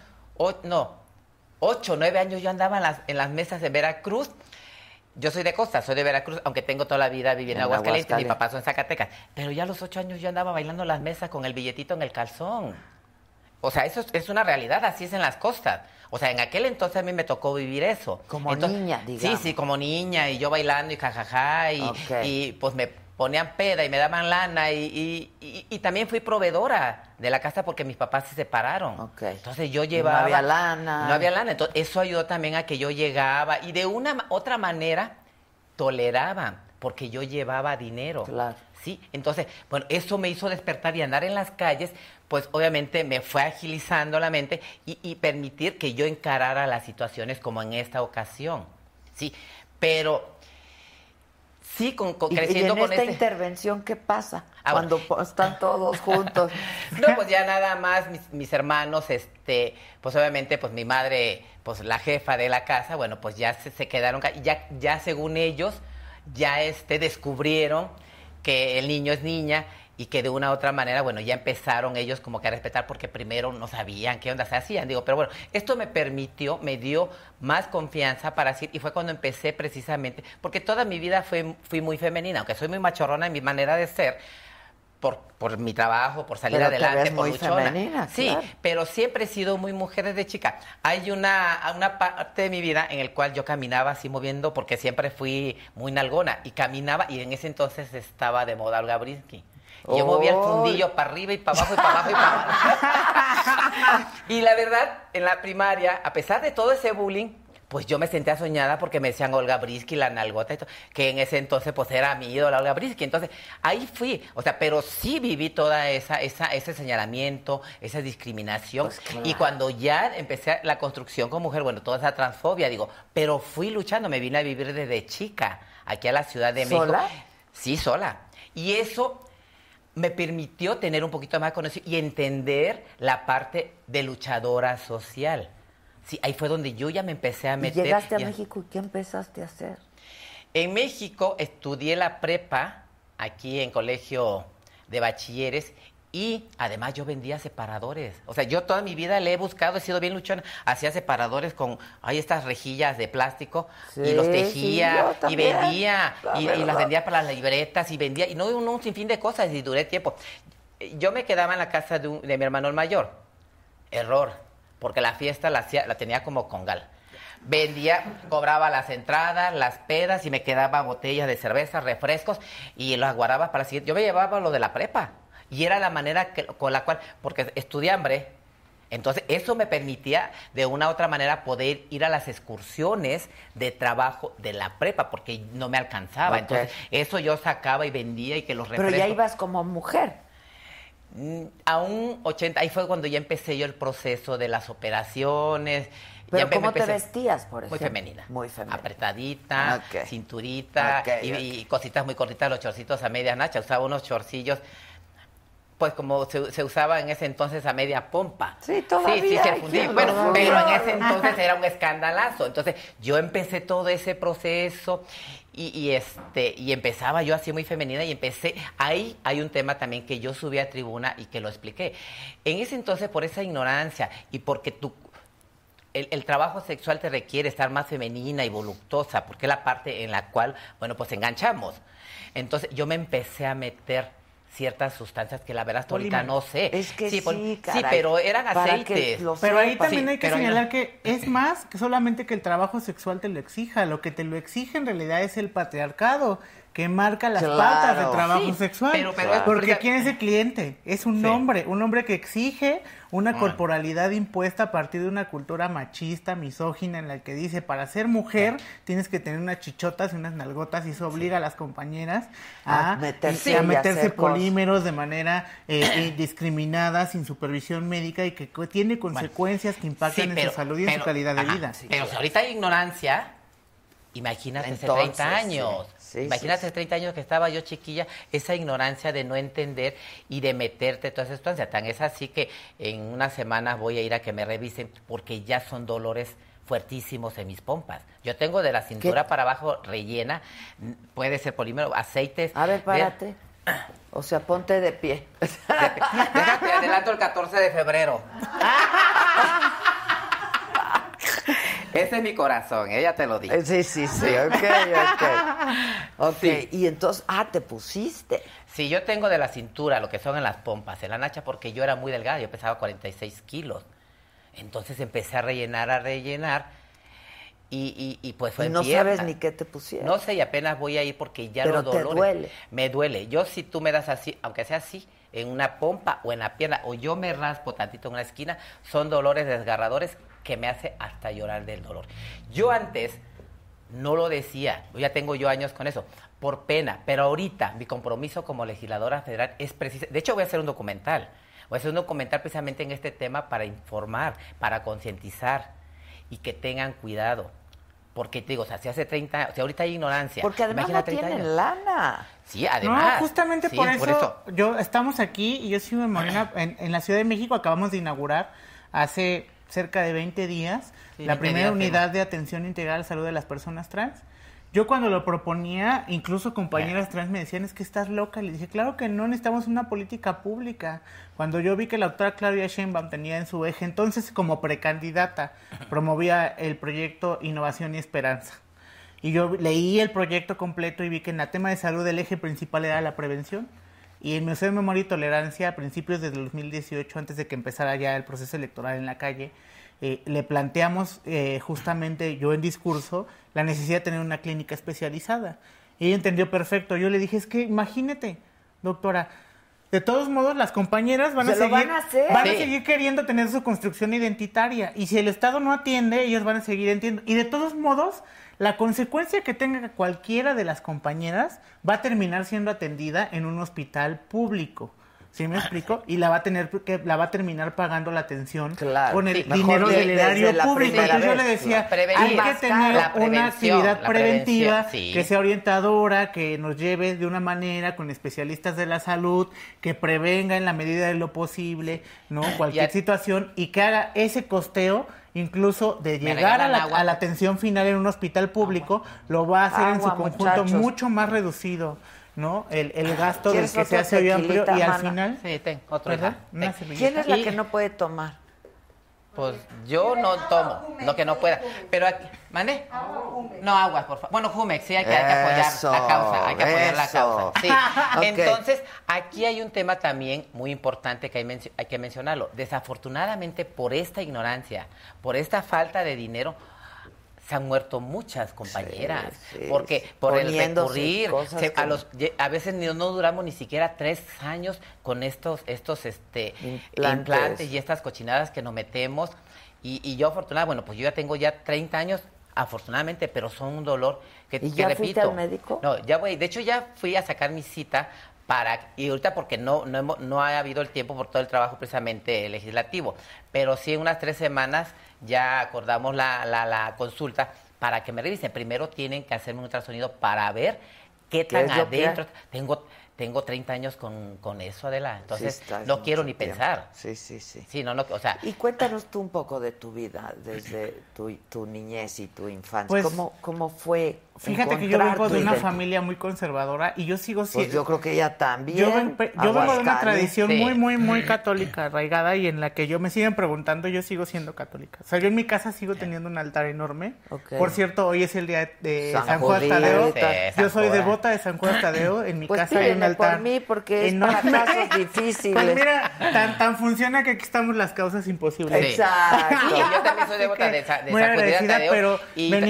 8, 9 años yo andaba en las mesas de Veracruz. Yo soy de costa, soy de Veracruz, aunque tengo toda la vida viviendo en Aguascalientes. Mi papá son en Zacatecas. Pero ya a los 8 años yo andaba bailando las mesas con el billetito en el calzón. O sea, eso es una realidad, así es en las costas. O sea, en aquel entonces a mí me tocó vivir eso. Como niña, digamos. Sí, como niña, y yo bailando y jajaja, y pues me ponían peda y me daban lana, y también fui proveedora de la casa porque mis papás se separaron. Okay. Entonces yo llevaba... No había lana. No había lana, entonces eso ayudó también a que yo llegaba, y de una otra manera toleraban, porque yo llevaba dinero. Claro. Sí, entonces, bueno, eso me hizo despertar y andar en las calles, pues obviamente me fue agilizando la mente y permitir que yo encarara las situaciones como en esta ocasión, sí, pero sí creciendo con esta intervención, ¿qué pasa cuando están todos juntos? No, pues ya nada más mis hermanos, pues obviamente, pues mi madre, pues la jefa de la casa, bueno, pues ya se quedaron, ya según ellos, ya descubrieron que el niño es niña, y que de una u otra manera, bueno, ya empezaron ellos como que a respetar porque primero no sabían qué onda se hacían. Digo, pero bueno, esto me dio más confianza para decir, y fue cuando empecé precisamente, porque toda mi vida fui muy femenina, aunque soy muy machorrona en mi manera de ser, por mi trabajo, por salir adelante, por luchona. Femenina, sí, claro. Pero siempre he sido muy mujer desde chica. Hay una parte de mi vida en el cual yo caminaba así moviendo, porque siempre fui muy nalgona, y caminaba, y en ese entonces estaba de moda Olga Brinsky. Y yo movía el fundillo para arriba y para abajo y para abajo y para abajo. Y la verdad, en la primaria, a pesar de todo ese bullying, pues yo me sentía soñada porque me decían Olga Brinsky, la nalgota, y todo, que en ese entonces pues era mi ídola Olga Brinsky. Entonces ahí fui, o sea, pero sí viví toda ese señalamiento, esa discriminación. Pues claro. Y cuando ya empecé la construcción como mujer, bueno, toda esa transfobia, digo, pero fui luchando, me vine a vivir desde chica aquí a la Ciudad de México. ¿Sola? Sí, sola. Y eso me permitió tener un poquito más de conocimiento y entender la parte de luchadora social. Sí, ahí fue donde yo ya me empecé a meter. ¿Y llegaste a México y qué empezaste a hacer? En México estudié la prepa aquí en colegio de bachilleres y además yo vendía separadores. O sea, yo toda mi vida le he buscado, he sido bien luchona. Hacía separadores con estas rejillas de plástico y los tejía y vendía y las vendía para las libretas y vendía y no un sinfín de cosas y duré tiempo. Yo me quedaba en la casa de mi hermano el mayor. Error, porque la fiesta la tenía como congal. Vendía, cobraba las entradas, las pedas y me quedaba botellas de cerveza, refrescos y las guardaba para el siguiente. Yo me llevaba lo de la prepa y era la manera con la cual, porque estudié hambre, entonces eso me permitía de una u otra manera poder ir a las excursiones de trabajo de la prepa porque no me alcanzaba. Okay. Entonces eso yo sacaba y vendía y que los refrescos... Pero ya ibas como mujer. A un 80, ahí fue cuando ya empecé yo el proceso de las operaciones. ¿Pero ya cómo te vestías, por ejemplo? Muy femenina. Muy femenina. Apretadita, Okay. cinturita y cositas muy cortitas, los chorcitos a media nacha. Usaba unos chorcillos, pues como se usaba en ese entonces a media pompa. Sí, todavía. Sí, se fundía. Bueno, pero en ese entonces era un escandalazo. Entonces yo empecé todo ese proceso y empezaba yo así muy femenina y empecé, ahí hay un tema también que yo subí a tribuna y que lo expliqué. En ese entonces, por esa ignorancia y porque el trabajo sexual te requiere estar más femenina y voluptuosa, porque es la parte en la cual, bueno, pues enganchamos. Entonces yo me empecé a meter ciertas sustancias que la verdad hasta ahorita no sé. Es que sí, caray, sí, pero eran aceites. Pero ahí también hay que señalar que es más que solamente que el trabajo sexual te lo exija. Lo que te lo exige en realidad es el patriarcado que marca las pautas del trabajo sexual. Porque ¿quién es el cliente? Es un hombre que exige una corporalidad impuesta a partir de una cultura machista, misógina, en la que dice, para ser mujer tienes que tener unas chichotas y unas nalgotas, y eso obliga a las compañeras a meterse polímeros de manera indiscriminada, sin supervisión médica, y que tiene consecuencias que impactan en su salud y en su calidad de vida. Pero si ahorita hay ignorancia, imagínate hace 30 años. Imagínate hace 30 años que estaba yo chiquilla, esa ignorancia de no entender y de meterte toda esa sustancia. Tan es así que en unas semanas voy a ir a que me revisen porque ya son dolores fuertísimos en mis pompas. Yo tengo de la cintura para abajo rellena, puede ser polímero, aceites. A ver, párate. O sea, ponte de pie. Déjate adelanto el 14 de febrero. Ese es mi corazón, ella te lo dijo. Sí, ok. Sí. Y entonces, te pusiste. Sí, yo tengo de la cintura lo que son en las pompas, en la nacha, porque yo era muy delgada, yo pesaba 46 kilos. Entonces empecé a rellenar y pues fue y no sabes ni qué te pusieron. No sé, y apenas voy a ir porque ya pero los dolores... te duele. Me duele. Yo si tú me das así, aunque sea así, en una pompa o en la pierna, o yo me raspo tantito en una esquina, son dolores desgarradores que me hace hasta llorar del dolor. Yo antes no lo decía, ya tengo yo años con eso, por pena, pero ahorita mi compromiso como legisladora federal es preciso. De hecho voy a hacer un documental precisamente en este tema para informar, para concientizar y que tengan cuidado. Porque te digo, o sea, si hace 30 años, ahorita hay ignorancia. Porque además no tienen lana. Sí, además. No, justamente por eso estamos aquí y yo soy Morena en la Ciudad de México. Acabamos de inaugurar hace cerca de 20 días la primera unidad de atención integral a la salud de las personas trans. Yo cuando lo proponía, incluso compañeras trans me decían, es que estás loca. Le dije, claro que no, necesitamos una política pública. Cuando yo vi que la doctora Claudia Sheinbaum tenía en su eje, entonces como precandidata, promovía el proyecto Innovación y Esperanza. Y yo leí el proyecto completo y vi que en el tema de salud el eje principal era la prevención. Y en Museo de Memoria y Tolerancia, a principios del 2018, antes de que empezara ya el proceso electoral en la calle, le planteamos justamente yo en discurso la necesidad de tener una clínica especializada. Y ella entendió perfecto. Yo le dije, es que imagínate, doctora, de todos modos las compañeras van a seguir queriendo tener su construcción identitaria. Y si el Estado no atiende, ellas van a seguir entiendo. Y de todos modos, la consecuencia que tenga cualquiera de las compañeras va a terminar siendo atendida en un hospital público. ¿Sí me explico? Y la va a terminar pagando la atención con el dinero del erario público. Entonces yo le decía, hay que tener una actividad preventiva que sea orientadora, que nos lleve de una manera con especialistas de la salud, que prevenga en la medida de lo posible, ¿no? Cualquier situación y que haga ese costeo. Incluso de llegar a la atención final en un hospital público, lo va a hacer en su conjunto mucho más reducido, ¿no? El gasto del que se hace hoy amplio y al final... Sí, tengo otro. ¿Quién es la que no puede tomar? Pues yo no tomo, no que no pueda. Pero aquí, ¿mande? No, aguas, por favor. Bueno, Jumex, sí, hay que apoyar la causa, hay que apoyar la causa. Sí. Okay. Entonces, aquí hay un tema también muy importante que hay que mencionarlo. Desafortunadamente, por esta ignorancia, por esta falta de dinero, se han muerto muchas compañeras, porque por el recurrir, a veces no duramos ni siquiera 3 años con estos implantes y estas cochinadas que nos metemos, y yo afortunadamente, bueno, pues yo ya tengo 30 años, afortunadamente, pero son un dolor que repito. ¿Fuiste al médico? No, ya voy, de hecho ya fui a sacar mi cita, y ahorita porque no ha habido el tiempo por todo el trabajo precisamente legislativo, pero sí en unas 3 semanas ya acordamos la consulta para que me revisen. Primero tienen que hacerme un ultrasonido para ver qué tan adentro. Tengo 30 años con eso, Adela, entonces no quiero ni pensar. Sí. Sí, o sea. Y cuéntanos tú un poco de tu vida, desde tu niñez y tu infancia. Pues, ¿Cómo fue? Fíjate que yo vengo de una familia muy conservadora y yo sigo siendo... Pues yo creo que ella también. Yo vengo de una tradición muy católica, arraigada, y en la que yo me siguen preguntando, yo sigo siendo católica. O sea, yo en mi casa sigo teniendo un altar enorme. Por cierto, hoy es el día de San Juan Tadeo. Yo soy devota de San Juan Tadeo. En mi casa hay un altar por mí, porque es para casos difíciles. Pues mira, tan funciona que aquí estamos las causas imposibles. Exacto. Yo también soy devota de San Juan Tadeo. Pero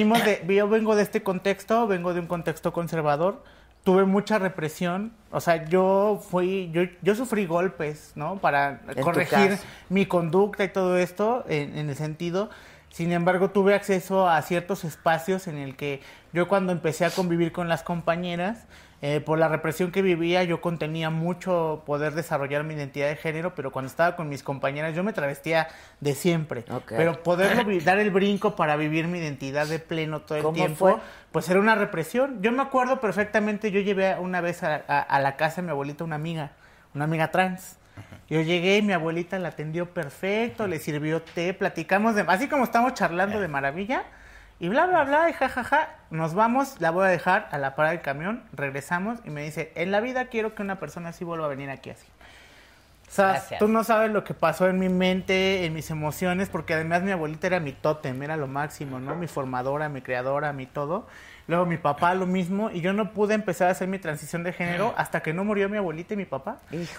yo vengo de este contexto, vengo de un contexto conservador, tuve mucha represión, o sea, yo sufrí golpes, ¿no? Para corregir mi conducta y todo esto, en el sentido, sin embargo, tuve acceso a ciertos espacios en el que yo cuando empecé a convivir con las compañeras, por la represión que vivía, yo contenía mucho poder desarrollar mi identidad de género, pero cuando estaba con mis compañeras yo me travestía de siempre. Pero poder dar el brinco para vivir mi identidad de pleno todo el tiempo, pues era una represión. Yo me acuerdo perfectamente, yo llevé una vez a la casa de mi abuelita una amiga trans. Yo llegué y mi abuelita la atendió perfecto, le sirvió té, platicamos, así como estamos charlando de maravilla, y bla, bla, bla, y jajaja, nos vamos, la voy a dejar a la parada del camión, regresamos, y me dice, en la vida quiero que una persona así vuelva a venir aquí así. O sea, tú no sabes lo que pasó en mi mente, en mis emociones, porque además mi abuelita era mi tótem, era lo máximo, ¿no? Mi formadora, mi creadora, mi todo. Luego mi papá lo mismo, y yo no pude empezar a hacer mi transición de género hasta que no murió mi abuelita y mi papá.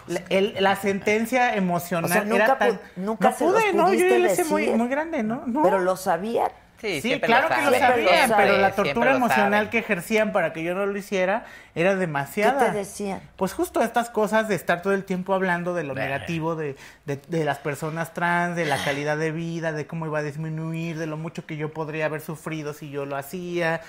La sentencia emocional era tan... Nunca se los pudiste yo le hice decir. muy grande, ¿no? Pero lo sabían. Sí, claro que lo sabían, pero la tortura emocional que ejercían para que yo no lo hiciera era demasiada. ¿Qué te decían? Pues justo estas cosas de estar todo el tiempo hablando de lo negativo de las personas trans, de la calidad de vida, de cómo iba a disminuir, de lo mucho que yo podría haber sufrido si yo lo hacía,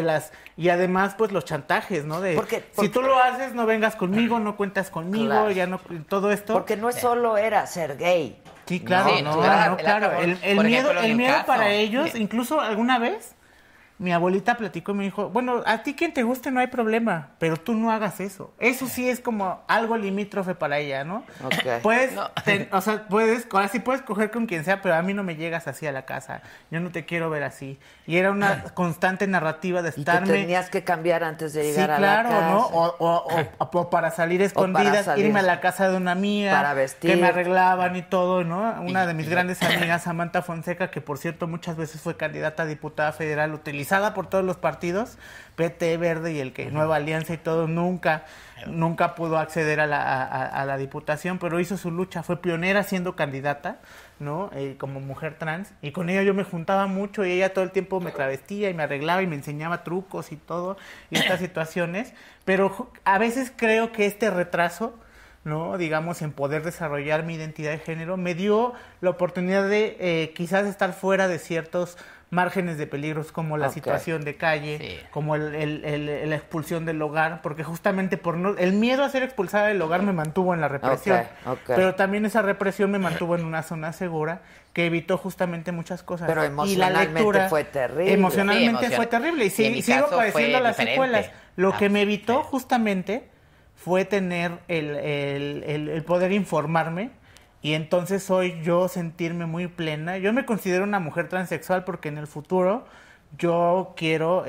y además pues los chantajes, ¿no? Si tú lo haces, no vengas conmigo, no cuentas conmigo, ya no, todo esto. Porque no solo era ser gay. Sí, claro, claro. El miedo para ellos, incluso alguna vez, mi abuelita platicó y me dijo, bueno, a ti quien te guste no hay problema, pero tú no hagas eso. Eso sí es como algo limítrofe para ella, ¿no? Okay. Puedes, ahora sí puedes coger con quien sea, pero a mí no me llegas así a la casa. Yo no te quiero ver así. Y era una constante narrativa de estarme... Y te tenías que cambiar antes de llegar a claro, la casa. ¿no? O para salir escondidas, irme a la casa de una amiga. Para vestir. Que me arreglaban y todo, ¿no? Una de mis grandes amigas, Samantha Fonseca, que por cierto muchas veces fue candidata a diputada federal, utilizada por todos los partidos, PT, Verde y el que Nueva Alianza y todo, nunca pudo acceder a la diputación, pero hizo su lucha, fue pionera siendo candidata, ¿no? Como mujer trans, y con ella yo me juntaba mucho y ella todo el tiempo me travestía y me arreglaba y me enseñaba trucos y todo, y estas situaciones, pero a veces creo que este retraso, ¿no? Digamos, en poder desarrollar mi identidad de género, me dio la oportunidad de quizás estar fuera de ciertos márgenes de peligros como la situación de calle, como la expulsión del hogar, porque justamente el miedo a ser expulsada del hogar me mantuvo en la represión, pero también esa represión me mantuvo en una zona segura que evitó justamente muchas cosas. Pero emocionalmente y la lectura, fue terrible. Emocionalmente fue terrible y sigo padeciendo las secuelas. Lo que me evitó justamente fue tener el poder informarme. Y entonces hoy yo sentirme muy plena. Yo me considero una mujer transexual porque en el futuro yo quiero,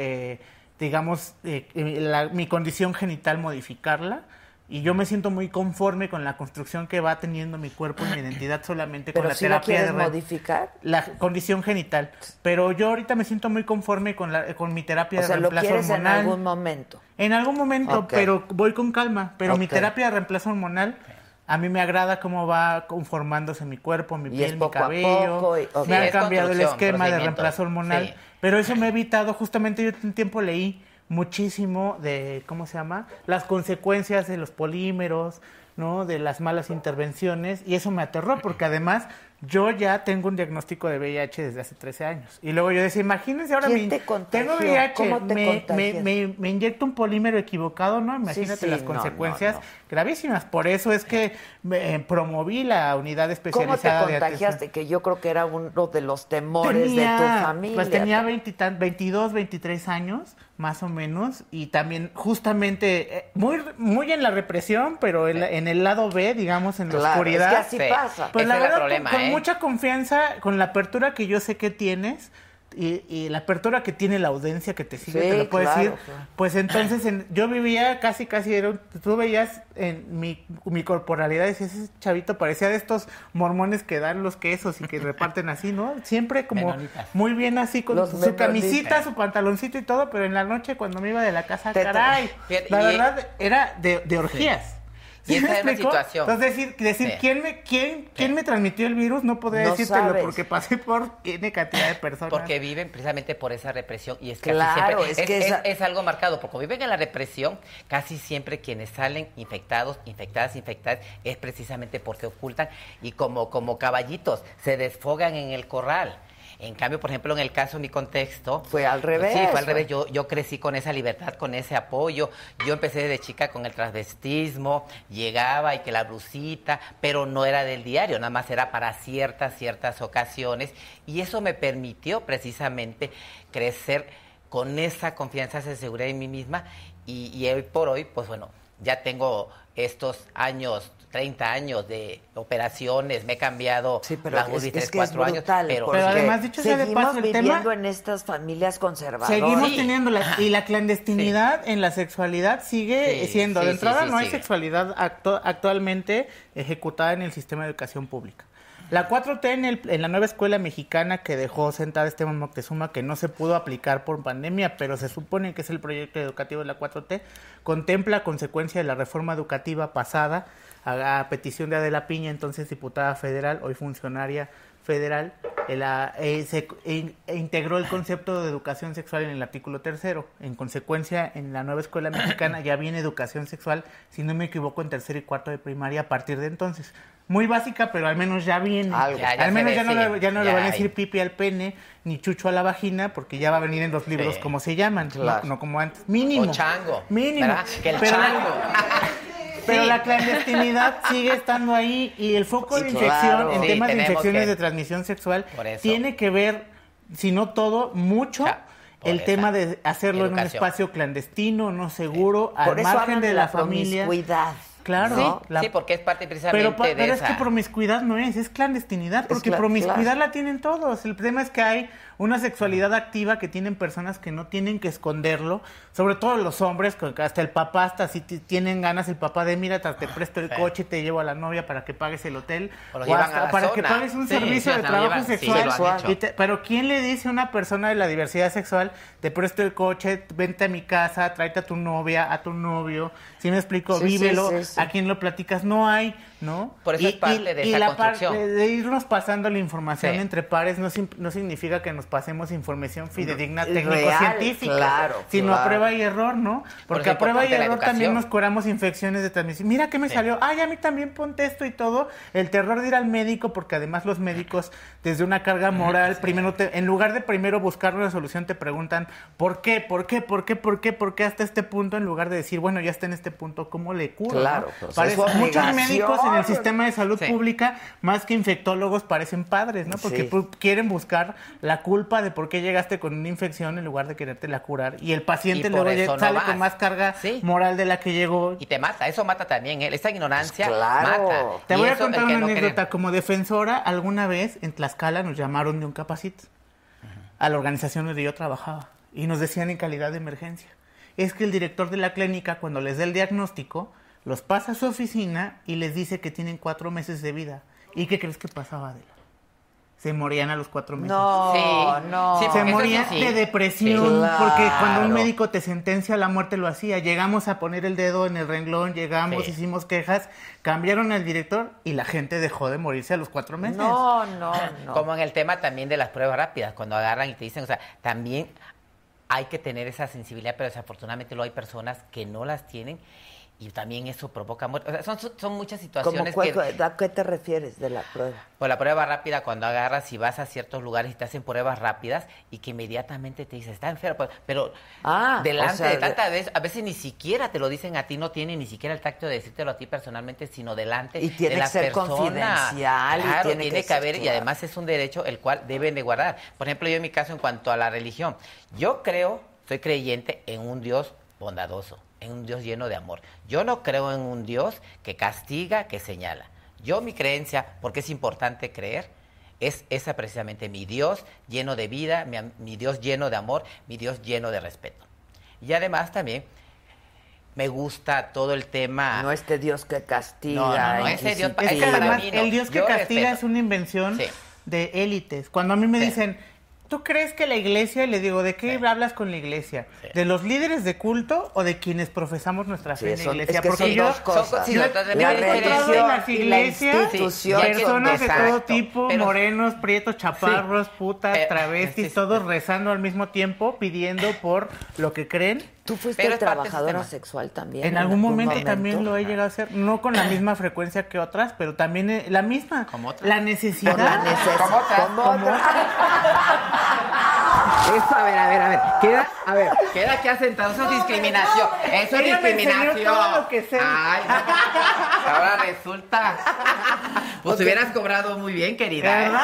mi condición genital modificarla. Y yo me siento muy conforme con la construcción que va teniendo mi cuerpo y mi identidad solamente con la terapia. ¿Pero si la quieres modificar? La condición genital. Pero yo ahorita me siento muy conforme con mi terapia de reemplazo hormonal. O sea, ¿lo quieres en algún momento? En algún momento, pero voy con calma. Pero mi terapia de reemplazo hormonal... A mí me agrada cómo va conformándose mi cuerpo, mi piel, mi cabello. Me ha cambiado el esquema de reemplazo hormonal. Pero eso me ha evitado, justamente yo un tiempo leí muchísimo de, las consecuencias de los polímeros, ¿no? De las malas intervenciones. Y eso me aterró porque además yo ya tengo un diagnóstico de VIH desde hace 13 años. Y luego yo decía, imagínense ahora tengo VIH, ¿Cómo te me inyecto un polímero equivocado, ¿no? Imagínate las consecuencias gravísimas. Por eso es que promoví la unidad especializada. ¿Cómo te contagiaste? Que yo creo que era uno de los temores de tu familia. Pues tenía 22, 23 años, más o menos, y también justamente muy en la represión, pero en el lado B, digamos, en la oscuridad. Es que así pasa. Pues la verdad, con mucha confianza, con la apertura que yo sé que tienes y la apertura que tiene la audiencia que te sigue, te lo puedo decir. Pues entonces yo vivía casi, tú veías en mi corporalidad, decías, ese chavito parecía de estos mormones que dan los quesos y que reparten así, ¿no? Siempre como menonitas. Muy bien así, con su camisita, su pantaloncito y todo, pero en la noche cuando me iba de la casa, caray, la verdad era de orgías. Y esa es una situación. Entonces, decir ¿quién me transmitió el virus? No podría decírtelo porque pasé por N cantidad de personas. Porque viven precisamente por esa represión y es que así siempre es algo marcado. Porque viven en la represión, casi siempre quienes salen infectadas, es precisamente porque ocultan y como caballitos se desfogan en el corral. En cambio, por ejemplo, en el caso, mi contexto... Fue al revés. Sí, fue al revés. Yo crecí con esa libertad, con ese apoyo. Yo empecé desde chica con el transvestismo, llegaba y que la blusita, pero no era del diario, nada más era para ciertas ocasiones. Y eso me permitió precisamente crecer con esa confianza, esa seguridad en mí misma. Y hoy por hoy, pues bueno, ya tengo estos años... 30 años de operaciones, me he cambiado las UDI 4 años. Pero además, dicho sea de paso, el tema... Seguimos viviendo en estas familias conservadoras. Seguimos teniéndolas. Y la clandestinidad en la sexualidad sigue siendo. De entrada, no hay sexualidad actualmente ejecutada en el sistema de educación pública. La 4T en la nueva escuela mexicana que dejó sentada Esteban Moctezuma, que no se pudo aplicar por pandemia, pero se supone que es el proyecto educativo de la 4T, contempla consecuencia de la reforma educativa pasada a petición de Adela Piña, entonces diputada federal, hoy funcionaria federal, integró el concepto de educación sexual en el artículo 3º. En consecuencia, en la nueva escuela mexicana ya viene educación sexual, si no me equivoco, en 3º y 4º de primaria a partir de entonces. Muy básica, pero al menos ya viene. Al menos ya no le van a decir pipi al pene ni chucho a la vagina, porque ya va a venir en los libros como se llaman, no como antes. Mínimo. O chango. Mínimo. ¿Verdad? Que el chango. Pero la clandestinidad sigue estando ahí y el foco de infección en temas de infecciones de transmisión sexual tiene que ver, si no todo, mucho el tema de hacerlo en un espacio clandestino, no seguro, al margen de la familia. Promiscuidad. Claro. Sí, porque es parte precisamente de esa. Pero es que promiscuidad no es clandestinidad, porque promiscuidad la tienen todos. El tema es que hay una sexualidad activa que tienen personas que no tienen que esconderlo, sobre todo los hombres, hasta el papá, hasta si tienen ganas, el papá de mira, te presto el coche y te llevo a la novia para que pagues el hotel, o hasta para que pagues un servicio de trabajo sexual. Pero ¿quién le dice a una persona de la diversidad sexual, te presto el coche, vente a mi casa, tráete a tu novia, a tu novio? ¿Sí me explico? Vívelo. ¿A quién lo platicas? No hay, ¿no? Por eso es parte de esa construcción. De irnos pasando la información entre pares no significa que nos pasemos información fidedigna técnico-científica, sino a prueba y error, ¿no? Porque a prueba y error también nos curamos infecciones de transmisión. Mira qué me salió. Ay, a mí también ponte esto y todo. El terror de ir al médico, porque además los médicos, desde una carga moral, en lugar de primero buscar una solución, te preguntan ¿por qué? ¿Por qué? ¿Por qué? ¿Por qué? ¿Por qué hasta este punto? En lugar de decir, bueno, ya está en este punto, ¿cómo le curo? Claro, ¿no? Muchos médicos en el sistema de salud pública, más que infectólogos, parecen padres, ¿no? Porque quieren buscar la culpa de por qué llegaste con una infección en lugar de querértela curar. Y el paciente luego sale con más carga moral de la que llegó. Y te mata, eso mata también, esa ignorancia claro. mata. Te voy a contar una anécdota. Como defensora, alguna vez en Tlaxcala nos llamaron de un Capacit a la organización donde yo trabajaba y nos decían en calidad de emergencia. Es que el director de la clínica, cuando les da el diagnóstico, los pasa a su oficina y les dice que tienen 4 meses de vida. ¿Y qué crees que pasaba, Adela? Se morían a los 4 meses. No. Sí, se morían de depresión, porque cuando un médico te sentencia a la muerte lo hacía. Llegamos a poner el dedo en el renglón, hicimos quejas, cambiaron al director y la gente dejó de morirse a los 4 meses. No. Como en el tema también de las pruebas rápidas, cuando agarran y te dicen, o sea, también hay que tener esa sensibilidad, pero desafortunadamente luego hay personas que no las tienen y también eso provoca muerte. O sea, son muchas situaciones ¿A qué te refieres de la prueba? Pues la prueba rápida, cuando agarras y vas a ciertos lugares y te hacen pruebas rápidas y que inmediatamente te dicen, está enfermo, pero delante de tanta vez, a veces ni siquiera te lo dicen a ti, no tienen ni siquiera el tacto de decírtelo a ti personalmente, sino delante y tiene de las que ser personas. Confidencial. Claro, tiene que haber, y además es un derecho el cual deben de guardar. Por ejemplo, yo en mi caso, en cuanto a la religión, yo soy creyente en un Dios bondadoso, en un Dios lleno de amor. Yo no creo en un Dios que castiga, que señala. Mi creencia, porque es importante creer, es esa precisamente, mi Dios lleno de vida, mi Dios lleno de amor, mi Dios lleno de respeto. Y además también me gusta todo el tema... No este Dios que castiga. No, ese Dios... Es que además el Dios que castiga es una invención de élites. Cuando a mí me dicen... ¿Tú crees que la iglesia, y le digo, ¿de qué hablas con la iglesia? ¿De los líderes de culto o de quienes profesamos nuestra fe en la iglesia? Porque yo dos cosas. la religión en las iglesias, personas de todo tipo, morenos, prietos, chaparros, putas, travestis, todos rezando al mismo tiempo, pidiendo por lo que creen. ¿Tú fuiste trabajadora sexual también? En algún momento también lo he llegado a hacer, no con la misma frecuencia que otras, pero también la misma. ¿Como otra? La necesidad. Por la necesidad. ¿Cómo otra? Eso, a ver. Queda aquí asentado. Eso es discriminación. Eso es discriminación. Todo lo que sé. Ay, ahora resulta. Pues hubieras cobrado muy bien, querida.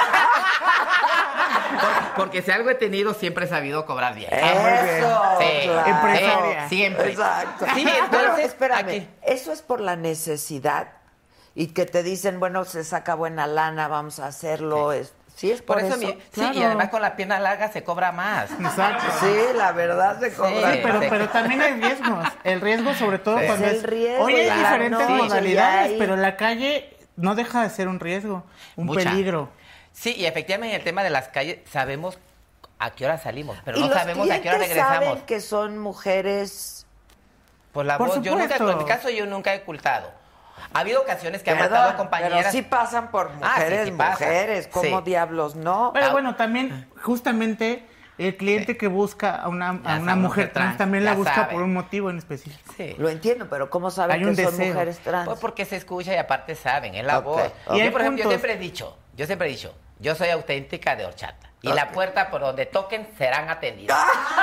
Porque si algo he tenido, siempre he sabido cobrar bien. Eso. Sí. Claro. Empresaria. Siempre. Exacto. Sí, pero espérame, eso es por la necesidad y que te dicen, bueno, se saca buena lana, vamos a hacerlo. Sí, es por eso. Claro. Y además con las piernas largas se cobra más. Exacto. Sí, la verdad se cobra. Sí, pero también hay riesgos. El riesgo, sobre todo cuando el riesgo. Hoy hay diferentes modalidades, pero la calle no deja de ser un riesgo, un peligro. Sí, y efectivamente en el tema de las calles sabemos a qué hora salimos, pero no sabemos a qué hora regresamos. ¿Saben que son mujeres? Por la voz, en mi caso yo nunca he ocultado. Ha habido ocasiones que han matado a compañeras. Pero sí pasan por mujeres, mujeres, ¿cómo diablos no? Pero bueno, también justamente el cliente que busca a una mujer trans también la busca por un motivo en específico. Sí. Lo entiendo, pero ¿cómo saben que son mujeres trans? Pues porque se escucha y aparte saben, es la voz. Yo, por ejemplo, yo siempre he dicho, yo soy auténtica de horchata. Y la puerta por donde toquen serán atendidas.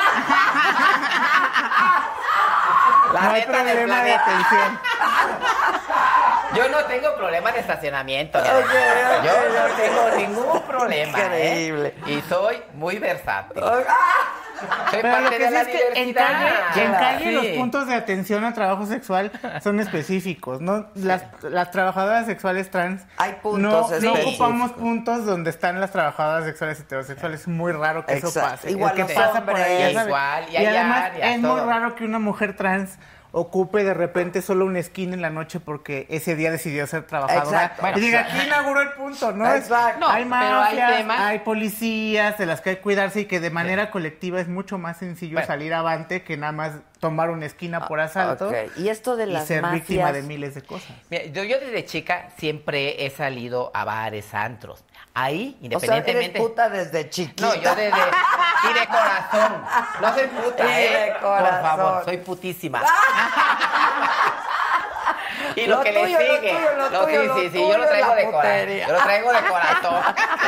No hay problema de atención. Yo no tengo problema de estacionamiento. Yo no tengo ningún problema. Increíble. Y soy muy versátil. Soy Pero lo parte que de sí la es que en diversidad. calle Sí. los puntos de atención a trabajo sexual son específicos, ¿no? Las trabajadoras sexuales trans Hay puntos no específicos. ocupamos puntos donde están las trabajadoras sexuales heterosexuales. Es muy raro que eso Exacto. pase. Igual El que los pasa por ahí, ya hombres. sabe. Igual, y y además áreas, es muy todo. raro que una mujer trans ocupe de repente solo una esquina en la noche porque ese día decidió ser trabajadora. Exacto. Y diga, aquí inauguró el punto, ¿no? Exacto. No, Hay pero hay mafias, temas- hay policías de las que hay que cuidarse y que de manera colectiva es mucho más sencillo Bueno. salir avante que nada más tomar una esquina por asalto Ok. Y esto de y las ser mafias. víctima de miles de cosas. Mira, yo desde chica siempre he salido a bares, antros. Ahí, O sea, independientemente... eres puta desde chiquita. No, yo desde... Y de corazón. No soy puta, Y de Por corazón. favor, soy putísima. Y Lo lo que tuyo, le lo sigue. tuyo, lo No, tuyo, sí, lo sí, sí, tuyo yo lo es traigo la de corazón. putería. Yo lo traigo de corazón.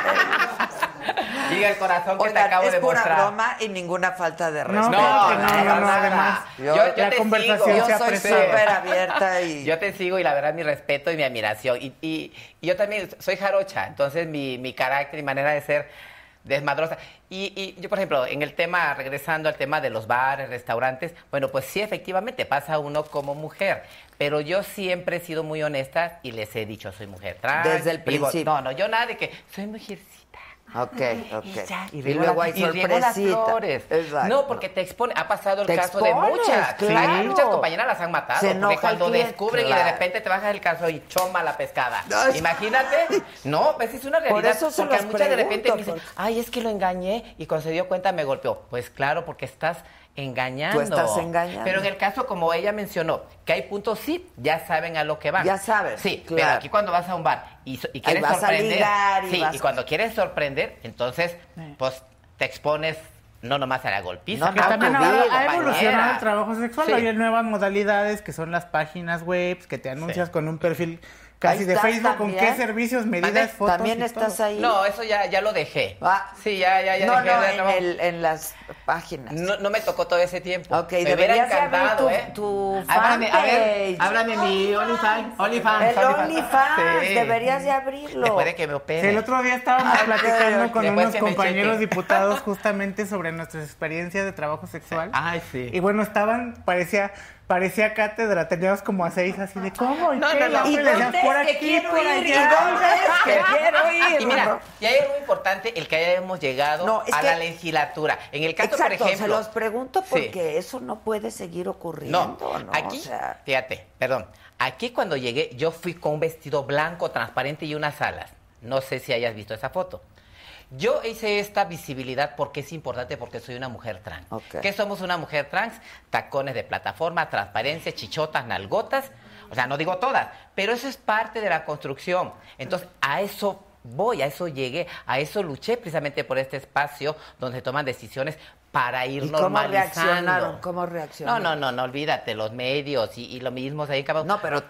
Diga el corazón que te Oigan, acabo es de pura mostrar. broma y ninguna falta de No, respeto. claro que no, para no, no, nada. además, Yo la te conversación sigo. Yo se soy aprecia. súper abierta y... Yo te sigo y la verdad mi respeto y mi admiración. Y yo también soy jarocha, entonces mi carácter y manera de ser desmadrosa. Y yo, por ejemplo, en el tema, regresando al tema de los bares, restaurantes, bueno, pues sí, efectivamente pasa uno como mujer, pero yo siempre he sido muy honesta y les he dicho, soy mujer trans. Desde el principio. No, yo nada de que soy mujercita. Ok, ok. Y ya, Y luego hay y riego las sorpresita. flores. Exacto. No, porque te expone. Ha pasado el Te caso de expones, muchas. claro. Hay muchas compañeras las han matado. Se porque enoja cuando el cliente, descubren y claro. de repente te bajas el caso y choma la pescada. Ay. Imagínate. No, pues es una realidad. eso se porque los muchas de repente pregunto, me dicen, porque- ay, es que lo engañé y cuando se dio cuenta me golpeó. Pues claro, porque estás engañando. Tú estás engañando. Pero en el caso, como ella mencionó, que hay puntos, sí, ya saben a lo que van. Ya saben, Sí, claro. pero aquí cuando vas a un bar y quieres vas a sorprender. ligar y sí, vas y a- cuando quieres sorprender, entonces, pues te expones no nomás a la golpiza. No, Que también tu ha vida, evolucionado el trabajo sexual. Sí. Hay nuevas modalidades que son las páginas web que te anuncias Sí. con un perfil casi Ahí de estás Facebook con también. qué servicios, ¿Mande? medidas, fotos. También y estás todo. ahí. No, eso ya lo dejé. Ah. Sí, ya no, dejé no, de trabajo. en las páginas. No me tocó todo ese tiempo. Ok, me hubiera deberías de abrir encantado, tu Háblame, a ver, fanpage. háblame mi OnlyFans. El OnlyFans, Sí. deberías de abrirlo. Después de que me Sí, opere. el otro día estábamos platicando con Después unos que me compañeros cheque. diputados justamente sobre nuestras experiencias de trabajo sexual. Ay, sí. Y bueno, parecía cátedra, teníamos como a 6 así de ¿cómo? ¿Y No, qué? no, no. Y ¿Y le decían, dónde por es que aquí, quiero por ir? ¿Y allá. dónde es que quiero ir? Y mira, y hay algo importante, el que hayamos llegado No, es a que- la legislatura. En el caso, Exacto, por ejemplo... se los pregunto Sí. porque eso no puede seguir ocurriendo, ¿no? Aquí, O sea, fíjate, perdón, aquí cuando llegué yo fui con un vestido blanco, transparente y unas alas. No sé si hayas visto esa foto. Yo hice esta visibilidad porque es importante, porque soy una mujer trans. Ok. ¿Qué somos una mujer trans? Tacones de plataforma, transparencia, chichotas, nalgotas. O sea, no digo todas, pero eso es parte de la construcción. Entonces, a eso voy, a eso llegué, a eso luché precisamente por este espacio donde se toman decisiones para ir ¿y cómo normalizando. reaccionaron? ¿Cómo reaccionaron? No, olvídate, los medios y lo mismo se dedican. No, pero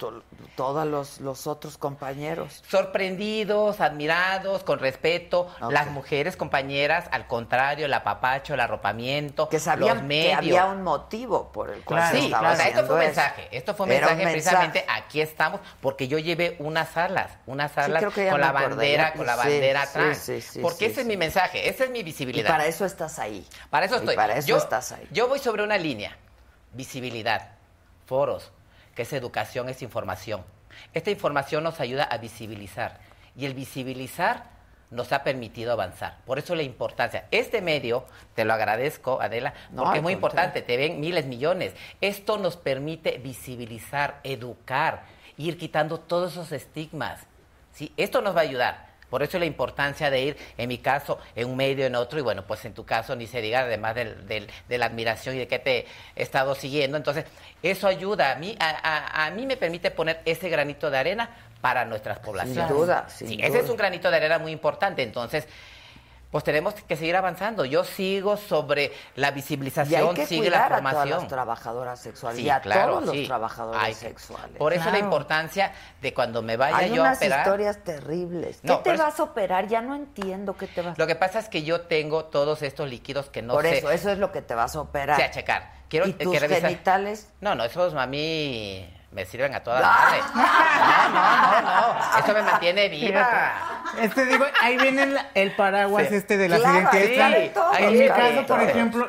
todos los otros compañeros. Sorprendidos, admirados, con respeto. Ok. Las mujeres compañeras, al contrario, el apapacho, el arropamiento, Que sabían los medios. que había un motivo por el cual Claro, se Sí, estaba o sea, esto fue un haciendo mensaje. Esto fue un Era un mensaje mensaje. precisamente, aquí estamos, porque yo llevé unas alas creo que ya con me la acordé, bandera, ya. con la Sí, bandera sí, trans. sí, porque sí, ese es mi mensaje, esa es mi Y visibilidad. para eso estás ahí. Para eso Y estoy. para eso yo, estás ahí. Yo voy sobre una línea. Visibilidad, foros, que es educación, es información. Esta información nos ayuda a visibilizar. Y el visibilizar nos ha permitido avanzar. Por eso la importancia. Este medio, te lo agradezco, Adela, No, porque es muy al contrario. importante. Te ven miles, millones. Esto nos permite visibilizar, educar, ir quitando todos esos estigmas. ¿Sí? Esto nos va a ayudar. Por eso la importancia de ir, en mi caso, en un medio, en otro, y bueno, pues en tu caso ni se diga, además de la admiración y de que te he estado siguiendo. Entonces, eso ayuda a mí, a mí me permite poner ese granito de arena para nuestras poblaciones. Sin duda, Sí, sin ese duda. es un granito de arena muy importante. Entonces, pues tenemos que seguir avanzando. Yo sigo sobre la Y hay visibilización, que sigue la cuidar a todas formación. las trabajadoras sexuales Sí, y a claro, todos sí. los trabajadores Hay que- sexuales. Por eso la Claro. importancia de cuando me vaya Hay yo a unas operar. historias terribles. ¿Qué No, te por eso- vas a operar? Ya no entiendo qué te vas a Lo que pasa es que yo tengo todos estos líquidos que no Por sé. eso es lo que te vas a operar. Sí, a checar. Quiero ¿Y tus que revisar. genitales? No, esos a mí me sirven a toda Ah. madre. No. Eso me mantiene viva. Digo, ahí viene el paraguas Sí. de las Claro, identidades trans. En mi caso, por todo. ejemplo,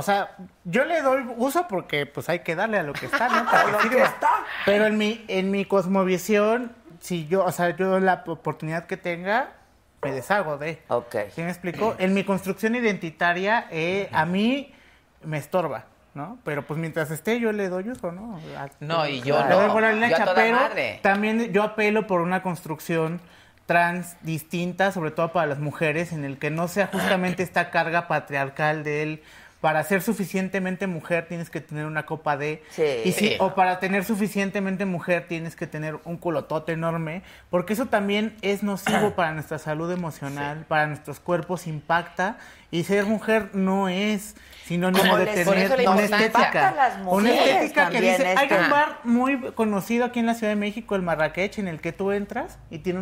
yo le doy uso porque pues hay que darle a lo que está, ¿no? Para A lo que que sirva. está. Pero en mi cosmovisión, si yo la oportunidad que tenga, me deshago de. Ok. ¿Sí me explico? En mi construcción identitaria, a mí me estorba, ¿no? Pero pues mientras esté, yo le doy uso, ¿no? No, y yo Le no. doy bola a la Yo a hilacha, toda pero madre. también yo apelo por una construcción trans distinta, sobre todo para las mujeres, en el que no sea justamente esta carga patriarcal de él. Para ser suficientemente mujer tienes que tener una copa de... Sí. Sí. O para tener suficientemente mujer tienes que tener un culotote enorme, porque eso también es nocivo para nuestra salud emocional, para nuestros cuerpos, impacta, y ser mujer no es sinónimo Como de les- por tener eso la una importancia. estética. Impacta a las Una mujeres estética que también dice... Hay esto. un bar muy conocido aquí en la Ciudad de México, el Marrakech, en el que tú entras y tiene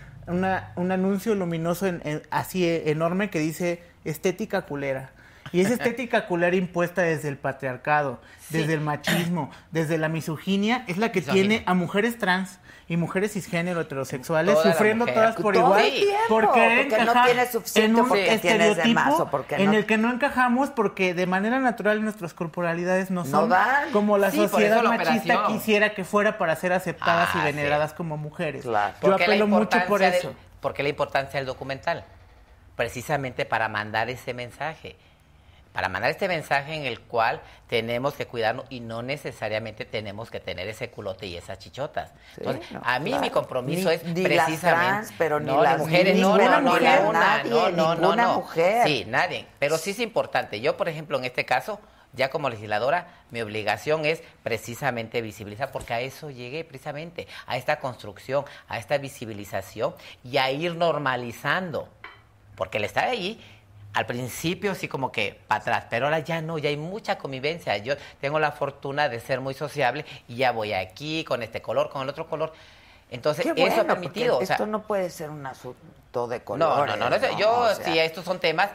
un anuncio luminoso así enorme que dice estética culera. Y esa estética culera impuesta desde el patriarcado, desde el machismo, desde la misoginia, es la que tiene a mujeres trans y mujeres cisgénero heterosexuales Toda la sufriendo mujer. todas por Todo igual el tiempo, por querer porque no encajar tienes suficiente, en un porque tienes de estereotipo más, o porque en no. el que no encajamos porque de manera natural nuestras corporalidades no No son dan. como la Sí, por sociedad eso la machista operación. quisiera que fuera para ser aceptadas y Sí. veneradas como mujeres. Claro. Yo ¿Por qué la apelo mucho por importancia eso. ¿Por qué la importancia del documental? Precisamente para mandar ese mensaje. Para mandar este mensaje en el cual tenemos que cuidarnos y no necesariamente tenemos que tener ese culote y esas chichotas. Sí, Entonces, no, a mí claro. mi compromiso Ni- es ni las precisamente... trans, pero ni no, las mujeres, ni no, ninguna no, mujer, ninguna, nadie, ninguna mujer. Sí, nadie. Pero sí es importante. Yo, por ejemplo, en este caso, ya como legisladora, mi obligación es precisamente visibilizar, porque a eso llegué precisamente, a esta construcción, a esta visibilización y a ir normalizando. Porque el estar ahí, al principio sí como que para atrás, pero ahora ya no, ya hay mucha convivencia. Yo tengo la fortuna de ser muy sociable y ya voy aquí con este color, con el otro color. Entonces, Qué eso bueno, ha permitido. porque O sea, esto no puede ser un asunto de no, colores. yo, O sea, sí, estos son temas,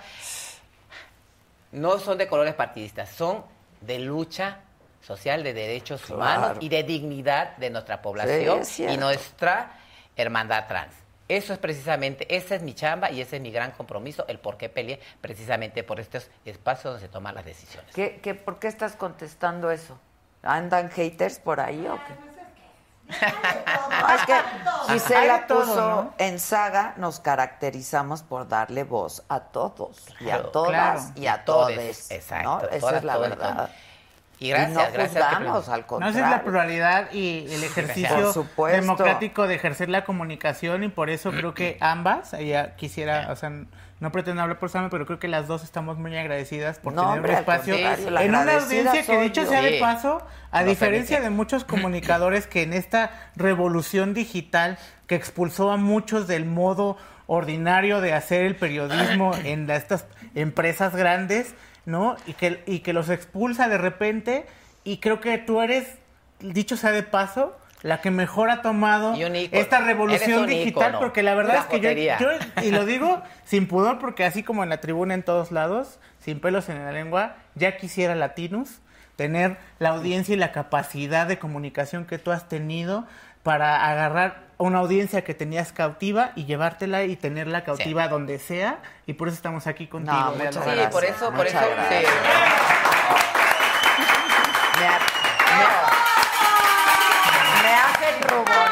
no son de colores partidistas, son de lucha social, de derechos Claro. humanos y de dignidad de nuestra población es cierto. y nuestra hermandad trans. Eso es precisamente, esa es mi chamba y ese es mi gran compromiso, el por qué peleé precisamente por estos espacios donde se toman las decisiones. ¿Por qué estás contestando eso? ¿Andan haters por ahí o qué? No, es que Gisela Hay de todo, puso ¿no? en Saga, nos caracterizamos por darle voz a todos y a Claro, todas claro. y a Todes, todes. exacto, ¿no? Esa todas, es la todas, verdad. todas. Y gracias, no gracias. juzgamos, al No, contrario. esa es la pluralidad y el ejercicio Por supuesto. democrático de ejercer la comunicación y por eso creo que ambas, ella quisiera, o sea, no pretendo hablar por Sam, pero creo que las dos estamos muy agradecidas por No, tener hombre, un al espacio contrario, la en una agradecida audiencia que soy dicho yo. sea de Sí. paso, a Nos diferencia permite. de muchos comunicadores que en esta revolución digital que expulsó a muchos del modo ordinario de hacer el periodismo en estas empresas grandes, ¿no? Y que los expulsa de repente. Y creo que tú eres, dicho sea de paso, la que mejor ha tomado Y un ícono. esta Eres revolución un digital, ícono. porque la verdad La es que jotería. yo, y lo digo sin pudor, porque así como en la tribuna en todos lados, sin pelos en la lengua, ya quisiera Latinus tener la audiencia y la capacidad de comunicación que tú has tenido para agarrar una audiencia que tenías cautiva y llevártela y tenerla cautiva donde sea, y por eso estamos aquí contigo. No, Bea muchas Lozano. Sí, por eso, Muchas sí. gracias. Me hacen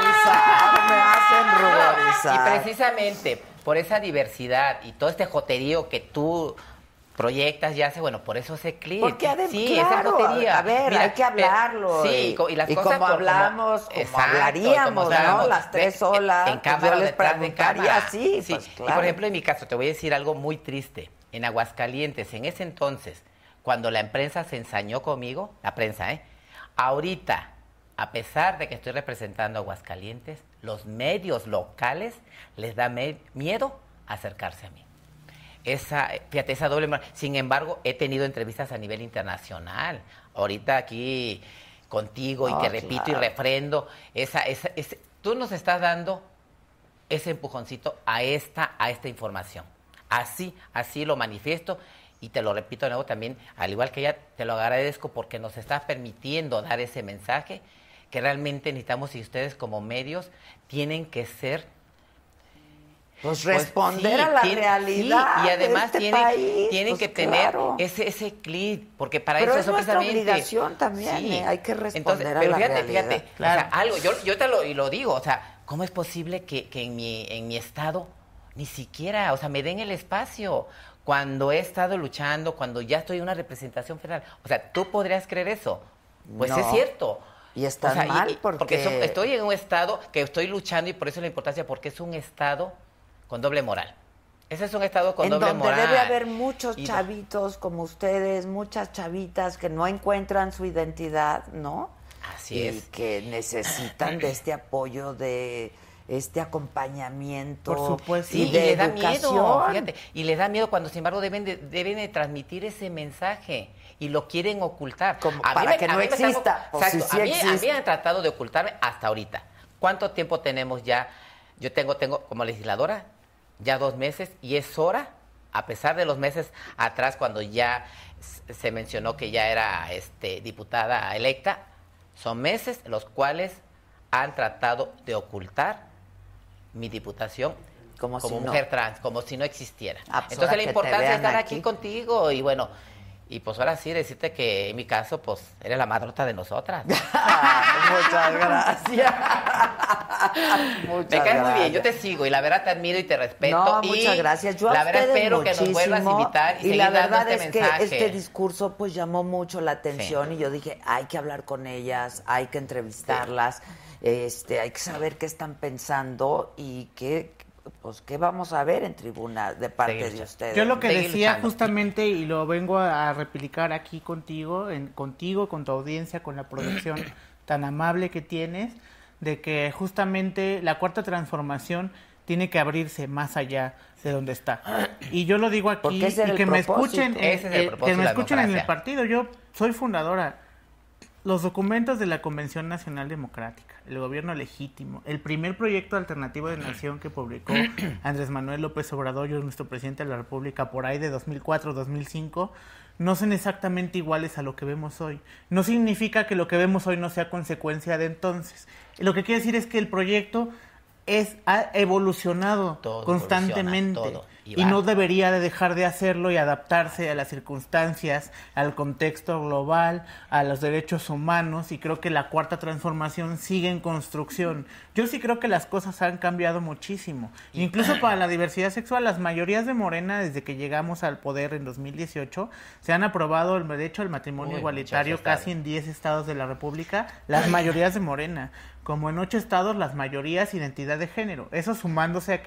ruborizar. Y precisamente por esa diversidad y todo este joterío que tú proyectas y haces, bueno, por eso ese clip. Porque además, sí, claro, esa jotería. a ver, hay que hablarlo. Sí, y las cosas como hablamos, como exacto, hablaríamos, como ¿no? Las tres solas. En pues cámara, yo les detrás de preguntaría cámara. así, Sí, pues y claro. por ejemplo, en mi caso, te voy a decir algo muy triste. En Aguascalientes, en ese entonces, cuando la prensa se ensañó conmigo, la prensa, ahorita, a pesar de que estoy representando a Aguascalientes, los medios locales les da miedo acercarse a mí. Fíjate, esa doble moral. Sin embargo, he tenido entrevistas a nivel internacional. Ahorita aquí contigo y que repito y refrendo. Tú nos estás dando ese empujoncito a esta información. Así lo manifiesto y te lo repito de nuevo también, al igual que ella, te lo agradezco porque nos estás permitiendo dar ese mensaje que realmente necesitamos y ustedes como medios tienen que ser Pues responder a la realidad. Sí, y además de este país, tienen pues que tener claro. ese clic, porque para pero eso es nuestra precisamente obligación también, sí. Hay que responder Entonces, a pero la fíjate, realidad. Claro. O sea, algo, yo te lo digo, o sea, ¿cómo es posible que en mi estado ni siquiera, o sea, me den el espacio? Cuando he estado luchando, cuando ya estoy en una representación federal, o sea, ¿tú podrías creer eso? Pues No. es cierto. Y está mal porque estoy en un estado que estoy luchando y por eso la importancia, porque es un estado con doble moral. Ese es un estado con doble moral. En donde debe haber muchos chavitos como ustedes, muchas chavitas que no encuentran su identidad, ¿no? Así es. Y que necesitan de este apoyo, de este acompañamiento. Por supuesto. Y Sí, de y les da educación. miedo, fíjate. Y les da miedo cuando, sin embargo, deben de transmitir ese mensaje y lo quieren ocultar. Como para que no exista. A mí me han tratado de ocultarme hasta ahorita. ¿Cuánto tiempo tenemos ya? Yo tengo como legisladora ya 2 meses y es hora, a pesar de los meses atrás cuando ya se mencionó que ya era diputada electa, son meses los cuales han tratado de ocultar mi diputación como si mujer trans, como si no existiera. Pues entonces la importancia de estar aquí contigo y bueno, y pues ahora sí decirte que en mi caso pues eres la madrota de nosotras. Muchas gracias. Me caes muy bien, yo te sigo y la verdad te admiro y te respeto. No, y muchas gracias. Yo la a verdad ustedes espero que nos vuelvas a invitar y y la seguir dando verdad es mensaje. que este discurso pues llamó mucho la atención y yo dije, hay que hablar con ellas, hay que entrevistarlas, hay que saber qué están pensando y qué vamos a ver en tribuna de parte de ustedes. Yo lo que decía justamente, y lo vengo a replicar aquí contigo, con tu audiencia, con la producción tan amable que tienes, de que justamente la cuarta transformación tiene que abrirse más allá de donde está. Y yo lo digo aquí, y que me escuchen, que me escuchen en el partido. Yo soy fundadora. Los documentos de la Convención Nacional Democrática, el gobierno legítimo, el primer proyecto alternativo de nación que publicó Andrés Manuel López Obrador, nuestro presidente de la República, por ahí de 2004-2005, no son exactamente iguales a lo que vemos hoy. No significa que lo que vemos hoy no sea consecuencia de entonces. Lo que quiere decir es que el proyecto ha evolucionado constantemente. Y no debería de dejar de hacerlo y adaptarse a las circunstancias, al contexto global, a los derechos humanos, y creo que la cuarta transformación sigue en construcción. Yo sí creo que las cosas han cambiado muchísimo. Incluso para la diversidad sexual, las mayorías de Morena, desde que llegamos al poder en 2018, se han aprobado el derecho al matrimonio igualitario casi en 10 estados de la República, las mayorías de Morena. Como en 8 estados, las mayorías identidad de género. Eso sumándose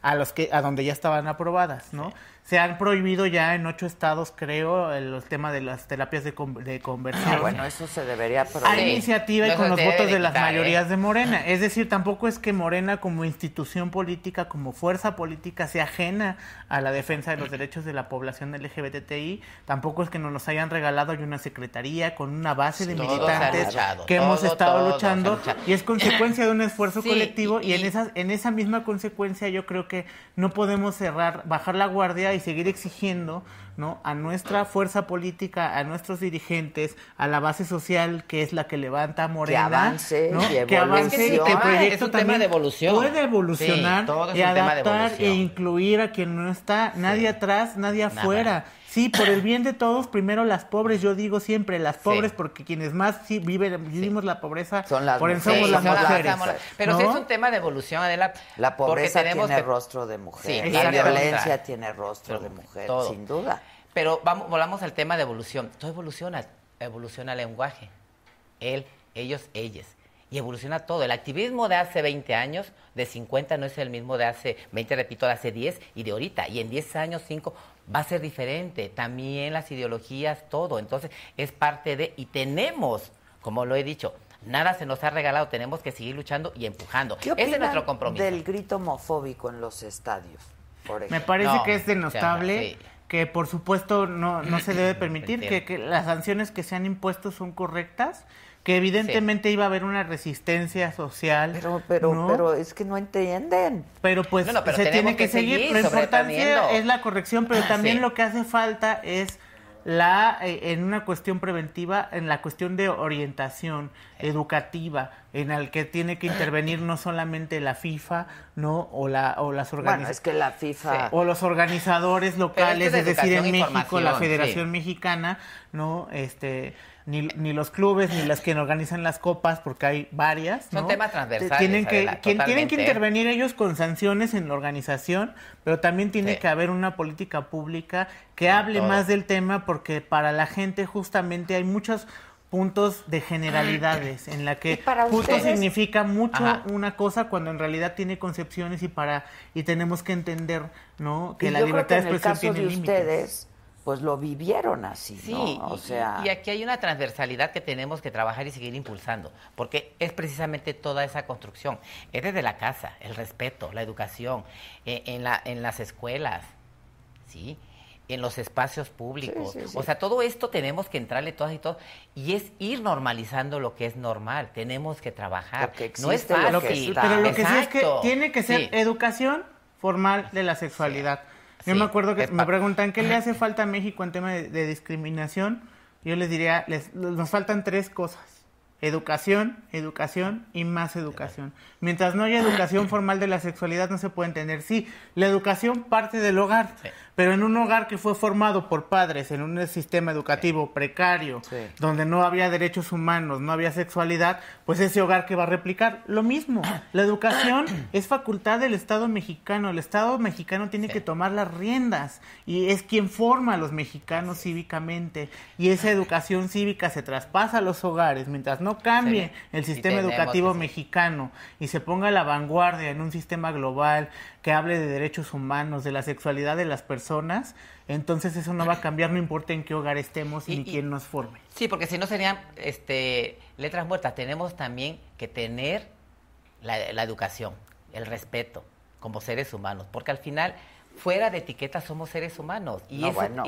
a donde ya estaban aprobadas, ¿no? Sí. Se han prohibido ya en 8 estados, creo, el tema de las terapias de conversión. Bueno, eso se debería prohibir. A iniciativa y con los votos de las mayorías de Morena. Es decir, tampoco es que Morena como institución política, como fuerza política, sea ajena a la defensa de los derechos de la población LGBTI. Tampoco es que nos los hayan regalado. Hay una secretaría con una base de militantes que hemos estado luchando. Y es consecuencia de un esfuerzo colectivo. Y en esa misma consecuencia yo creo que no podemos bajar la guardia y seguir exigiendo, ¿no?, a nuestra fuerza política, a nuestros dirigentes, a la base social que es la que levanta a Morena, que avance y que el proyecto también puede evolucionar y adaptar e incluir a quien no está, nadie atrás, nadie afuera. Sí, por el bien de todos, primero las pobres, yo digo siempre las pobres, porque quienes más vivimos la pobreza, somos las mujeres. Pero sí es un tema de evolución, Adela. La pobreza tiene rostro de mujer, la violencia tiene rostro de mujer, sin duda. Pero volvamos al tema de evolución. Todo evoluciona el lenguaje. Él, ellos, ellas. Y evoluciona todo. El activismo de hace 20 años, de 50, no es el mismo de hace 20, repito, de hace 10 y de ahorita. Y en 10 años, 5, va a ser diferente. También las ideologías, todo. Entonces, es parte de... Y tenemos, como lo he dicho, nada se nos ha regalado. Tenemos que seguir luchando y empujando. ¿Qué opinan Ese es nuestro compromiso. del grito homofóbico en los estadios, por ejemplo? Me parece que es denostable, que por supuesto no se debe permitir, que las sanciones que se han impuesto son correctas, que evidentemente iba a haber una resistencia social. Pero es que no entienden. Pero pues pero se tiene que seguir. Lo importante es la corrección, pero también lo que hace falta es en una cuestión preventiva, en la cuestión de orientación educativa, en el que tiene que intervenir no solamente la FIFA, ¿no? O las organizaciones. Bueno, es que la FIFA... O los organizadores locales, es decir, en México, la Federación Mexicana, ¿no? Ni los clubes, ni las que organizan las copas, porque hay varias, ¿no? Son temas transversales, tienen que totalmente. intervenir ellos con sanciones en la organización, pero también tiene que haber una política pública que hable más del tema, porque para la gente justamente hay muchos puntos de generalidades en la que punto significa mucho una cosa cuando en realidad tiene concepciones y tenemos que entender, ¿no? Que la libertad de expresión tiene límites. Ustedes pues lo vivieron así, ¿no? Sí, o sea... y aquí hay una transversalidad que tenemos que trabajar y seguir impulsando, porque es precisamente toda esa construcción. Es desde la casa, el respeto, la educación, en las escuelas, ¿sí? En los espacios públicos. Sí. O sea, todo esto tenemos que entrarle todas y todos, y es ir normalizando lo que es normal. Tenemos que trabajar. No es fácil. Pero lo que sí es que tiene que ser educación formal de la sexualidad. Yo me acuerdo que me preguntan qué le hace falta a México en tema de discriminación. Yo les diría, nos faltan 3 cosas. Educación y más educación. Mientras no haya educación formal de la sexualidad no se puede entender. Sí, la educación parte del hogar, pero en un hogar que fue formado por padres, en un sistema educativo precario, donde no había derechos humanos, no había sexualidad, pues ese hogar que va a replicar. Lo mismo, la educación es facultad del Estado mexicano. El Estado mexicano tiene que tomar las riendas y es quien forma a los mexicanos cívicamente. Y esa educación cívica se traspasa a los hogares mientras no cambie el sistema educativo mexicano y se ponga a la vanguardia en un sistema global que hable de derechos humanos, de la sexualidad de las personas, entonces eso no va a cambiar, no importa en qué hogar estemos ni quién nos forme. Sí, porque si no serían letras muertas. Tenemos también que tener la educación, el respeto como seres humanos, porque al final, fuera de etiquetas, somos seres humanos. Y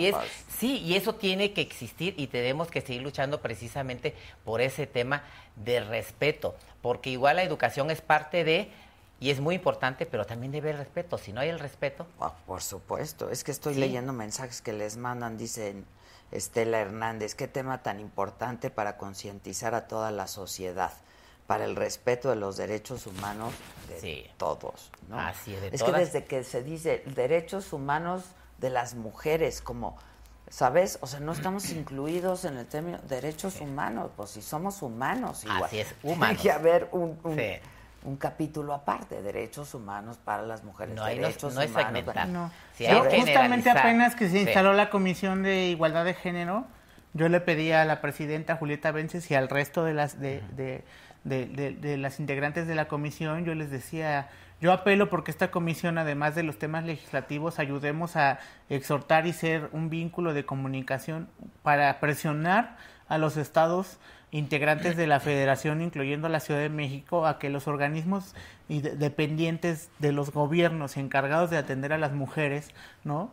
y eso tiene que existir y tenemos que seguir luchando precisamente por ese tema de respeto, porque igual la educación es parte de... Y es muy importante, pero también debe haber respeto. Si no hay el respeto... por supuesto. Es que estoy leyendo mensajes que les mandan, dicen Estela Hernández, qué tema tan importante para concientizar a toda la sociedad, para el respeto de los derechos humanos de todos, ¿no? Así es, es que desde que se dice derechos humanos de las mujeres, como... ¿Sabes? O sea, no estamos incluidos en el término derechos humanos, pues si somos humanos igual. Así es, humanos. Tiene que haber un capítulo aparte, derechos humanos para las mujeres, derechos humanos. Segmentar. No. Justamente apenas que se instaló la Comisión de Igualdad de Género, yo le pedí a la presidenta Julieta Vences y al resto de las de las integrantes de la comisión, yo les decía, yo apelo porque esta comisión, además de los temas legislativos, ayudemos a exhortar y ser un vínculo de comunicación para presionar a los estados integrantes de la federación, incluyendo la Ciudad de México, a que los organismos dependientes de los gobiernos encargados de atender a las mujeres, ¿no?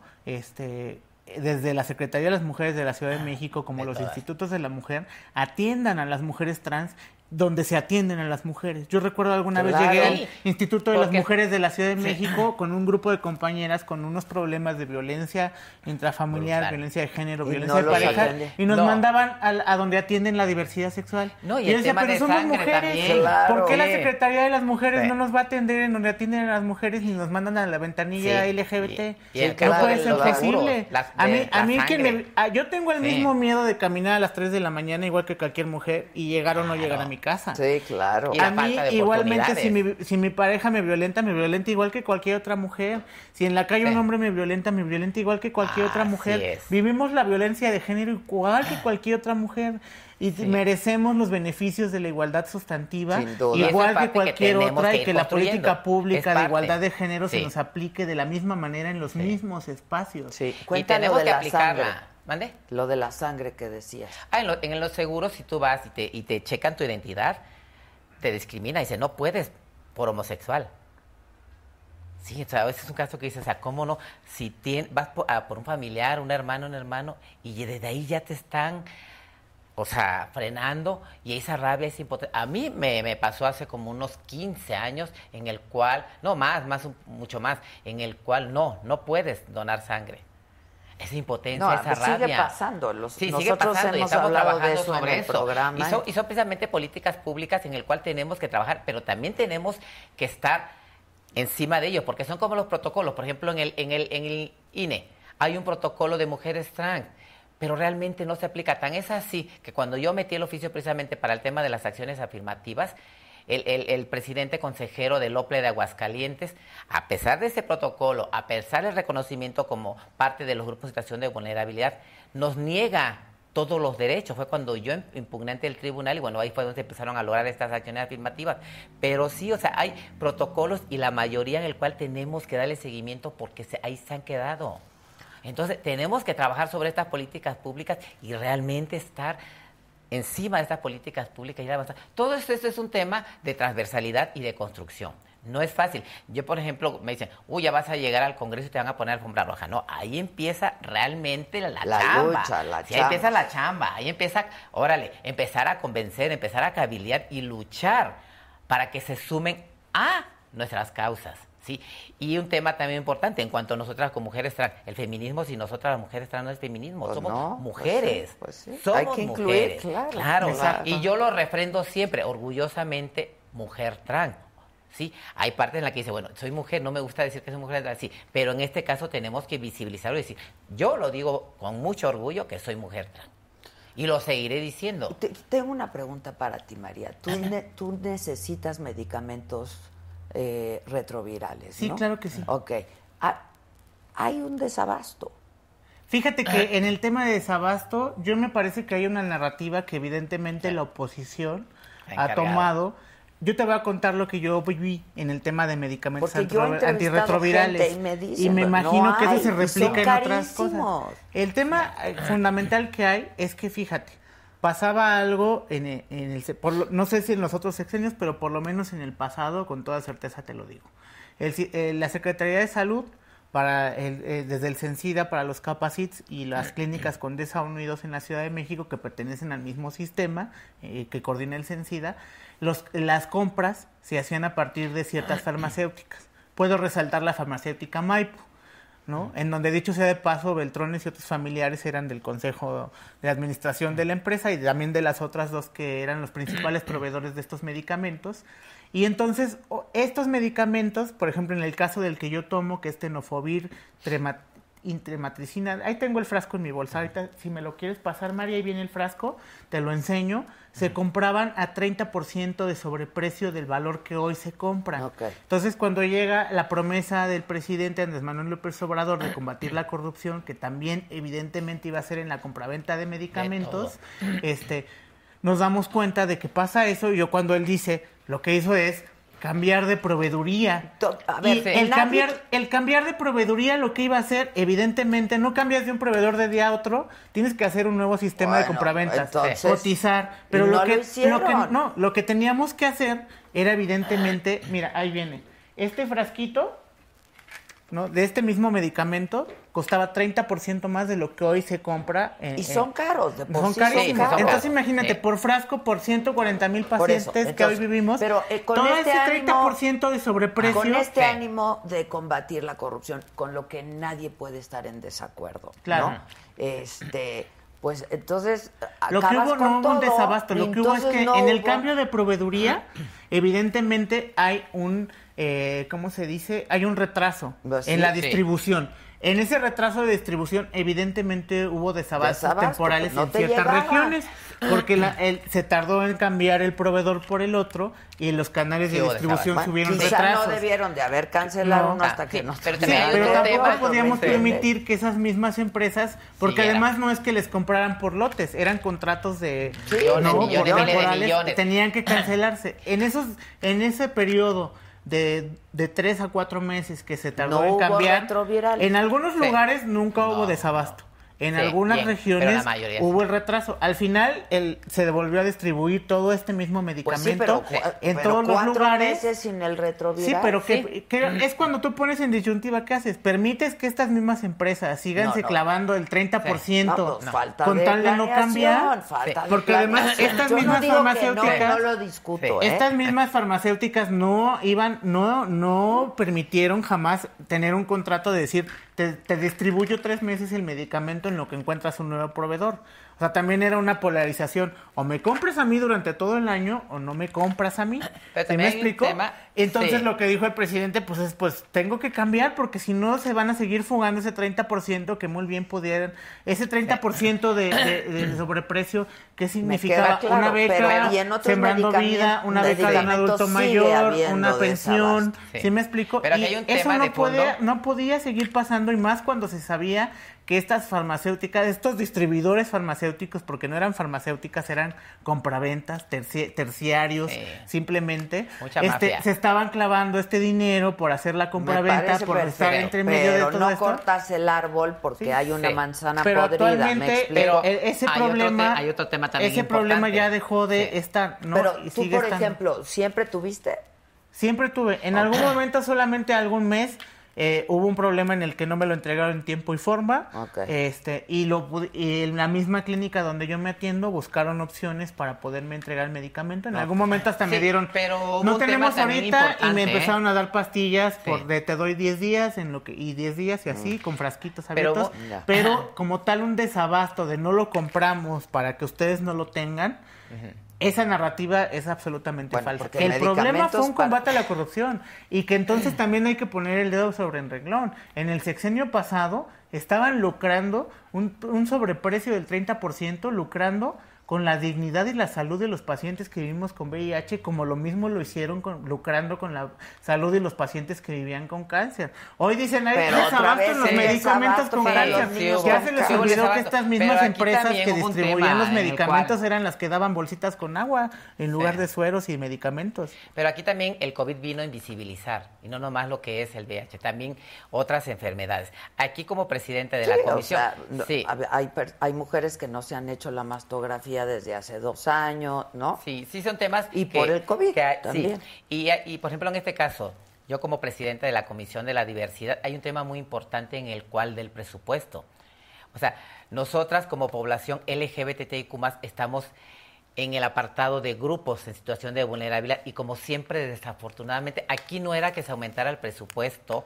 Desde la Secretaría de las Mujeres de la Ciudad de México, como los institutos de la mujer, atiendan a las mujeres trans donde se atienden a las mujeres. Yo recuerdo alguna vez llegué al Instituto de las Mujeres de la Ciudad de México con un grupo de compañeras con unos problemas de violencia intrafamiliar, violencia de género, violencia de pareja, y nos mandaban a donde atienden la diversidad sexual. Y el tema de somos sangre mujeres. También. ¿Por qué la Secretaría de las Mujeres no nos va a atender en donde atienden a las mujeres ni nos mandan a la ventanilla LGBT? No puede ser posible. Yo tengo el mismo miedo de caminar a las 3 de la mañana igual que cualquier mujer y llegar o no llegar a mi casa. Sí, claro. A mí igualmente si mi pareja me violenta igual que cualquier otra mujer. Si en la calle un hombre me violenta igual que cualquier otra mujer. Vivimos la violencia de género igual que cualquier otra mujer. Y merecemos los beneficios de la igualdad sustantiva, igual que cualquier otra, y que la política pública de igualdad de género se nos aplique de la misma manera en los mismos espacios. Y tenemos que aplicarla. ¿Mande? Lo de la sangre que decías. En los seguros, si tú vas y te checan tu identidad, te discrimina y dice, no puedes por homosexual. Sí, o sea, ese es un caso que dices, o sea, ¿cómo no? Si vas por un familiar, un hermano, y desde ahí ya te están, o sea, frenando, y esa rabia es impotencia. A mí me pasó hace como unos 15 años, en el cual, no más, mucho más, en el cual no puedes donar sangre. esa impotencia, esa rabia. Sigue pasando. Sigue pasando y estamos trabajando sobre eso. Programa. Y son precisamente políticas públicas en el cual tenemos que trabajar, pero también tenemos que estar encima de ellos, porque son como los protocolos. Por ejemplo, en el INE hay un protocolo de mujeres trans, pero realmente no se aplica. Tan es así que cuando yo metí el oficio precisamente para el tema de las acciones afirmativas, el presidente consejero del OPLE de Aguascalientes, a pesar de ese protocolo, a pesar del reconocimiento como parte de los grupos en situación de vulnerabilidad, nos niega todos los derechos. Fue cuando yo impugné ante el tribunal y bueno, ahí fue donde se empezaron a lograr estas acciones afirmativas. Pero sí, o sea, hay protocolos y la mayoría en el cual tenemos que darle seguimiento porque ahí se han quedado. Entonces, tenemos que trabajar sobre estas políticas públicas y realmente estar encima de estas políticas públicas y avanzar. Todo esto es un tema de transversalidad y de construcción. No es fácil. Yo, por ejemplo, me dicen, ya vas a llegar al Congreso y te van a poner alfombra roja. No, ahí empieza realmente la chamba. Lucha, ahí empieza la chamba. Ahí empieza, empezar a convencer, empezar a cabildear y luchar para que se sumen a nuestras causas. ¿Sí? Y un tema también importante en cuanto a nosotras como mujeres trans, el feminismo, si nosotras las mujeres trans no es feminismo, pues somos mujeres, pues sí. Somos hay que incluir, mujeres, claro. Y yo lo refrendo siempre, orgullosamente, mujer trans. ¿Sí? Hay partes en las que dice, bueno, soy mujer, no me gusta decir que soy mujer trans, sí, pero en este caso tenemos que visibilizarlo y decir, yo lo digo con mucho orgullo que soy mujer trans. Y lo seguiré diciendo. Tengo una pregunta para ti, María. ¿Tú necesitas medicamentos retrovirales, sí, ¿no? Claro que sí. Ok. Hay un desabasto. Fíjate que en el tema de desabasto, yo me parece que hay una narrativa que evidentemente la oposición ha tomado. Yo te voy a contar lo que yo vi en el tema de medicamentos antirretrovirales. Y me imagino que eso se replica en otras cosas. El tema fundamental que hay es que, fíjate, pasaba algo no sé si en los otros sexenios, pero por lo menos en el pasado, con toda certeza te lo digo. La Secretaría de Salud, desde el CENSIDA para los Capacits y las clínicas Condesa 1 y 2 en la Ciudad de México, que pertenecen al mismo sistema que coordina el CENSIDA, las compras se hacían a partir de ciertas farmacéuticas. Puedo resaltar la farmacéutica Maipo, ¿no? En donde, dicho sea de paso, Beltrones y otros familiares eran del Consejo de Administración de la empresa y también de las otras dos que eran los principales proveedores de estos medicamentos. Y entonces, estos medicamentos, por ejemplo, en el caso del que yo tomo, que es tenofovir, intramatricina, ahí tengo el frasco en mi bolsa, ahorita si me lo quieres pasar, María, ahí viene el frasco, te lo enseño, se compraban a 30% de sobreprecio del valor que hoy se compran. Okay. Entonces, cuando llega la promesa del presidente Andrés Manuel López Obrador de combatir la corrupción, que también evidentemente iba a ser en la compraventa de medicamentos, nos damos cuenta de que pasa eso, y yo cuando él dice, lo que hizo es cambiar de proveeduría. A ver, el cambiar de proveeduría lo que iba a hacer, evidentemente, no cambias de un proveedor de día a otro, tienes que hacer un nuevo sistema de compraventas, cotizar. Pero lo que teníamos que hacer era evidentemente, mira, ahí viene, este frasquito, ¿no?, de este mismo medicamento costaba 30% más de lo que hoy se compra. Y son caros, de por son sí carísimos. Son Entonces imagínate, por frasco, por 140,000 pacientes que hoy vivimos, pero con todo este ese 30% de sobreprecio. Con este ánimo de combatir la corrupción, con lo que nadie puede estar en desacuerdo, claro, ¿no? Pues entonces lo que hubo no hubo un desabasto, lo que hubo es que en el cambio de proveeduría, evidentemente hay un ¿cómo se dice? Hay un retraso en la distribución. En ese retraso de distribución, evidentemente hubo desabastos temporales en ciertas regiones, porque se tardó en cambiar el proveedor por el otro y los canales de distribución subieron retrasos. No debieron de haber cancelado uno hasta que no. Pero tampoco podíamos permitir que esas mismas empresas, porque además no es que les compraran por lotes, eran contratos de millones, tenían que cancelarse. En ese periodo de 3 a 4 meses que se tardó en cambiar, en algunos lugares nunca hubo desabasto. En algunas regiones hubo el retraso. Al final se devolvió a distribuir todo este mismo medicamento en todos los lugares. 4 meses sin el retroviral. Sí, pero es cuando tú pones en disyuntiva, ¿qué haces? ¿Permites que estas mismas empresas síganse clavando el 30% con tal de no cambiar? Porque además estas mismas farmacéuticas... No lo discuto, Estas mismas farmacéuticas no permitieron jamás tener un contrato de decir, te distribuyo 3 meses el medicamento en lo que encuentras un nuevo proveedor. O sea, también era una polarización. O me compras a mí durante todo el año o no me compras a mí. ¿Sí me explico? Entonces lo que dijo el presidente, pues tengo que cambiar porque si no se van a seguir fugando ese 30% que muy bien pudieran. Ese 30% de sobreprecio, ¿qué significaba? Claro, una beca, Sembrando Vida, una beca de un adulto mayor, una pensión. ¿Sí me explico? Pero aquí hay un tema de fondo. No podía seguir pasando, y más cuando se sabía que estas farmacéuticas, estos distribuidores farmacéuticos, porque no eran farmacéuticas, eran compraventas, terciarios, simplemente, se estaban clavando este dinero por hacer la compraventa, por estar entre medio de todo esto. Pero no cortas el árbol porque hay una manzana pero podrida, actualmente, ese problema, hay otro tema también ese problema ya dejó de estar, ¿no? Pero tú, por ejemplo, ¿siempre tuviste? Siempre tuve. En algún momento, solamente algún mes, hubo un problema en el que no me lo entregaron en tiempo y forma. Y en la misma clínica donde yo me atiendo buscaron opciones para poderme entregar el medicamento. En algún momento hasta me dieron, no tenemos ahorita, y me empezaron a dar pastillas te doy 10 días y 10 días y así, con frasquitos abiertos. Pero como tal un desabasto de no lo compramos para que ustedes no lo tengan, esa narrativa es absolutamente falsa. El problema fue un combate a la corrupción, y que entonces también hay que poner el dedo sobre el renglón. En el sexenio pasado estaban lucrando un sobreprecio del 30%, lucrando con la dignidad y la salud de los pacientes que vivimos con VIH, como lo mismo lo hicieron lucrando con la salud de los pacientes que vivían con cáncer. Hoy dicen, hay desabasto en los medicamentos con cáncer. Ya se les olvidó que estas mismas empresas que distribuían los medicamentos eran las que daban bolsitas con agua en lugar de sueros y medicamentos. Pero aquí también el COVID vino a invisibilizar, y no nomás lo que es el VIH, también otras enfermedades. Aquí como presidente de la comisión... hay mujeres que no se han hecho la mastografía desde hace 2 años, ¿no? Sí, son temas... Y por el COVID también. Sí. Y, por ejemplo, en este caso, yo como presidente de la Comisión de la Diversidad, hay un tema muy importante en el cual del presupuesto. O sea, nosotras como población LGBTIQ+, estamos en el apartado de grupos en situación de vulnerabilidad, y como siempre, desafortunadamente, aquí no era que se aumentara el presupuesto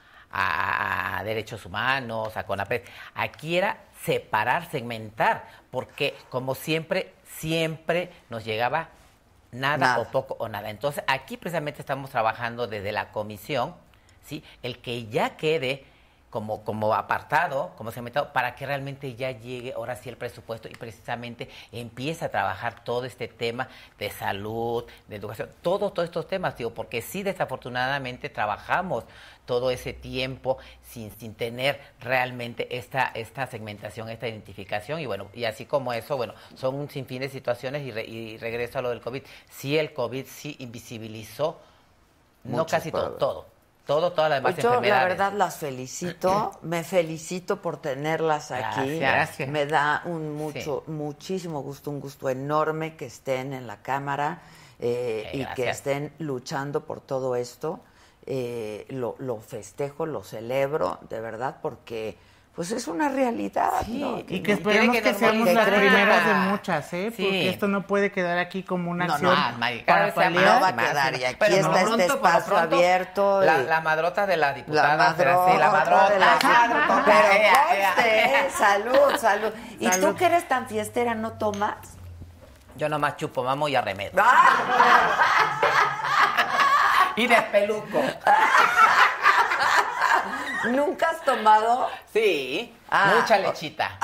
a derechos humanos, a CONAPRED. Aquí era separar, segmentar, porque como siempre nos llegaba nada o poco o nada. Entonces, aquí precisamente estamos trabajando desde la comisión, ¿sí? El que ya quede como apartado, como segmentado, para que realmente ya llegue ahora sí el presupuesto y precisamente empiece a trabajar todo este tema de salud, de educación, todos estos temas, digo, porque sí, desafortunadamente trabajamos todo ese tiempo sin tener realmente esta segmentación, esta identificación, y bueno, y así como eso, bueno, son un sinfín de situaciones, y regreso a lo del COVID. Sí, el COVID sí invisibilizó, no casi todo. Todas las demás enfermedades. Yo la verdad las felicito, me felicito por tenerlas aquí. Gracias. Me da muchísimo gusto, un gusto enorme que estén en la Cámara y que estén luchando por todo esto. Lo festejo, lo celebro, de verdad, porque pues es una realidad, ¿no? Y que esperemos que seamos las primeras de muchas, porque esto no puede quedar aquí como una acción para paliar. No va a quedar, y aquí está este espacio abierto. La madrota de la diputada. La madrota de la diputada. Pero salud. ¿Y tú que eres tan fiestera, no tomas? Yo nomás chupo, mamo y arremedo. Y despeluco. ¿Nunca has tomado? Sí, mucha lechita.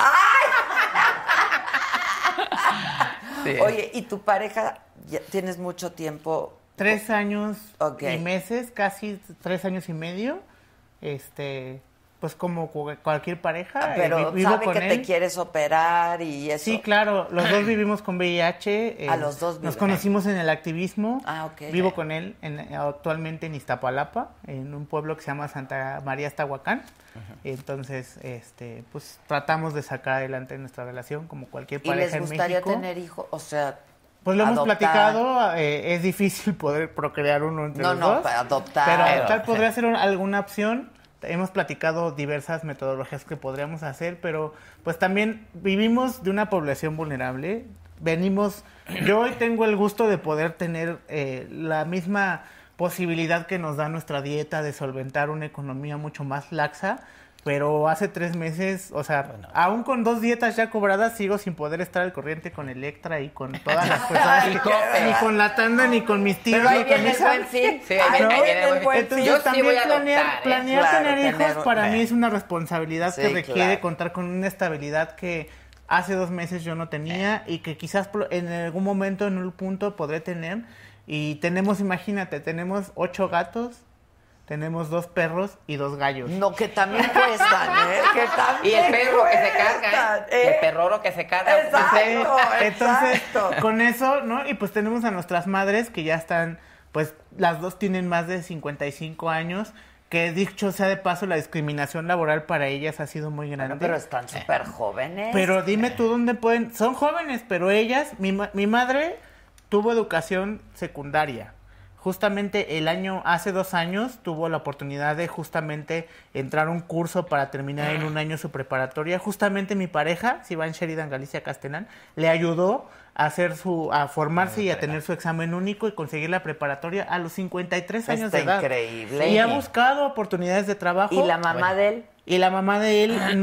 Sí. Oye, ¿y tu pareja ya tienes mucho tiempo? 3 años y meses, casi 3 años y medio. pues como cualquier pareja. Pero vivo sabe con que él. te quieres operar y eso. Sí, claro, los dos vivimos con VIH. A los dos nos viven. conocimos en el activismo. Ok. Vivo con él actualmente en Iztapalapa, en un pueblo que se llama Santa María Tahuacán. Entonces, pues tratamos de sacar adelante nuestra relación como cualquier pareja en México. ¿Y les gustaría tener hijos? O sea, pues lo hemos adoptar. platicado, es difícil poder procrear uno entre los dos. No, para adoptar. Pero adoptar podría ser alguna opción. Hemos platicado diversas metodologías que podríamos hacer, pero pues también vivimos de una población vulnerable. Yo hoy tengo el gusto de poder tener la misma posibilidad que nos da nuestra dieta de solventar una economía mucho más laxa, pero hace 3 meses, o sea, aún con 2 dietas ya cobradas, sigo sin poder estar al corriente con Electra y con todas las personas, ni con la tanda, ni con mis tíos, Pero ahí ni con viene mis el Buen Fin. Sí, ahí viene el Buen Fin. Entonces Yo sí también voy a adoptar, planear Claro, tener hijos tener- para mí es una responsabilidad Sí, que requiere claro. contar con una estabilidad que hace 2 meses yo no tenía y que quizás en algún momento, en un punto, podré tener. Y tenemos, imagínate, tenemos 8 gatos, tenemos 2 perros y 2 gallos. No, que también cuestan, ¿eh? Que también Y el perro que se cuestan, carga, ¿eh? el perroro que se carga. Exacto, Entonces, exacto. con eso, ¿no? Y pues tenemos a nuestras madres que ya están, pues las dos tienen más de 55 años, que dicho sea de paso, la discriminación laboral para ellas ha sido muy grande. Pero están súper jóvenes. Pero dime tú dónde pueden, son jóvenes, pero ellas, mi madre tuvo educación secundaria. Justamente hace 2 años, tuvo la oportunidad de justamente entrar a un curso para terminar en un año su preparatoria. Justamente mi pareja, Sivan Sheridan Galicia Castellán, le ayudó a formarse y a tener su examen único y conseguir la preparatoria a los 53 años de edad. Increíble. Y ha buscado oportunidades de trabajo. ¿Y la mamá de él? Y la mamá de él,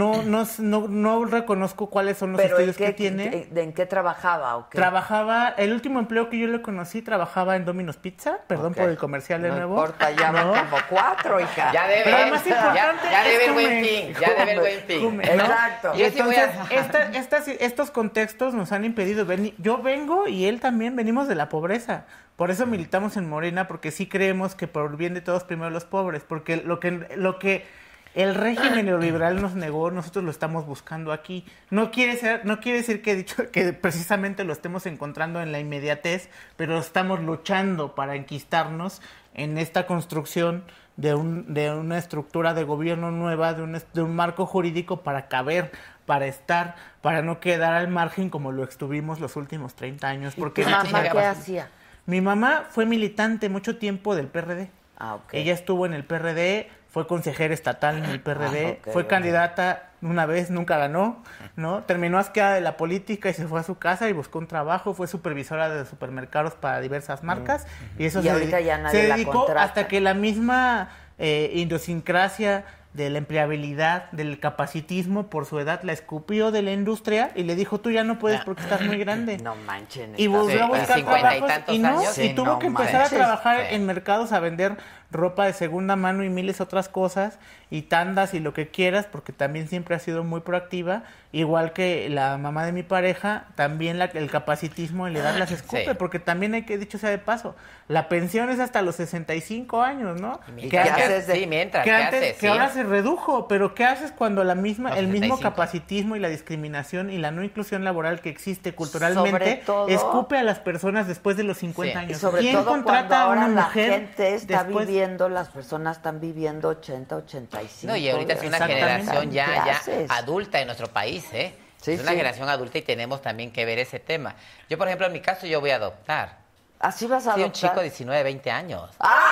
no reconozco cuáles son los ¿Pero estudios que tiene. ¿En qué trabajaba o qué? Trabajaba, el último empleo que yo le conocí, trabajaba en Domino's Pizza. Perdón Ok. por el comercial de No nuevo. importa, ya van como 4, hija. Ya debe, Pero lo más importante ya debe es el Buen comer. Fin, ya debe el Buen Fin. Come, ¿no? Exacto. Y Yo sí voy a- entonces, estos contextos nos han impedido venir. Yo vengo y él también venimos de la pobreza. Por eso militamos en Morena, porque sí creemos que por el bien de todos, primero los pobres. Porque lo que el régimen neoliberal nos negó, nosotros lo estamos buscando aquí. No quiere decir que precisamente lo estemos encontrando en la inmediatez, pero estamos luchando para enquistarnos en esta construcción de una estructura de gobierno nueva, de un marco jurídico para caber, para estar, para no quedar al margen como lo estuvimos los últimos 30 años. Porque ¿Tu mamá qué hacía? Mi mamá fue militante mucho tiempo del PRD. Ah, ok. Ella estuvo en el PRD, fue consejera estatal en el PRD, ok, fue ok. candidata una vez, nunca ganó, ¿no? Terminó asqueada de la política y se fue a su casa y buscó un trabajo, fue supervisora de supermercados para diversas marcas y eso Y ahorita ya nadie se la dedicó contrata. hasta que la misma idiosincrasia de la empleabilidad, del capacitismo por su edad, la escupió de la industria y le dijo, tú ya no puedes porque estás muy grande. No manchen. Y volvió a buscar 50 y trabajos tantos y no, años. y Sí, tuvo no que empezar manches. a trabajar Sí. en mercados, a vender ropa de segunda mano y miles otras cosas, y tandas y lo que quieras, porque también siempre ha sido muy proactiva, igual que la mamá de mi pareja, también el capacitismo en la edad las escupe, Sí. porque también hay que, dicho sea de paso, la pensión es hasta los 65 años, ¿no? ¿Y ¿Qué qué haces? haces de- Sí, mientras, que ¿qué antes, haces? que Sí. ahora se redujo, pero ¿qué haces cuando el mismo 65. capacitismo y la discriminación y la no inclusión laboral que existe Sobre culturalmente todo- escupe a las personas después de los 50 Sí. Y años? sobre ¿Quién todo cuando contrata a ahora una la mujer gente está después? viviendo, las personas están viviendo 80, 85. No, y ahorita es una Exactamente. generación ¿Qué ya haces? adulta en nuestro país, ¿eh? Sí, es una sí. generación adulta y tenemos también que ver ese tema. Yo, por ejemplo, en mi caso, yo voy a adoptar. ¿Así vas a Sí, un adoptar? chico de 19, 20 años.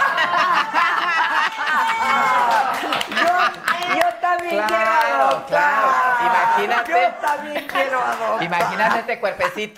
Yo también quiero Claro, adoptar. claro. Imagínate. Yo también quiero adoptar. Imagínate este cuerpecito.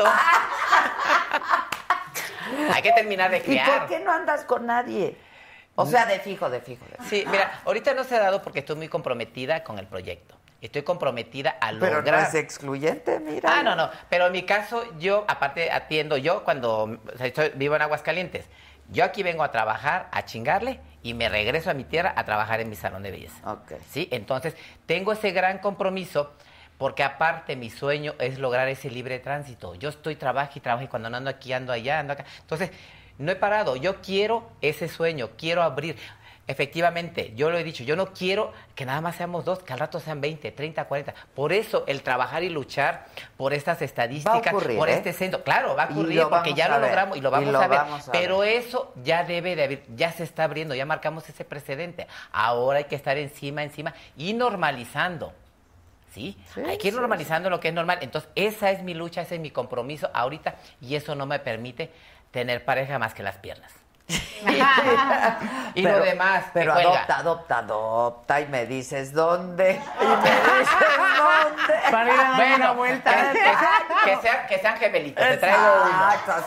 Hay que terminar de ¿Y criar. por qué no andas con nadie? O sea, de fijo, de fijo. Sí, mira, ahorita no se ha dado porque estoy muy comprometida con el proyecto. Estoy comprometida a Pero lograr. no es excluyente, mira. Ah, no. Pero en mi caso, yo, aparte, atiendo yo cuando vivo en Aguascalientes. Yo aquí vengo a trabajar, a chingarle, y me regreso a mi tierra a trabajar en mi salón de belleza. Ok. ¿Sí? Entonces, tengo ese gran compromiso, porque aparte mi sueño es lograr ese libre tránsito. Yo estoy trabajo y cuando no ando aquí, ando allá, ando acá. Entonces, no he parado. Yo quiero ese sueño, quiero abrir. Efectivamente, yo lo he dicho, yo no quiero que nada más seamos 2, que al rato sean 20, 30, 40. Por eso el trabajar y luchar por estas estadísticas, por este centro, claro, va a ocurrir porque ya lo logramos y lo vamos a ver. Pero eso ya debe de haber, ya se está abriendo, ya marcamos ese precedente. Ahora hay que estar encima y normalizando. ¿Sí? Hay que ir normalizando lo que es normal. Entonces, esa es mi lucha, ese es mi compromiso ahorita y eso no me permite tener pareja más que las piernas. Y lo demás, pero adopta y me dices dónde para ir a dar una vuelta. Que sean gemelitos. Te traigo uno.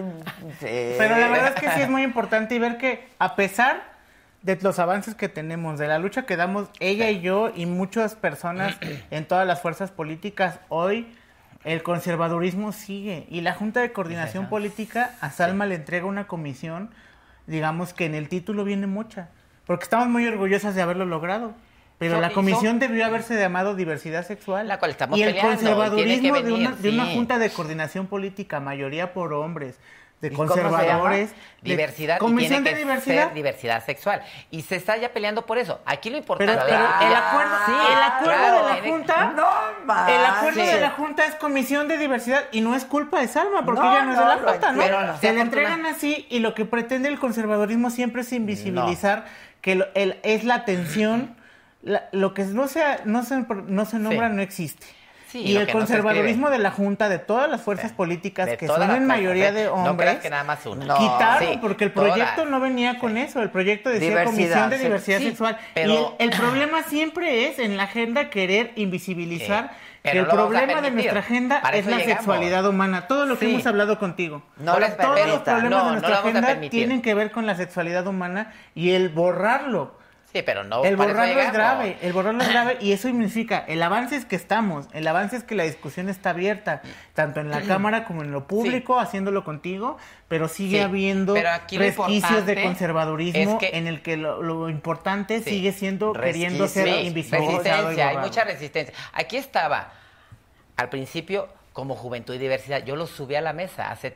¿Sí? Pero la verdad es que sí es muy importante y ver que a pesar de los avances que tenemos, de la lucha que damos ella y yo y muchas personas en todas las fuerzas políticas, hoy el conservadurismo sigue y la Junta de Coordinación Política a Salma le entrega una comisión, digamos que en el título viene mucha, porque estamos muy orgullosas de haberlo logrado, pero la comisión debió haberse llamado diversidad sexual, la cual estamos y el peleando, conservadurismo y venir, de una Junta de Coordinación Política, mayoría por hombres, de conservadores, diversidad, comisión y tiene que ser diversidad sexual y se está ya peleando por eso. Aquí lo importante pero el acuerdo de la Junta, el acuerdo de la Junta es comisión de diversidad y no es culpa de Salma porque ella no es de la Junta, ¿no? Se le entregan así y lo que pretende el conservadurismo siempre es invisibilizar que es la atención, lo que no se nombra no existe. Sí, y el conservadurismo de la Junta, de todas las fuerzas políticas, que son en mayoría de hombres, no creas que nada más uno. Quitaron, porque el proyecto no venía con eso. El proyecto decía Comisión de Diversidad Sexual. Pero y el problema siempre es en la agenda querer invisibilizar que el problema de nuestra agenda es la sexualidad humana. Todo lo que hemos hablado contigo. Todos los problemas de nuestra agenda tienen que ver con la sexualidad humana y el borrarlo. Sí, pero no. El borrarlo es grave, y eso significa, el avance es que estamos, el avance es que la discusión está abierta, tanto en la Cámara como en lo público, haciéndolo contigo, pero sigue habiendo resquicios de conservadurismo en el que lo importante sigue siendo queriendo ser invisibilizado. Hay mucha resistencia. Aquí estaba, al principio, como Juventud y Diversidad, yo lo subí a la mesa hace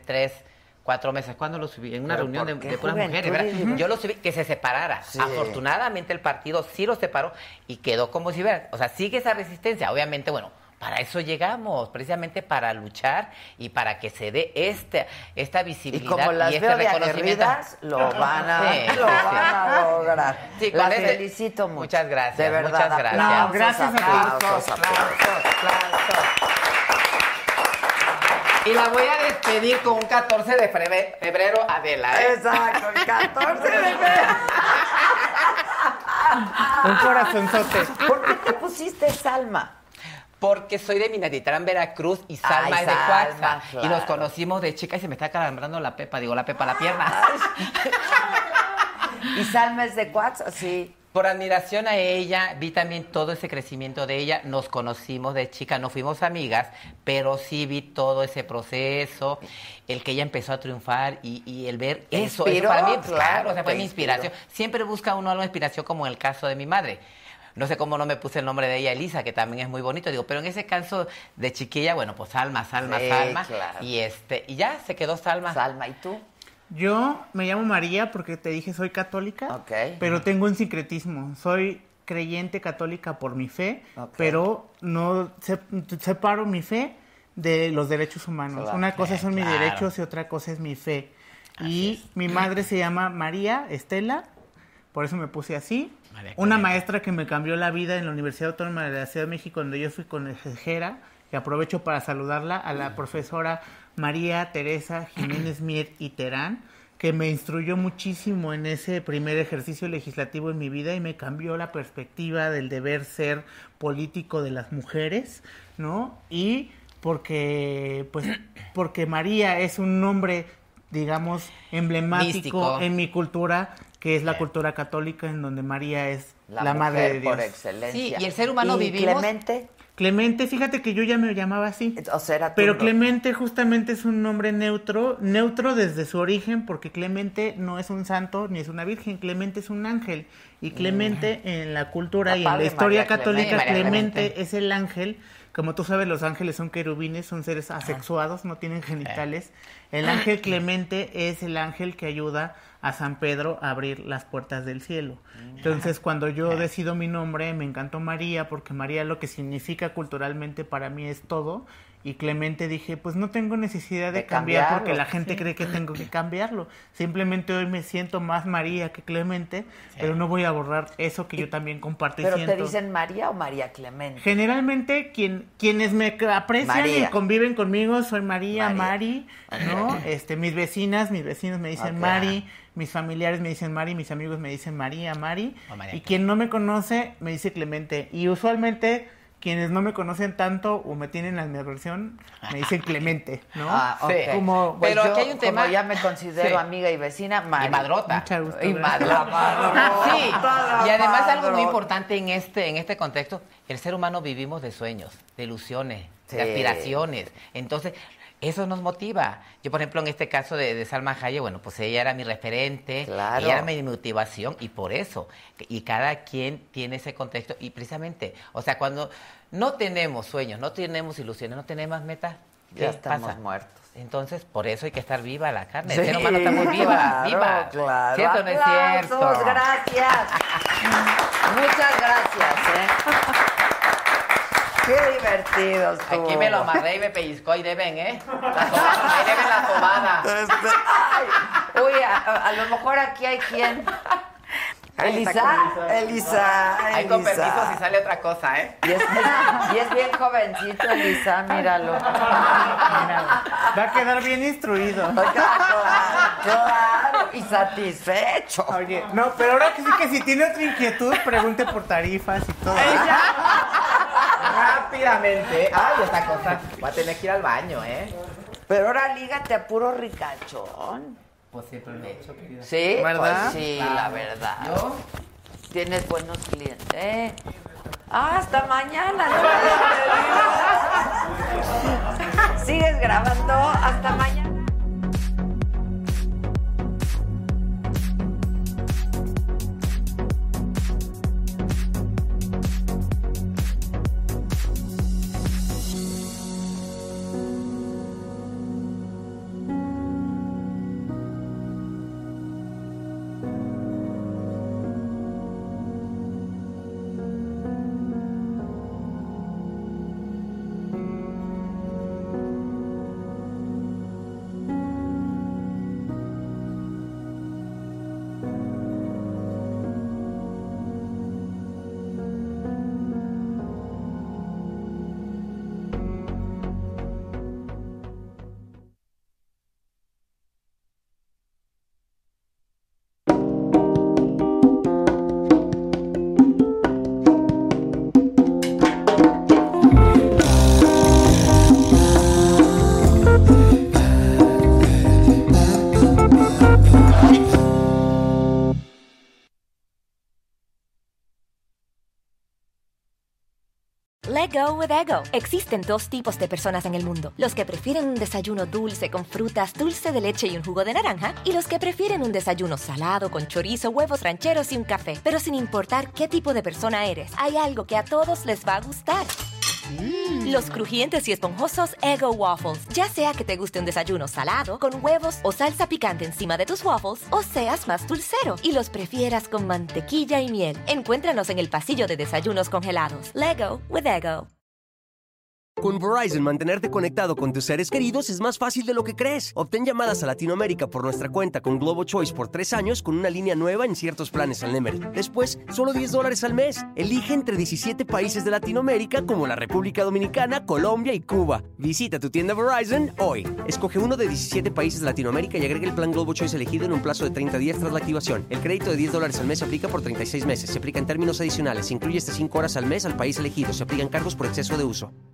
4 meses, ¿cuándo lo subí? En una reunión de puras mujeres, ¿verdad? Yo lo subí, que se separara. Sí. Afortunadamente el partido sí lo separó y quedó como si fuera. O sea, sigue esa resistencia. Obviamente, bueno, para eso llegamos, precisamente para luchar y para que se dé esta visibilidad y como las y este veo reconocimiento. Lo van a lograr. Sí, las felicito mucho. Muchas gracias. De verdad. Muchas gracias. No, gracias a ti. Aplausos. Y la voy a despedir con un 14 de febrero, Adela. Exacto, el 14 de febrero. Un corazonzote. ¿Por qué te pusiste Salma? Porque soy de Minatitlán, Veracruz, y Salma es de Coaxfa. Claro. Y nos conocimos de chica y se me está calambrando la pepa. Digo, la pierna. ¿Y Salma es de Coaxfa? Sí. Por admiración a ella, vi también todo ese crecimiento de ella. Nos conocimos de chica, no fuimos amigas, pero sí vi todo ese proceso, el que ella empezó a triunfar y el ver eso para mí, claro, o sea, fue mi inspiración. Siempre busca uno algo de inspiración, como en el caso de mi madre. No sé cómo no me puse el nombre de ella, Elisa, que también es muy bonito. Digo, pero en ese caso de chiquilla, bueno, pues Salma. Claro. Y ya se quedó Salma. Salma, ¿y tú? Yo me llamo María porque te dije soy católica, pero tengo un sincretismo. Soy creyente católica por mi fe, pero no separo mi fe de los derechos humanos. Una cosa son mis derechos y otra cosa es mi fe. Mi madre se llama María Estela, por eso me puse así. Una maestra que me cambió la vida en la Universidad Autónoma de la Ciudad de México, donde yo fui consejera, y aprovecho para saludarla, a la profesora María Teresa Jiménez Mier y Terán, que me instruyó muchísimo en ese primer ejercicio legislativo en mi vida y me cambió la perspectiva del deber ser político de las mujeres, ¿no? Y porque María es un nombre, digamos, emblemático místico en mi cultura, que es la cultura católica, en donde María es la madre de Dios. Por excelencia. Sí, y el ser humano vivimos... Clemente, fíjate que yo ya me llamaba así. O sea, era pero Clemente justamente es un nombre neutro desde su origen, porque Clemente no es un santo ni es una virgen, Clemente es un ángel. Y Clemente en la cultura y en la historia católica, Clemente es el ángel. Como tú sabes, los ángeles son querubines, son seres asexuados, no tienen genitales. El ángel Clemente es el ángel que ayuda a San Pedro a abrir las puertas del cielo. Entonces, cuando yo decido mi nombre, me encantó María, porque María lo que significa culturalmente para mí es todo. Y Clemente dije, pues no tengo necesidad de cambiar porque la gente cree que tengo que cambiarlo. Simplemente hoy me siento más María que Clemente, pero no voy a borrar eso que yo también comparto y ¿Pero siento. te dicen María o María Clemente? Generalmente quienes me aprecian María. y conviven conmigo soy María, Mari, ¿no? Mis vecinos me dicen Mari, mis familiares me dicen Mari, mis amigos me dicen María, Mari, y quien no me conoce me dice Clemente. Y usualmente quienes no me conocen tanto o me tienen en mi versión, me dicen Clemente, ¿no? Okay. Pero pues aquí hay un tema. Como ya me considero amiga y vecina, Mari. Y madrota. Mucha gusto. Y madrota. Sí. Y además algo muy importante en este contexto, el ser humano vivimos de sueños, de ilusiones, de aspiraciones. Entonces, eso nos motiva. Yo, por ejemplo, en este caso de Salma Hayek, bueno, pues ella era mi referente, ella era mi motivación, y por eso, y cada quien tiene ese contexto, y precisamente, o sea, cuando no tenemos sueños, no tenemos ilusiones, no tenemos metas, ¿qué ya estamos pasa? muertos. Entonces, por eso hay que estar viva la carne. El ser humano está muy viva, viva. Claro. ¿Cierto o no es cierto? Gracias. Muchas gracias, Qué divertidos tú. Aquí me lo amarré y me pellizcó, y deben, ahí deben la tomada. Uy, a lo mejor aquí hay quien. Elisa. Ahí con permiso si sale otra cosa, Y es bien jovencito, Elisa, míralo. Va a quedar bien instruido. Claro, y satisfecho. Oye, no, pero ahora que si tiene otra inquietud, pregunte por tarifas y todo. Rápidamente. Ay, esta cosa. Voy a tener que ir al baño, Pero ahora lígate a puro ricachón. Pues siempre lo he hecho, querida. ¿Sí? ¿Verdad? Pues sí, la verdad. ¿Yo? Tienes buenos clientes, hasta mañana. ¿Sigues grabando? Hasta mañana. Let go with ego. Existen dos tipos de personas en el mundo. Los que prefieren un desayuno dulce con frutas, dulce de leche y un jugo de naranja. Y los que prefieren un desayuno salado con chorizo, huevos rancheros y un café. Pero sin importar qué tipo de persona eres, hay algo que a todos les va a gustar. Los crujientes y esponjosos Eggo Waffles. Ya sea que te guste un desayuno salado, con huevos o salsa picante encima de tus waffles, o seas más dulcero y los prefieras con mantequilla y miel. Encuéntranos en el pasillo de desayunos congelados. Lego with Eggo. Con Verizon, mantenerte conectado con tus seres queridos es más fácil de lo que crees. Obtén llamadas a Latinoamérica por nuestra cuenta con Globo Choice por 3 años con una línea nueva en ciertos planes al Nemery. Después, solo $10 al mes. Elige entre 17 países de Latinoamérica como la República Dominicana, Colombia y Cuba. Visita tu tienda Verizon hoy. Escoge uno de 17 países de Latinoamérica y agrega el plan Globo Choice elegido en un plazo de 30 días tras la activación. El crédito de $10 al mes se aplica por 36 meses. Se aplica en términos adicionales. Se incluye hasta 5 horas al mes al país elegido. Se aplican cargos por exceso de uso.